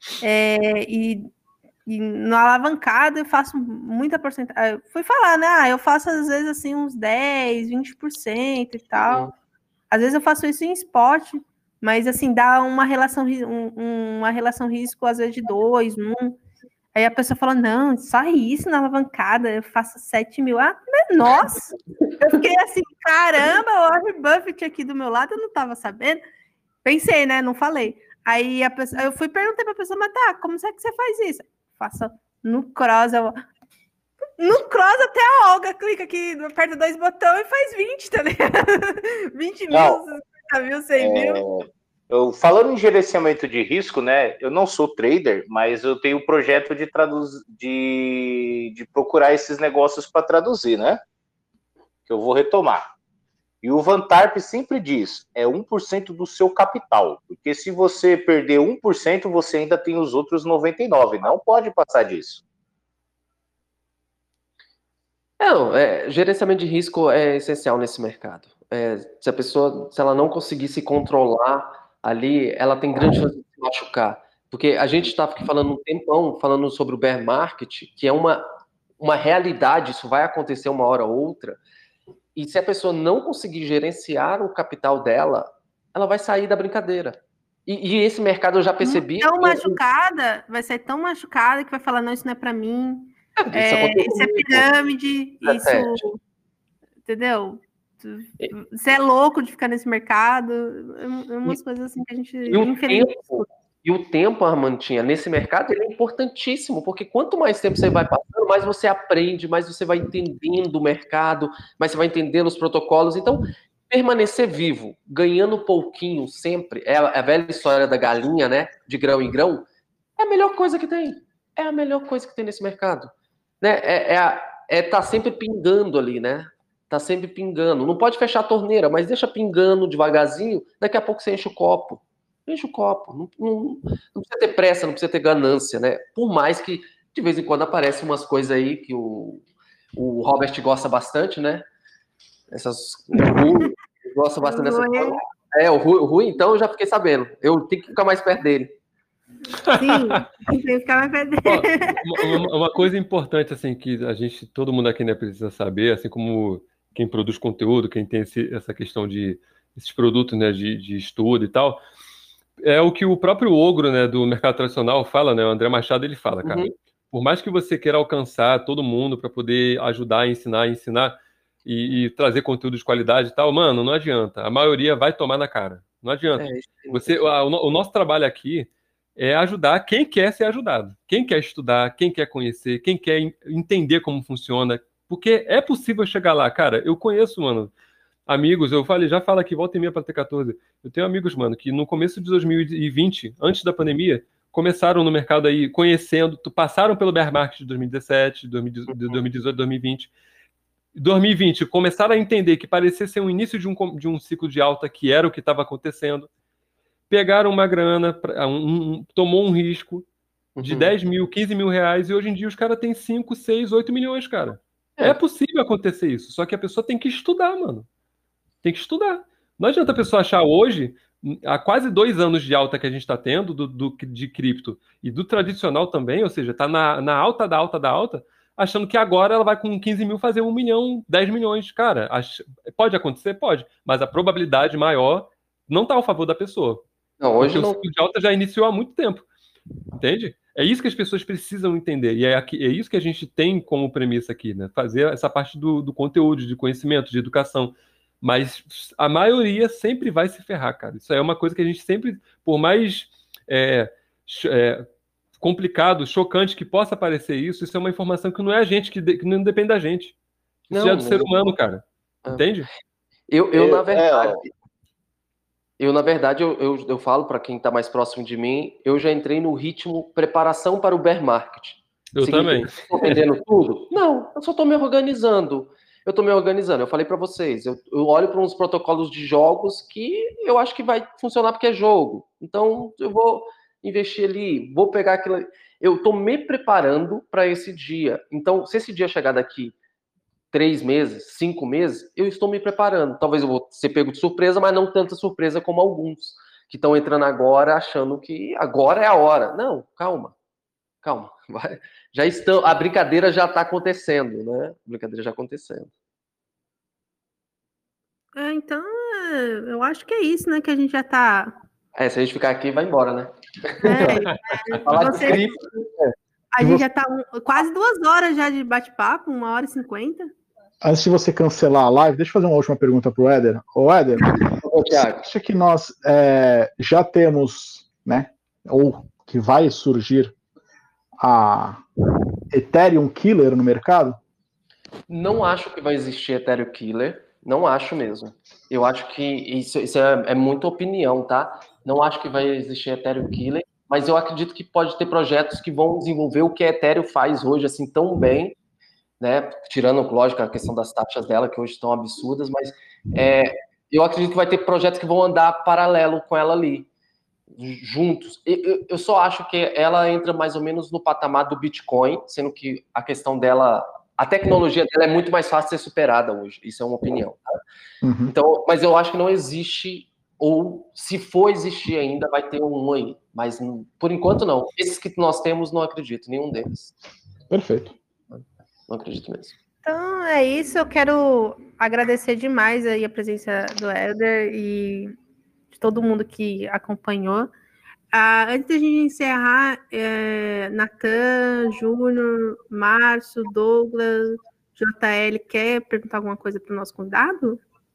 é, e... E na alavancada eu faço muita porcentagem. Eu fui falar, né? Ah, eu faço às vezes assim uns dez, vinte por cento e tal. Uhum. Às vezes eu faço isso em spot, mas assim, dá uma relação, um, uma relação risco, às vezes, de dois, um. Aí a pessoa fala, não, só isso na alavancada, eu faço sete mil. Ah, nossa! Eu fiquei assim, caramba, o Warren Buffett aqui do meu lado, eu não tava sabendo. Pensei, né? Não falei. Aí a pessoa, eu fui perguntar pra pessoa, mas tá, como é que você faz isso? Faça no cross. Eu... No cross até a Olga clica aqui, aperta dois botões e faz vinte, tá ligado? vinte mil, cinquenta mil, cem é... mil. Eu, falando em gerenciamento de risco, né? Eu não sou trader, mas eu tenho o um projeto de, traduz... de... de procurar esses negócios para traduzir, né? Que eu vou retomar. E o Vantarp sempre diz, é um por cento do seu capital. Porque se você perder um por cento, você ainda tem os outros noventa e nove por cento. Não pode passar disso. Não, é, gerenciamento de risco é essencial nesse mercado. É, se a pessoa, se ela não conseguir se controlar ali, ela tem grande chance de se machucar. Porque a gente está falando um tempão, falando sobre o bear market, que é uma, uma realidade, isso vai acontecer uma hora ou outra. E se a pessoa não conseguir gerenciar o capital dela, ela vai sair da brincadeira. E, e esse mercado eu já percebi... Tão machucada, vai ser tão machucada que vai falar, não, isso não é para mim, é, é, isso é pirâmide, é isso... Certo. Entendeu? Você é louco de ficar nesse mercado, é umas e, coisas assim que a gente... E o, tempo, e o tempo, Armandinha, nesse mercado, ele é importantíssimo, porque quanto mais tempo você vai passando, mais você aprende, mais você vai entendendo o mercado, mais você vai entendendo os protocolos. Então, permanecer vivo, ganhando pouquinho sempre, é a velha história da galinha, né, de grão em grão, é a melhor coisa que tem. É a melhor coisa que tem nesse mercado. Né? É, é, é tá sempre pingando ali, né? Tá sempre pingando. Não pode fechar a torneira, mas deixa pingando devagarzinho, daqui a pouco você enche o copo. Enche o copo. Não, não, não precisa ter pressa, não precisa ter ganância, né? Por mais que, de vez em quando, aparecem umas coisas aí que o, o Robert gosta bastante, né? Essas... O Rui gosta bastante dessas coisas. É, o Rui, o Rui, então, eu já fiquei sabendo. Eu tenho que ficar mais perto dele. Sim, tem que ficar mais perto dele. Ó, uma, uma coisa importante, assim, que a gente, todo mundo aqui, né, precisa saber, assim como quem produz conteúdo, quem tem esse, essa questão de esses produtos, né, de, de estudo e tal, é o que o próprio ogro, né, do mercado tradicional fala, né, o André Machado, ele fala, cara, uhum. Por mais que você queira alcançar todo mundo para poder ajudar, ensinar, ensinar e, e trazer conteúdo de qualidade e tal, mano, não adianta, a maioria vai tomar na cara, não adianta. É, você, a, o, o nosso trabalho aqui é ajudar quem quer ser ajudado, quem quer estudar, quem quer conhecer, quem quer entender como funciona, porque é possível chegar lá, cara. Eu conheço, mano, amigos, eu falei, já falo aqui, volta e meia para ter quatorze. Eu tenho amigos, mano, que no começo de dois mil e vinte, antes da pandemia, começaram no mercado aí conhecendo, passaram pelo bear market de dois mil e dezessete, dois mil e dezoito, dois mil e vinte. dois mil e vinte, começaram a entender que parecia ser o início de um, de um ciclo de alta, que era o que estava acontecendo. Pegaram uma grana, um, um, tomou um risco de uhum. dez mil, quinze mil reais, e hoje em dia os caras têm cinco, seis, oito milhões, cara. É. é possível acontecer isso, só que a pessoa tem que estudar, mano. Tem que estudar. Não adianta a pessoa achar hoje, há quase dois anos de alta que a gente está tendo, do, do, de cripto e do tradicional também, ou seja, está na, na alta da alta da alta, achando que agora ela vai com quinze mil fazer um milhão, dez milhões. Cara, acho, pode acontecer? Pode. Mas a probabilidade maior não está ao favor da pessoa. Não, hoje porque não... o ciclo de alta já iniciou há muito tempo. Entende? É isso que as pessoas precisam entender. E é, aqui, é isso que a gente tem como premissa aqui, né? Fazer essa parte do, do conteúdo, de conhecimento, de educação. Mas a maioria sempre vai se ferrar, cara. Isso é uma coisa que a gente sempre, por mais é, é, complicado, chocante que possa parecer isso, isso é uma informação que não é a gente, que, de, que não depende da gente. Isso não, é do ser humano, cara. Ah. Entende? Eu, eu, na verdade, eu, na verdade, eu, eu, eu falo para quem está mais próximo de mim, eu já entrei no ritmo preparação para o bear market. Eu também. Estou vendendo tudo? Não, eu só estou me organizando. Eu estou me organizando, eu falei para vocês, eu, eu olho para uns protocolos de jogos que eu acho que vai funcionar porque é jogo. Então, eu vou investir ali, vou pegar aquilo. Eu estou me preparando para esse dia. Então, se esse dia chegar daqui três meses, cinco meses, eu estou me preparando. Talvez eu vou ser pego de surpresa, mas não tanta surpresa como alguns que estão entrando agora achando que agora é a hora. Não, calma, calma. Vai. Já estão, a brincadeira já está acontecendo, né? A brincadeira já acontecendo. É, então, eu acho que é isso, né? Que a gente já está. É, se a gente ficar aqui, vai embora, né? É, é, Falar você... de cripto. A gente já está um, quase duas horas já de bate-papo, uma hora e cinquenta. Antes de você cancelar a live, deixa eu fazer uma última pergunta para o Éder. Ô, Éder, você acha que nós é, já temos, né, ou que vai surgir a Ethereum Killer no mercado? Não acho que vai existir Ethereum Killer, não acho mesmo. Eu acho que isso, isso é, é muita opinião, tá? Não acho que vai existir Ethereum Killer, mas eu acredito que pode ter projetos que vão desenvolver o que a Ethereum faz hoje assim tão bem, né? Tirando, lógico, a questão das taxas dela, que hoje estão absurdas, mas é, eu acredito que vai ter projetos que vão andar paralelo com ela ali, juntos. Eu, eu só acho que ela entra mais ou menos no patamar do Bitcoin, sendo que a questão dela, a tecnologia dela é muito mais fácil de ser superada hoje. Isso é uma opinião. Tá? Uhum. Então, mas eu acho que não existe, ou se for existir ainda, vai ter um aí. Mas por enquanto não. Esses que nós temos, não acredito, nenhum deles. Perfeito. Não acredito mesmo. Então é isso. Eu quero agradecer demais aí a presença do Éder e de todo mundo que acompanhou. Ah, antes de a gente encerrar, é, Natan, Júnior, Márcio, Douglas, J L, quer perguntar alguma coisa para o nosso convidado?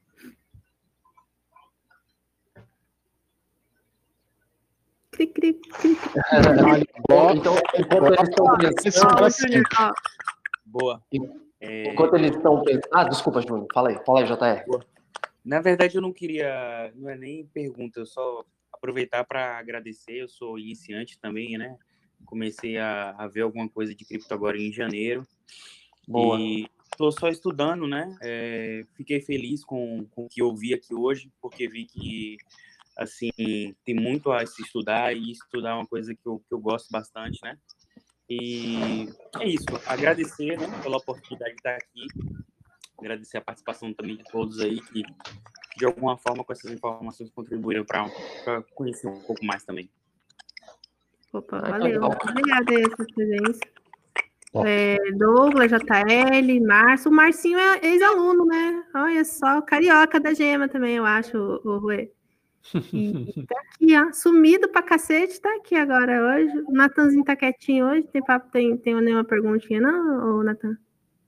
Cri, cri, cri, cri. Então, enquanto eles estão pensando... Boa. Enquanto eles estão pensando... Ah, desculpa, Júnior. Fala aí, fala aí, J R. Boa. Na verdade, eu não queria... Não é nem pergunta, eu só aproveitar para agradecer. Eu sou iniciante também, né? Comecei a, a ver alguma coisa de cripto agora em janeiro. Boa. E estou só estudando, né? É, fiquei feliz com, com o que eu vi aqui hoje, porque vi que, assim, tem muito a se estudar, e estudar é uma coisa que eu, que eu gosto bastante, né? E é isso. Agradecer, né, pela oportunidade de estar aqui. Agradecer a participação também de todos aí que, de alguma forma, com essas informações contribuíram para conhecer um pouco mais também. Opa, valeu. Obrigada aí pela presença. É, Douglas, J L, Márcio. O Marcinho é ex-aluno, né? Olha só, carioca da Gema também, eu acho, o Rui. E tá aqui, ó, sumido pra cacete, tá aqui agora hoje. O Natanzinho tá quietinho hoje. Tem papo, tem, tem nenhuma perguntinha, não, ô, Natan?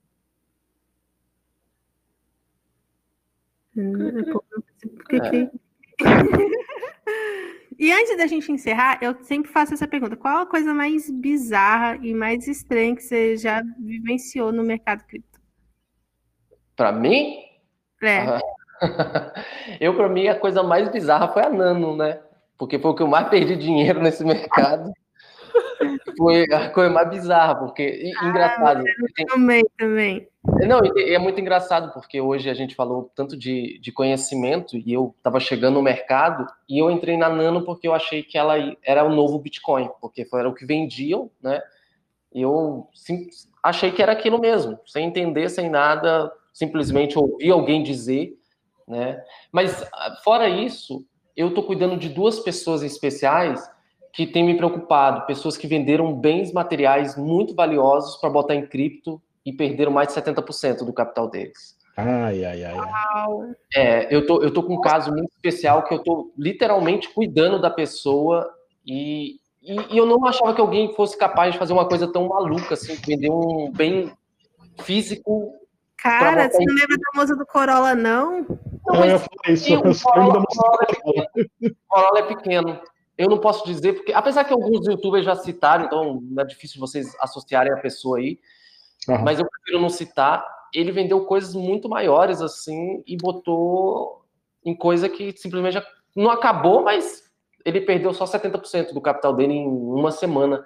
É. E antes da gente encerrar, eu sempre faço essa pergunta: qual a coisa mais bizarra e mais estranha que você já vivenciou no mercado cripto? Para mim? É. Ah, Eu, para mim, a coisa mais bizarra foi a Nano, né? Porque foi o que eu mais perdi dinheiro nesse mercado. Foi a coisa mais bizarra, porque... Ah, engraçado. Eu também, também. Não, é muito engraçado, porque hoje a gente falou tanto de, de conhecimento, e eu estava chegando no mercado, e eu entrei na Nano porque eu achei que ela era o novo Bitcoin, porque era o que vendiam, né? E eu sim, achei que era aquilo mesmo, sem entender, sem nada, simplesmente ouvi alguém dizer, né? Mas, fora isso, eu tô cuidando de duas pessoas especiais que têm me preocupado, pessoas que venderam bens materiais muito valiosos para botar em cripto e perderam mais de setenta por cento do capital deles. Ai, ai, ai. ai. É, eu tô, eu tô com um caso muito especial que eu tô literalmente cuidando da pessoa e, e, e eu não achava que alguém fosse capaz de fazer uma coisa tão maluca, assim, vender um bem físico. Cara, você não lembra da moça do Corolla, não? Não, mas eu falei isso, eu Corolla, da moça Corolla, do é Corolla é pequeno. Eu não posso dizer, porque apesar que alguns youtubers já citaram, então não é difícil vocês associarem a pessoa aí, uhum. Mas eu prefiro não citar. Ele vendeu coisas muito maiores, assim, e botou em coisa que simplesmente já não acabou, mas ele perdeu só setenta por cento do capital dele em uma semana.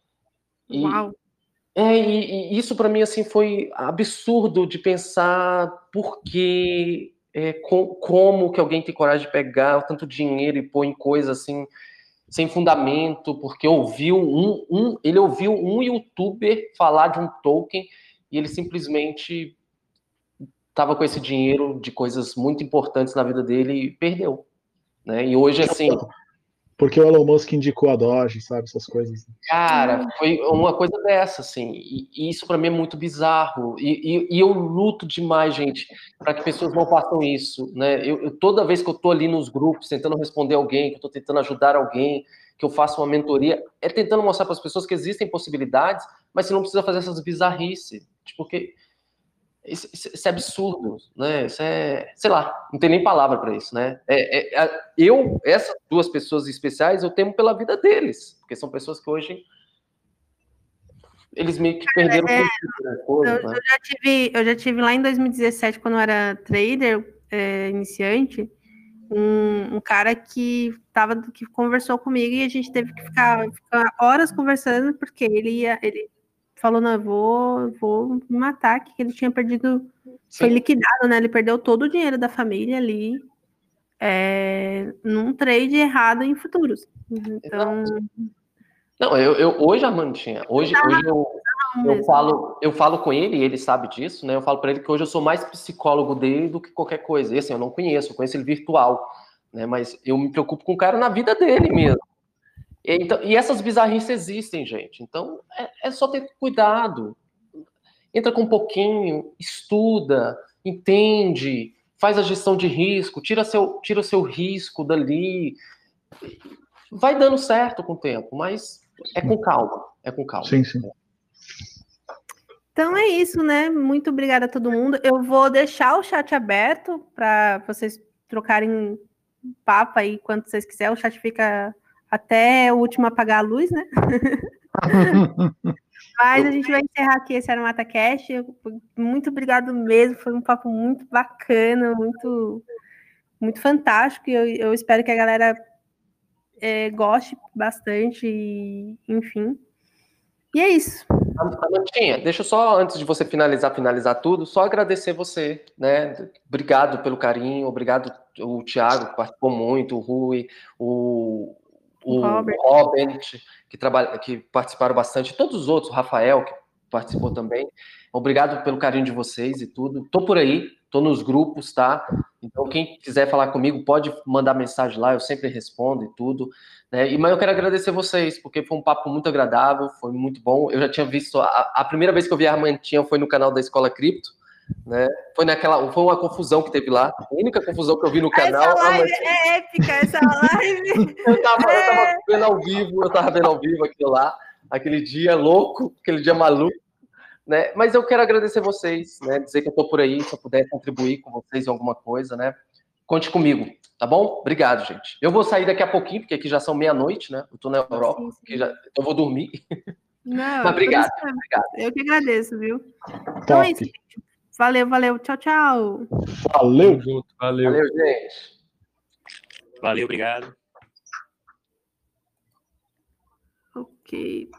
E, Uau! É, e, e isso para mim, assim, foi absurdo de pensar por que, é, com, como que alguém tem coragem de pegar tanto dinheiro e pôr em coisa, assim, sem fundamento, porque ouviu um, um, ele ouviu um youtuber falar de um token e ele simplesmente estava com esse dinheiro de coisas muito importantes na vida dele e perdeu, né? E hoje, assim... Porque o Elon Musk indicou a Doge, sabe? Essas coisas. Cara, foi uma coisa dessa, assim. E, e isso para mim é muito bizarro. E, e, e eu luto demais, gente, para que pessoas não façam isso, né? Eu, eu, toda vez que eu tô ali nos grupos tentando responder alguém, que eu tô tentando ajudar alguém, que eu faço uma mentoria, é tentando mostrar para as pessoas que existem possibilidades, mas você não precisa fazer essas bizarrices. Porque isso, isso é absurdo, né? Isso é, sei lá, não tem nem palavra para isso, né? É, é, eu, essas duas pessoas especiais, eu temo pela vida deles, porque são pessoas que hoje eles meio que perderam é, tudo, coisa, eu, né? eu já tive, eu já tive lá em dois mil e dezessete, quando eu era trader é, iniciante, um, um cara que tava, que conversou comigo e a gente teve que ficar, ficar horas conversando, porque ele ia, ele falou, não, eu vou, vou me matar, que ele tinha perdido, Sim. foi liquidado, né? Ele perdeu todo o dinheiro da família ali, é, num trade errado em futuros. Então... Não, eu, eu hoje, Amandinha, hoje, não, hoje eu, eu, falo, eu falo com ele, e ele sabe disso, né? Eu falo para ele que hoje eu sou mais psicólogo dele do que qualquer coisa. E assim, eu não conheço, eu conheço ele virtual, né? Mas eu me preocupo com o cara na vida dele mesmo. Então, e essas bizarrices existem, gente. Então, é, é só ter cuidado. Entra com um pouquinho, estuda, entende, faz a gestão de risco, tira, seu, tira o seu risco dali. Vai dando certo com o tempo, mas é com calma. É com calma. Sim, sim. Então é isso, né? Muito obrigada a todo mundo. Eu vou deixar o chat aberto para vocês trocarem papo aí quando vocês quiserem. O chat fica até o último apagar a luz, né? Mas a gente vai encerrar aqui esse Armata Cast. Muito obrigado mesmo. Foi um papo muito bacana, muito, muito fantástico. Eu, eu espero que a galera é, goste bastante, e, enfim. E é isso. Amandinha, deixa eu só, antes de você finalizar, finalizar tudo, só agradecer você, né? Obrigado pelo carinho, obrigado o Thiago, que participou muito, o Rui, o, o Robert, Robert que, trabalha, que participaram bastante, todos os outros, o Rafael, que participou também. Obrigado pelo carinho de vocês e tudo. Tô por aí, tô nos grupos, tá? Então, quem quiser falar comigo, pode mandar mensagem lá, eu sempre respondo e tudo. Né? E, mas eu quero agradecer vocês, porque foi um papo muito agradável, foi muito bom. Eu já tinha visto, a, a primeira vez que eu vi a Armantinha foi no canal da Escola Cripto, né? Foi naquela, foi uma confusão que teve lá. A única confusão que eu vi no canal. Essa live é épica, essa live. eu, tava, é... eu tava vendo ao vivo, eu tava vendo ao vivo aquilo lá, aquele dia louco, aquele dia maluco. Né? Mas eu quero agradecer vocês, né? Dizer que eu tô por aí, se eu puder contribuir com vocês em alguma coisa, né? Conte comigo, tá bom? Obrigado, gente. Eu vou sair daqui a pouquinho, porque aqui já são meia-noite, né? Eu tô na Europa, sim, sim. Que já... eu vou dormir. Não, mas obrigado, obrigado. Eu que agradeço, viu? Top. Então é isso, gente. Valeu, valeu. Tchau, tchau. Valeu. Tamo junto, valeu. Valeu, gente. Valeu, obrigado. Ok.